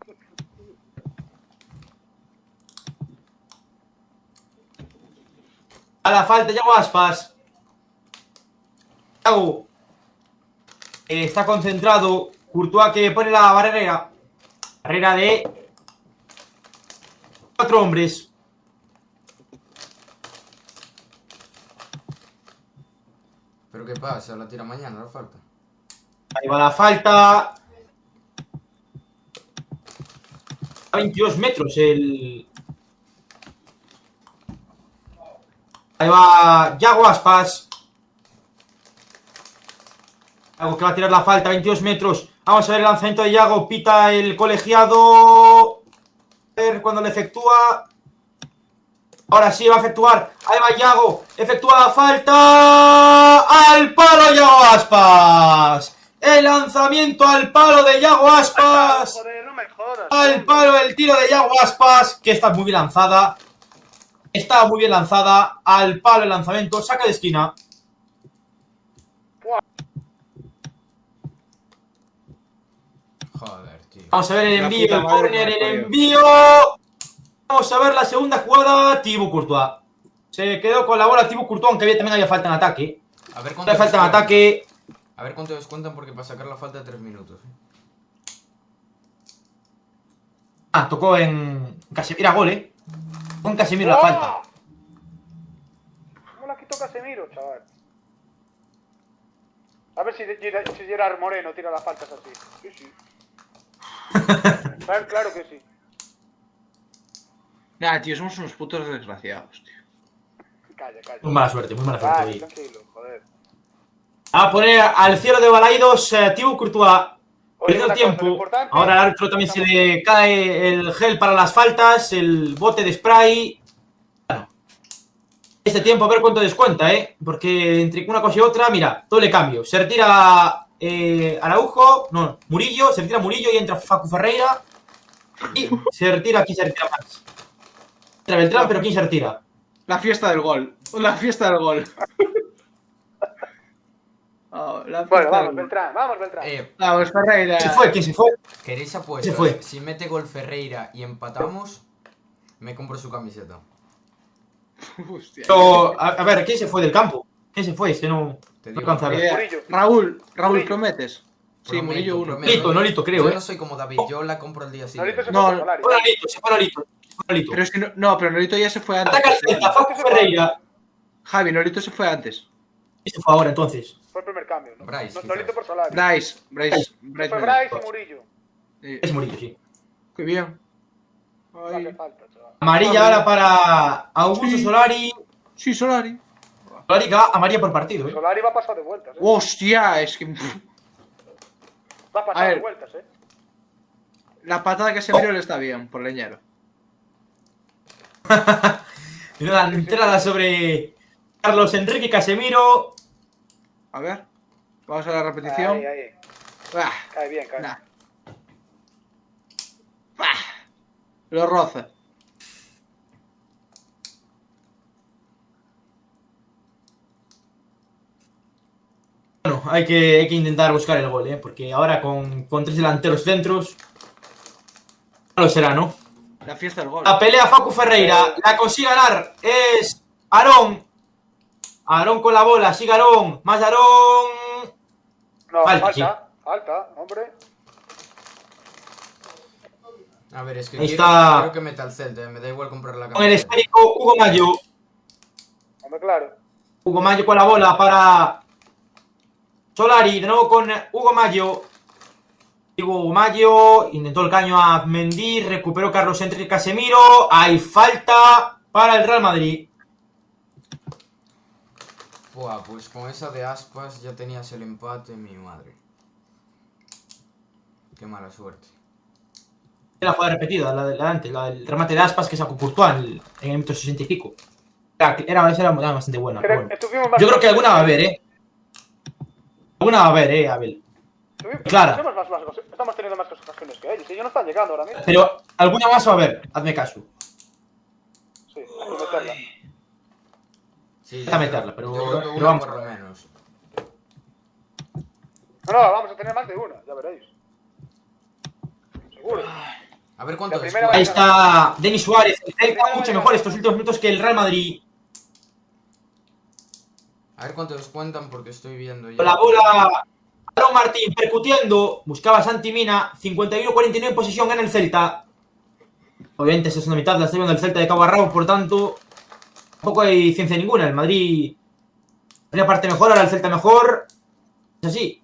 A la falta, Yago Aspas. Yago. Eh, está concentrado. Courtois que pone la barrera. Barrera de cuatro hombres. ¿Pero qué pasa? La tira mañana, la falta. Ahí va la falta. A veintidós metros el... Ahí va Yago Aspas. Yago que va a tirar la falta, veintidós metros. Vamos a ver el lanzamiento de Yago. Pita el colegiado. A ver cuando le efectúa. Ahora sí va a efectuar. Ahí va Yago. Efectúa la falta. ¡Al palo Yago Aspas! El lanzamiento al palo de Yago Aspas. Joder, no me jodas. Al palo el tiro de Yago Aspas. Que está muy bien lanzada. Está muy bien lanzada. Al palo el lanzamiento. Saca de esquina. Joder, tío. Vamos a ver el La envío. puta El madre córner, que me el parió. envío. Vamos a ver la segunda jugada. Thibaut Courtois. Se quedó con la bola Thibaut Courtois, aunque también había falta en ataque. A ver No cuánto había falta en descuentan. ataque. A ver cuánto descuentan porque para sacar la falta de tres minutos. ¿eh? Ah, tocó en Casemiro, gol, eh. Con Casemiro la falta. ¿Cómo la quitó Casemiro, chaval? A ver si, si Gerard Moreno tira las faltas así. Sí, sí. Claro, claro que sí. Nah, tío, somos unos putos desgraciados, tío. Calla, calla. Muy mala suerte, muy mala suerte. Vale, hoy. tranquilo, joder. A poner al cielo de Balaidos eh, Thibaut Courtois. Oye, Perdió una cosa, tiempo. lo importante- Ahora al árbitro también se le cae el gel para las faltas, el bote de spray. Bueno, este tiempo a ver cuánto descuenta, ¿eh? Porque entre una cosa y otra, mira, doble cambio. Se retira eh, Araujo, no, Murillo, se retira Murillo y entra Facu Ferreira. Y se retira, ¿quién se retira más? Entra Beltrán, pero ¿quién se retira? La fiesta del gol. La fiesta del gol. Oh, la fiesta Bueno, vamos, del gol. Beltrán, vamos, Beltrán. Eh, Vamos, Ferreira. ¿Quién se fue? ¿Quién se fue? ¿queréis Se apuestas? fue. Si mete gol Ferreira y empatamos, me compro su camiseta. Hostia. Pero, a, a ver, ¿quién se fue del campo? ¿Quién se fue? Es que no, Te no digo. alcanza a ver. Idea. Murillo. Raúl, Raúl, Murillo. ¿prometes? Sí, Prometo, Murillo uno. prometo. Nolito, Nolito, creo, Yo ¿eh? no soy como David, yo la compro el día Nolito siguiente. se No, fue no. con Solari. Se fue Nolito, se fue Nolito, se fue Nolito. Pero es que no, no, pero Nolito ya se fue antes. Ataca el Celta, Facu Ferreira. Javi, Nolito se fue antes. ¿Quién se fue ahora entonces? Fue el primer cambio, ¿no? Bryce, No- quizás. Nolito por Solari. Bryce, Bryce, Fue Bryce. Bryce y Murillo. Sí. Es Murillo, sí. Qué bien. No hace Ay. falta, chaval. Amarilla ahora para Augusto Sí. Solari. Sí, Solari. Solari que va amarilla por partido, ¿eh? Solari va a pasar de vueltas, ¿eh? Hostia, es que Va a A pasar ver. de vueltas, ¿eh? la patada que se miró le está bien, por leñero. Y una entrada sobre Carlos Enrique Casemiro. A ver. Vamos a la repetición. Ahí, ahí. Ah, Cae bien, cae. nah. Ah, lo roza. Bueno, hay que, hay que intentar buscar el gol, ¿eh? Porque ahora con, con tres delanteros centros no lo será, ¿no? La fiesta del gol. La pelea Facu Ferreira, la consigue ganar, es Aarón. Aarón con la bola, sigue Aarón, más Aarón. No, Falta, falta. sí. Falta, Falta, hombre. A ver, es que Ahí quiero, está. quiero que meta el Celta, eh, me da igual comprar la Con el camiseta. esférico, Hugo Mayo. Hombre, claro. Hugo Mayo con la bola para Solari. De nuevo con Hugo Mayo. Hugo Mayo intentó el caño a Mendy. Recuperó Carlos Enrique Casemiro. Hay falta para el Real Madrid. Buah, pues con esa de Aspas ya tenías el empate, mi madre. Qué mala suerte. La jugada repetida, la de antes, la del remate de Aspas que sacó Courtois en el, en el minuto sesenta y pico. Era, era, era bastante buena. Creo- Bueno. estuvimos más- Yo creo que alguna va a haber, ¿eh? Alguna va a haber, ¿eh, Abel? estuvimos- Clara. Estamos, más, más- estamos teniendo más ocasiones que ellos. Y ellos no están llegando ahora mismo. Pero alguna más va a haber, hazme caso. Sí, hay que meterla. Sí, Deja meterla, pero- yo creo que pero una vamos por a lo ver. menos. No, no, vamos a tener más de una, ya veréis. Seguro. A ver cuánto La primera Ahí descuenta. está Denis Suárez. El Celta mucho mejor estos últimos minutos que el Real Madrid. A ver cuánto descuentan porque estoy viendo ya. Con la bola, Aaron Martín percutiendo. Buscaba a Santi Mina. cincuenta y uno cuarenta y nueve en posición en el Celta. Obviamente, esa es una mitad. La estoy viendo del Celta de Cabo a Rabo. Por tanto, tampoco hay ciencia ninguna. El Madrid, la primera parte mejor, ahora el Celta mejor. Es así.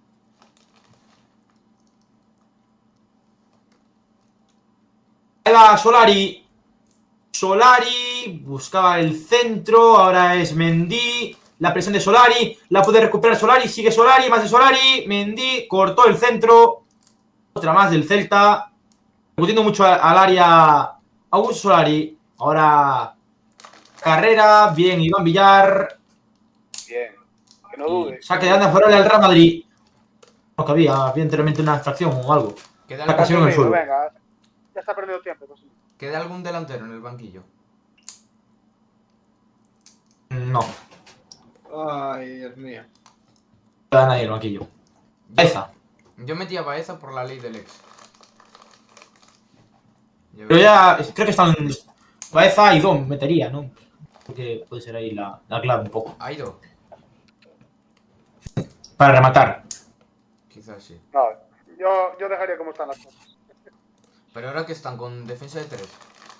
Ahí va Solari. Solari buscaba el centro. Ahora es Mendy. La presión de Solari. La puede recuperar Solari. Sigue Solari. Más de Solari. Mendy cortó el centro. Otra más del Celta. Discutiendo mucho al área Augusto Solari. Ahora Carrera. Bien, Iván Villar. Bien, que no dude. Saque de anda fuera al Real Madrid. No, que había, había anteriormente una infracción o algo. ¿Queda, La algún, ocasión en el suelo. Venga, ya está perdiendo tiempo. Pues. ¿Queda algún delantero en el banquillo? No. Ay, Dios mío. No queda nadie en el banquillo. Esa. Yo metí a Baeza por la ley del ex. Yo- Pero ya creo que están. Baeza y Dom metería, ¿no? Porque puede ser ahí la, la clave un poco. ¿Ha ido? Para rematar. Quizás sí. No, yo, yo dejaría como están las cosas. Pero ahora que están con defensa de tres.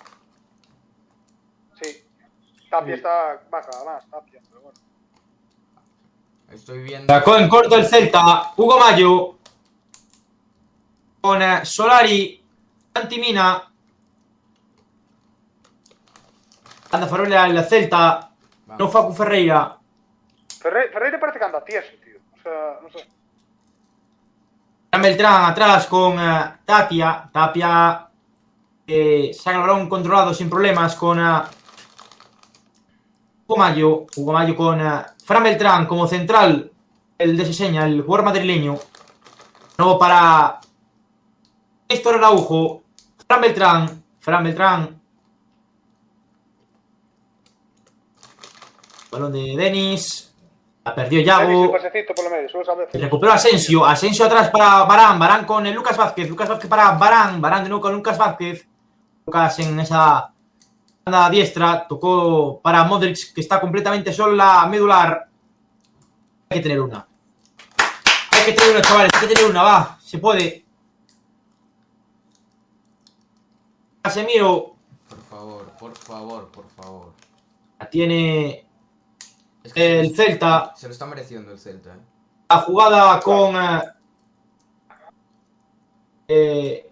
Sí. Tapia está baja, más, Tapia, pero bueno. Estoy viendo. Sacó en corto el Celta. Hugo Mayo. Con eh, Solari. Santi Mina. Anda Farole al Celta. Vamos. No Facu Ferreira. Ferre, Ferreira parece que anda tieso, tío. O sea, no sé. Fran Beltrán atrás con eh, Tapia. Tapia eh, saca el balón controlado sin problemas con eh, Hugo Mayo. Hugo Mayo con eh, Fran Beltrán como central. El de Seseña, el jugador madrileño. Nuevo para Néstor Araujo. Fran Beltrán. Fran Beltrán. Balón de Denis. La perdió Denis, un Yago. pasecito por lo medio, solo sabe hacer. Recuperó Asensio. Asensio atrás para Varane. Varane con el Lucas Vázquez. Lucas Vázquez para Varane. Varane de nuevo con Lucas Vázquez. Lucas en esa banda diestra. Tocó para Modric, que está completamente sola medular. Hay que tener una. Hay que tener una, chavales. Hay que tener una. Va. Se puede. Casemiro. Por favor, por favor, por favor. La tiene Es que el Celta. se lo está mereciendo el Celta, eh. La jugada con eh, eh,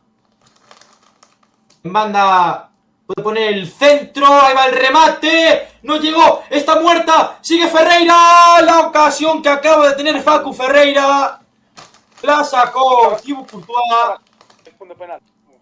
en banda puede poner el centro, ahí va el remate, no llegó, está muerta, sigue Ferreira, la ocasión que acaba de tener Facu Ferreira, la sacó Thibaut Courtois. El punto penal.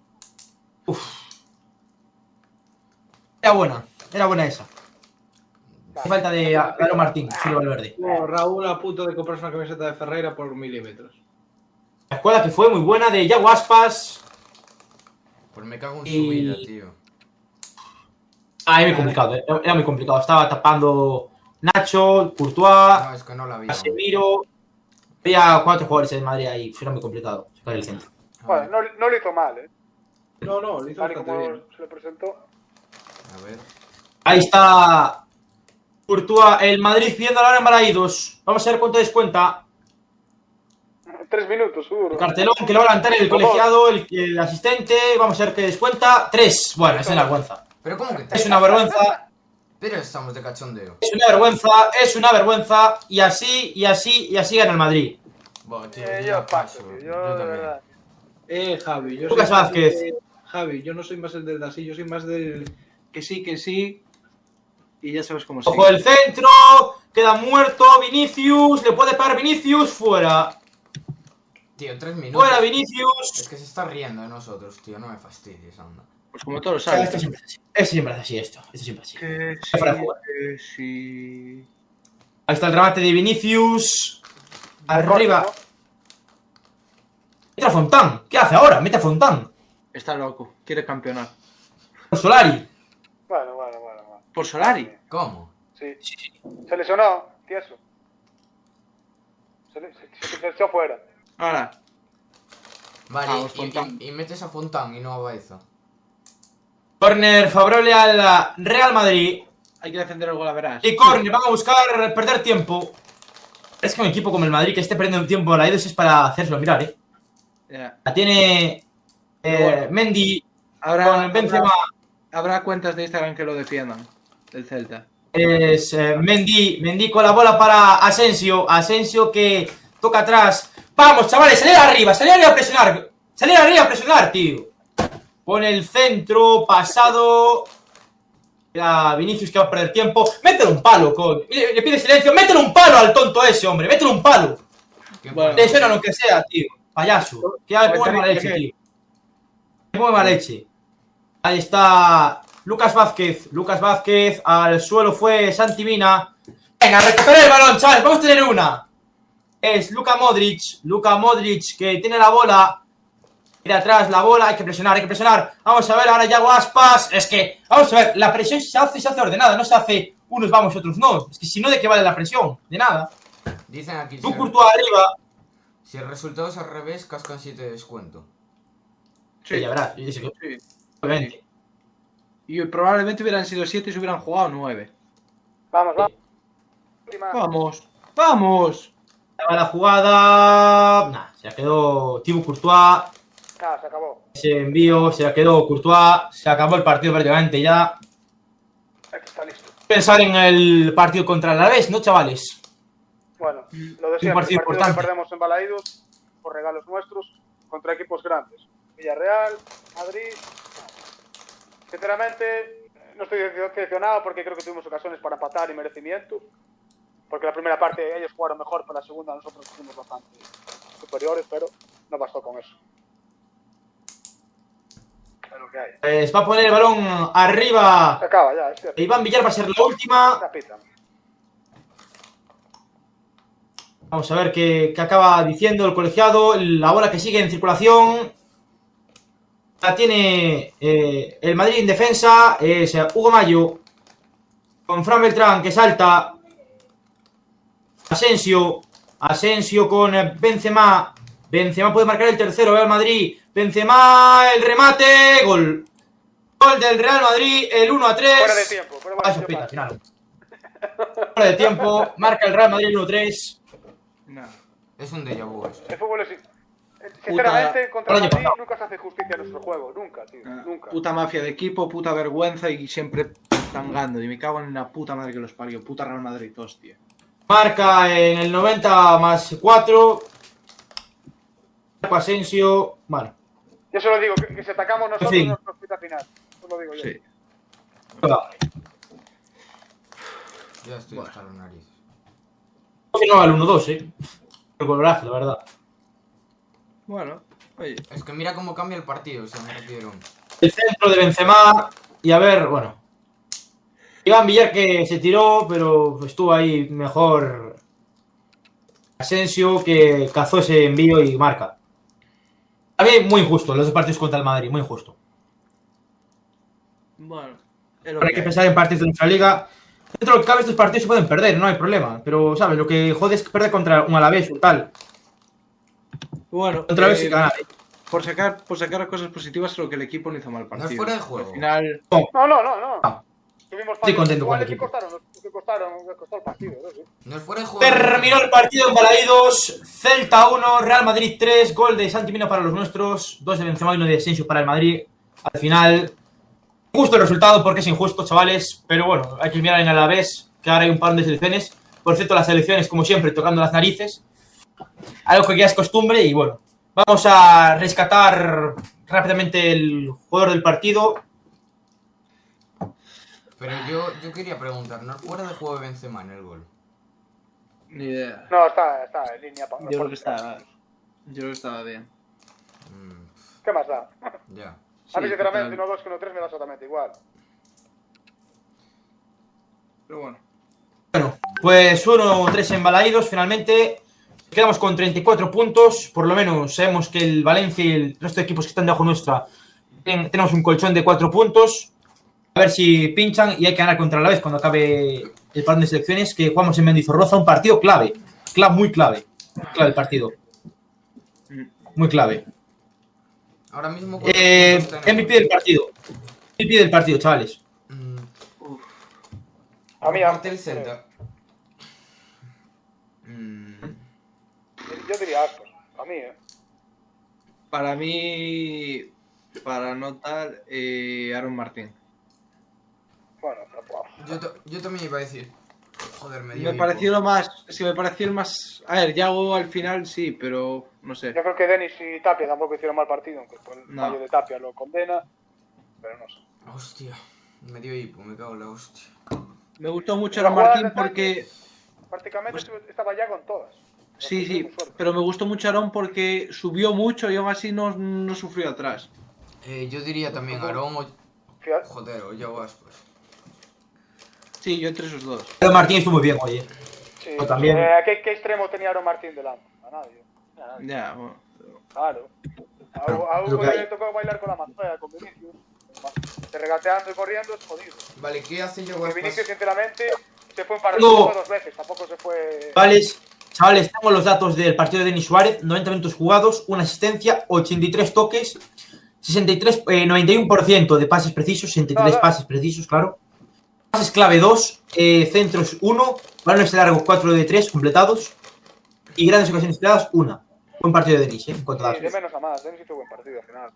Era buena, era buena esa. Falta de Aaron Martín, Silva Valverde. No, Raúl a punto de comprarse una camiseta de Ferreira por milímetros. La jugada que fue muy buena de Yago Aspas. Pues me cago en Y- su vida, tío. Ah, era muy complicado, eh, era muy complicado. Estaba tapando Nacho, Courtois, No, es que no la vi. Casemiro. Había cuatro jugadores en Madrid ahí, era muy complicado sacar el centro. Bueno, no, no lo hizo mal, ¿eh? No, no, lo hizo Tal y bastante como bien. se le presentó. A ver. Ahí está Courtois, el Madrid pidiendo a Laura en Balaídos. Vamos a ver cuánto descuenta. Tres minutos, seguro. Cartelón que lo va a levantar el colegiado, el, el asistente. Vamos a ver qué descuenta. Tres. Bueno, es una vergüenza. Pero ¿cómo que Es una vergüenza. Pero estamos de cachondeo. Es una vergüenza. Es una vergüenza. Y así, y así, y así gana el Madrid. Bueno, tío, Eh, yo yo ya paso, paso. tío. Yo, Yo, de también. verdad. Eh, Javi, yo Lucas soy más Vázquez. de- Javi, yo no soy más el del así, yo soy más del que sí, que sí. Y ya sabes cómo Ojo sí. el centro. Queda muerto Vinicius. Le puede parar Vinicius. Fuera. Tío, tres minutos. Fuera Es Vinicius. que se está riendo de nosotros, tío. No me fastidies, anda. Pues como todos O sea, saben. esto siempre es así. Esto siempre es así, esto. Esto siempre es así. Que Fuera sí, de jugar. que sí. Ahí está el remate de Vinicius. Arriba. ¿no? Mete a Fontán. ¿Qué hace ahora? Mete a Fontán. Está loco, quiere campeonar. Por Solari. Bueno, bueno, bueno, bueno. ¿Por Solari? ¿Cómo? Sí. Se lesionó, tieso. Se, le- se, se, se echó fuera. Ahora, Vale, Vamos, y, Fontán. y- y metes a Fontán y no a Baeza. Corner favorable al Real Madrid. hay que defender el gol a verás. Y corner, van a buscar perder tiempo. Es que un equipo como el Madrid que esté perdiendo tiempo a la Idos es para hacérselo mirar, eh. Ya. La tiene eh, Bueno. Mendy Habrá, con Benzema. habrá, habrá cuentas de Instagram que lo defiendan. Del Celta. Es eh, Mendy, Mendy con la bola para Asensio. Asensio que toca atrás. Vamos, chavales, salir arriba, salir arriba a presionar. Salir arriba a presionar, tío. Pone el centro, pasado. Era Vinicius que va a perder tiempo. Métele un palo, coño. Le, le pide silencio. Métele un palo al tonto ese, hombre. Métele un palo. ¿Qué Bueno. Le suena lo que sea, tío. Payaso. Que hay muy mala leche, tío. Muy mala leche. Ahí está Lucas Vázquez. Lucas Vázquez. Al suelo fue Santi Mina. Venga, recupera el balón, chavales. Vamos a tener una. Es Luka Modric. Luka Modric que tiene la bola. Ir atrás la bola. Hay que presionar, hay que presionar. Vamos a ver ahora Yago Aspas. Es que, vamos a ver, la presión se hace, se hace ordenada. No se hace unos vamos, otros no. Es que si no, ¿de qué vale la presión? De nada. Dicen aquí, si Tú el, Courtois arriba. si el resultado es al revés, cascan siete de descuento. Sí, ya verás. Yo sé que- Sí. obviamente. Y probablemente hubieran sido siete y se hubieran jugado nueve. Vamos, vamos. Última. Vamos, vamos. Estaba la jugada. Nah, se la quedó Thibaut Courtois. Ah, se acabó. Ese envío se la quedó Courtois. Se acabó el partido prácticamente ya. Aquí está listo. Pensar en el partido contra el Alavés, ¿no, chavales? Bueno, lo de siempre, partido el partido importante. que perdemos en Balaídos por regalos nuestros contra equipos grandes. Villarreal, Madrid. Sinceramente, no estoy decepcionado porque creo que tuvimos ocasiones para empatar y merecimiento. Porque la primera parte ellos jugaron mejor, pero la segunda nosotros fuimos bastante superiores, pero no bastó con eso. Es lo que hay. Pues va a poner el balón arriba. Se acaba ya, es cierto. Iván Villar va a ser la última. Ya pitan. Vamos a ver qué, qué acaba diciendo el colegiado. La bola que sigue en circulación. La tiene eh, el Madrid en defensa. Es eh, Hugo Mayo. Con Fran Beltrán que salta. Asensio. Asensio con eh, Benzema. Benzema puede marcar el tercero. Real Madrid. Benzema. El remate. Gol. Gol del Real Madrid. El uno a tres. Fuera de tiempo. Pero bueno, Ah, eso pita, al final. Fuera de tiempo. Marca el Real Madrid el uno a tres. No. Es un déjà vu esto. el fútbol es... Sinceramente, contra el año Madrid pasado. nunca se hace justicia a nuestro juego. Nunca, tío. Ah, Nunca. Puta mafia de equipo, puta vergüenza y siempre tangando. Y me cago en la puta madre que los parió. Puta Real Madrid, hostia. Marca en el noventa más cuatro. Marco Asensio. Bueno. Yo solo digo que, que si atacamos nosotros En fin. nos nos quita final. Eso lo digo yo. Sí. Ya estoy Bueno. hasta las narices. No al uno dos, eh. El coloraje, la verdad. Bueno, oye. Es que mira cómo cambia el partido, se me refiero. El centro de Benzema. Y a ver, bueno. Iván Villar que se tiró, pero estuvo ahí mejor. Asensio que cazó ese envío y marca. A mí, muy injusto, los dos partidos contra el Madrid, muy injusto. Bueno. Es lo Pero hay que que hay. pensar en partidos de nuestra liga. Dentro de lo que cabe, estos partidos se pueden perder, no hay problema. Pero, ¿sabes? Lo que jode es perder contra un Alavés o tal. Bueno, Contra Alavés eh, y ganar. por sacar, por sacar cosas positivas, creo que el equipo no hizo mal partido. fuera de juego. Al final, No, no, no, no. Ah. Tuvimos Estoy contento con igual el que equipo. costaron los, que que costaron, que costó el partido, ¿no? Sí. Nos fuera jugar. Terminó el partido en Balaídos. Celta uno, Real Madrid tres. Gol de Santi Mina para los nuestros. Dos de Benzema y uno de Asensio para el Madrid. Al final, justo el resultado porque es injusto, chavales. Pero bueno, hay que mirar en Alavés, que ahora hay un par de selecciones. Por cierto, las selecciones, como siempre, tocando las narices. Algo que ya es costumbre. Y bueno, vamos a rescatar rápidamente el jugador del partido. Pero yo, yo quería preguntar, ¿no fuera de juego de Benzema en el gol? Ni idea. No, está, está en línea. Yo creo que estaba. Yo creo que estaba bien. Mm, ¿Qué más da? ya. A mí, Sí, sinceramente, total. uno dos que uno tres me da exactamente igual. Pero bueno. Bueno, pues uno tres en Balaídos. Finalmente quedamos con treinta y cuatro puntos. Por lo menos sabemos que el Valencia y el resto de equipos que están debajo nuestra ten- tenemos un colchón de cuatro puntos. A ver si pinchan y hay que ganar contra la vez cuando acabe el parón de selecciones, que jugamos en Mendizorroza, un partido clave. Clave, muy clave. Clave el partido. Muy clave. Ahora mismo... ¿cuántos Eh, puntos tenemos? M V P del partido. M V P del partido, chavales. Mm, A mí, aparte a- el Celta. Mm, Yo diría Ascos. A mí, ¿eh? Para mí. Para anotar, eh, Aaron Martín. Bueno, pero wow. yo, ta- yo también iba a decir... Joder, me dio Me hipo. pareció lo más. Si me pareció el más. A ver, Yago al final sí, pero no sé. Yo creo que Denis y Tapia tampoco hicieron mal partido, aunque por el No. fallo de Tapia lo condena. Pero no sé. Hostia, me dio hipo, me cago en la hostia. Me gustó mucho La Aaron jugada Martín de porque. Prácticamente Pues- estuvo- estaba ya con todas. Sí, sí, Tuvimos suerte. pero me gustó mucho Aaron porque subió mucho y aún así no, no sufrió atrás. Eh, yo diría también Aarón o... Fíjate. Joder, o Yago Aspas. Sí, yo entre esos dos. Pero Martín estuvo muy bien, oye. Sí, Yo también. eh, ¿qué, ¿Qué extremo tenía Aaron Martín delante? A nadie. A nadie. Ya, bueno. Claro. A, Claro, a es lo Hugo que hay. le tocó bailar con la manzuela, con Vinicius. Te regateando y corriendo es jodido. Vale, ¿qué hace Yago Porque Vinicius, Aspas? sinceramente, se fue un par de Tengo- minutos dos veces. Tampoco se fue. Chavales, chavales, tengo los datos del partido de Denis Suárez. noventa minutos jugados, una asistencia, ochenta y tres toques, sesenta y tres, eh, noventa y uno por ciento de pases precisos, sesenta y tres No, no. pases precisos, claro. Pases clave dos, eh, centros uno, balones de largo cuatro de tres completados y grandes ocasiones creadas una. Buen partido de Denis, eh, en cuanto a Sí, de datos. menos a más. Denis hizo buen partido al final.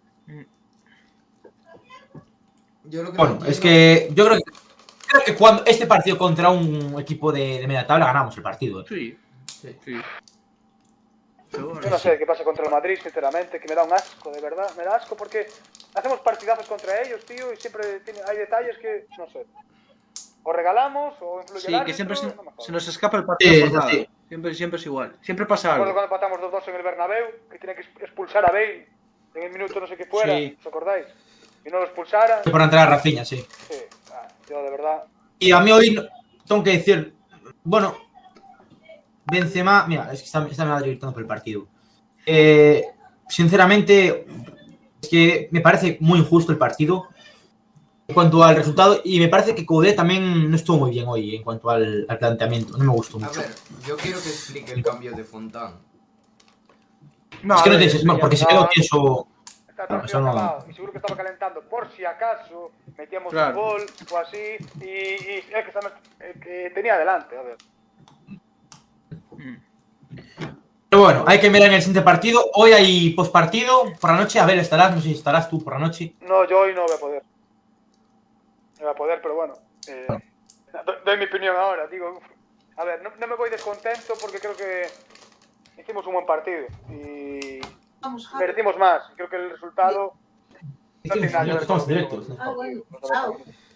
Yo lo que Bueno, no es entiendo- que yo creo que, creo que cuando este partido contra un equipo de, de media tabla ganamos el partido. eh. Sí, Sí. sí. Pero bueno, Yo no sé qué pasa contra el Madrid, sinceramente, que me da un asco, de verdad. Me da asco porque hacemos partidazos contra ellos, tío, y siempre tiene- hay detalles que, no sé. O regalamos o influye sí, el que árbitro, siempre se, no me jodas. se nos escapa el partido Sí, por es nada. así. Siempre, siempre es igual. Siempre pasa Me acuerdo algo. cuando empatamos dos dos en el Bernabéu, que tienen que expulsar a Bale en el minuto no sé qué fuera, Sí. ¿os acordáis? Y no lo expulsaran. Para entrar a Rafinha, sí. Sí, ah, yo de verdad. Y a mí hoy no- tengo que decir, bueno, Benzema, mira, es que está, está mi madre gritando por el partido. Eh, sinceramente, es que me parece muy injusto el partido en cuanto al resultado y me parece que Coudet también no estuvo muy bien hoy en cuanto al, al planteamiento, no me gustó A mucho. ver, yo quiero que explique el cambio de Fontán. No, es que a no ver, tiene eso no, ya- porque se no. quedó tieso. Está No, todo eso no- acabado y seguro que estaba calentando por si acaso metíamos Claro. un gol o así y, y el que, estaba- el que tenía adelante, a ver. Pero bueno, hay que mirar en el siguiente partido. Hoy hay postpartido por la noche. A ver, estarás, no sé si estarás tú por la noche. No, yo hoy no voy a poder. No voy a poder, pero bueno. Eh, do- doy mi opinión ahora. Digo, a ver, no, no me voy descontento porque creo que hicimos un buen partido y merecimos más. Creo que el resultado no tiene nada que ver Estamos con- directos. con- Ah, bueno, con- chao.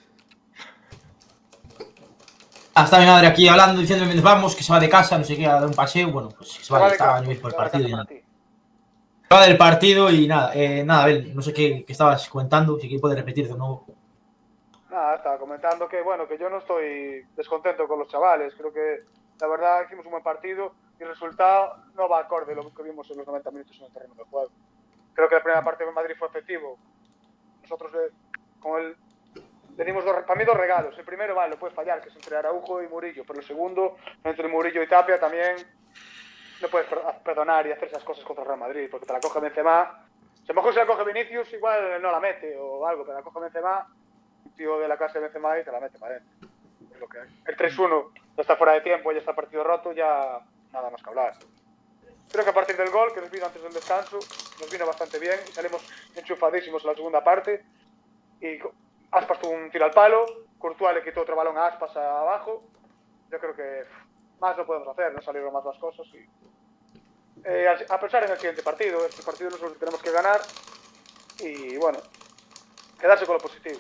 Ah, está mi madre aquí hablando, diciéndome, nos vamos, que se va de casa, no sé qué, a dar un paseo. Bueno, pues se Se va, va de estaba casa, yo por el se va de partido y casa nada. para ti. Se va del partido y nada, eh, nada, a ver, no sé qué, qué estabas comentando, si puedes repetir de nuevo. Nada, estaba comentando que bueno, que yo no estoy descontento con los chavales. Creo que la verdad hicimos un buen partido y el resultado no va acorde a lo que vimos en los noventa minutos en el terreno de juego. Creo que la primera parte de Madrid fue efectivo. Nosotros eh, con el le dimos dos, para mí dos regalos. El primero, vale, lo puedes fallar, que es entre Araujo y Murillo, pero el segundo, entre Murillo y Tapia, también no puedes per- perdonar y hacer esas cosas contra el Real Madrid, porque te la coge Benzema. Si a lo mejor se la coge Vinicius, igual no la mete o algo, pero la coge Benzema, un tío de la clase de Benzema y te la mete para adentro. es lo que hay. El tres uno ya está fuera de tiempo, ya está partido roto, ya nada más que hablar. Creo que a partir del gol, que nos vino antes del descanso, nos vino bastante bien y salimos enchufadísimos en la segunda parte. Y Aspas tuvo un tiro al palo, Courtois le quitó otro balón a Aspas abajo. Yo creo que más no podemos hacer, no salieron más las cosas. Y, eh, a pensar en el siguiente partido, este partido nosotros tenemos que ganar y bueno, quedarse con lo positivo.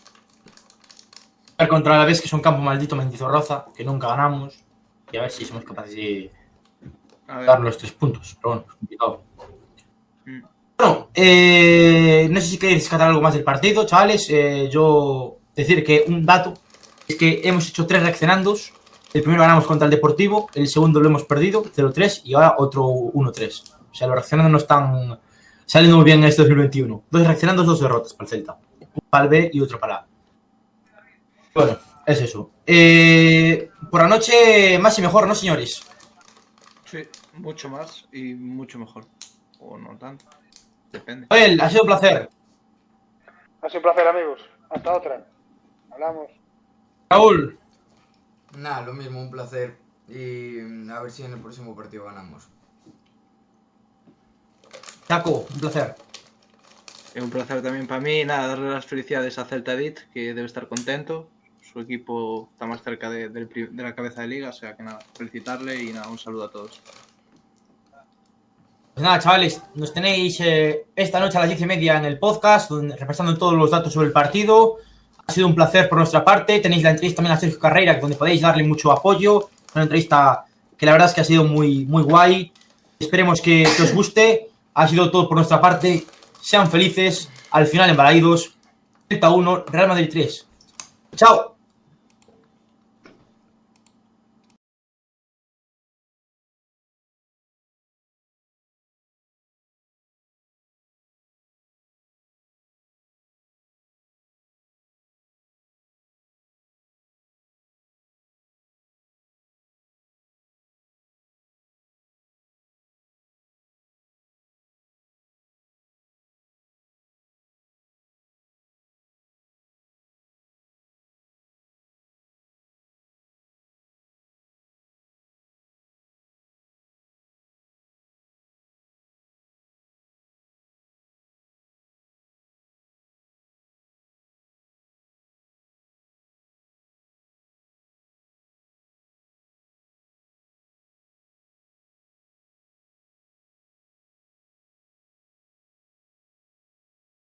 Contra la vez que es un campo maldito Mendizorroza, que nunca ganamos, y a ver si somos capaces de dar los tres puntos, pero bueno, es complicado. Mm. Bueno, eh, no sé si queréis rescatar algo más del partido, chavales. Eh, yo decir que un dato es que hemos hecho tres reaccionandos. El primero ganamos contra el Deportivo, el segundo lo hemos perdido, cero tres, y ahora otro uno tres. O sea, los reaccionandos no están saliendo muy bien en este dos mil veintiuno. Dos reaccionandos, dos derrotas para el Celta. Un para el B y otro para A. Bueno, es eso. Eh, por la noche, más y mejor, ¿no, señores? Sí, mucho más y mucho mejor. O no tanto. Depende. Joel, ha sido un placer. Ha sido un placer, amigos. Hasta otra. Hablamos. Raúl. Nada, lo mismo, un placer. Y a ver si en el próximo partido ganamos. Chaco, un placer. Es un placer también para mí. Nada, darle las felicidades a Celta Edit, que debe estar contento. Su equipo está más cerca de, de, de la cabeza de liga, o sea que nada, felicitarle y nada, un saludo a todos. Pues nada, chavales, nos tenéis eh, esta noche a las diez y media en el podcast, donde, repasando todos los datos sobre el partido. Ha sido un placer por nuestra parte. Tenéis la entrevista también a Sergio Carreira, donde podéis darle mucho apoyo. Una entrevista que la verdad es que ha sido muy, muy guay. Esperemos que, que os guste. Ha sido todo por nuestra parte. Sean felices. Al final en Balaidos, Celta uno, Real Madrid tres. Chao.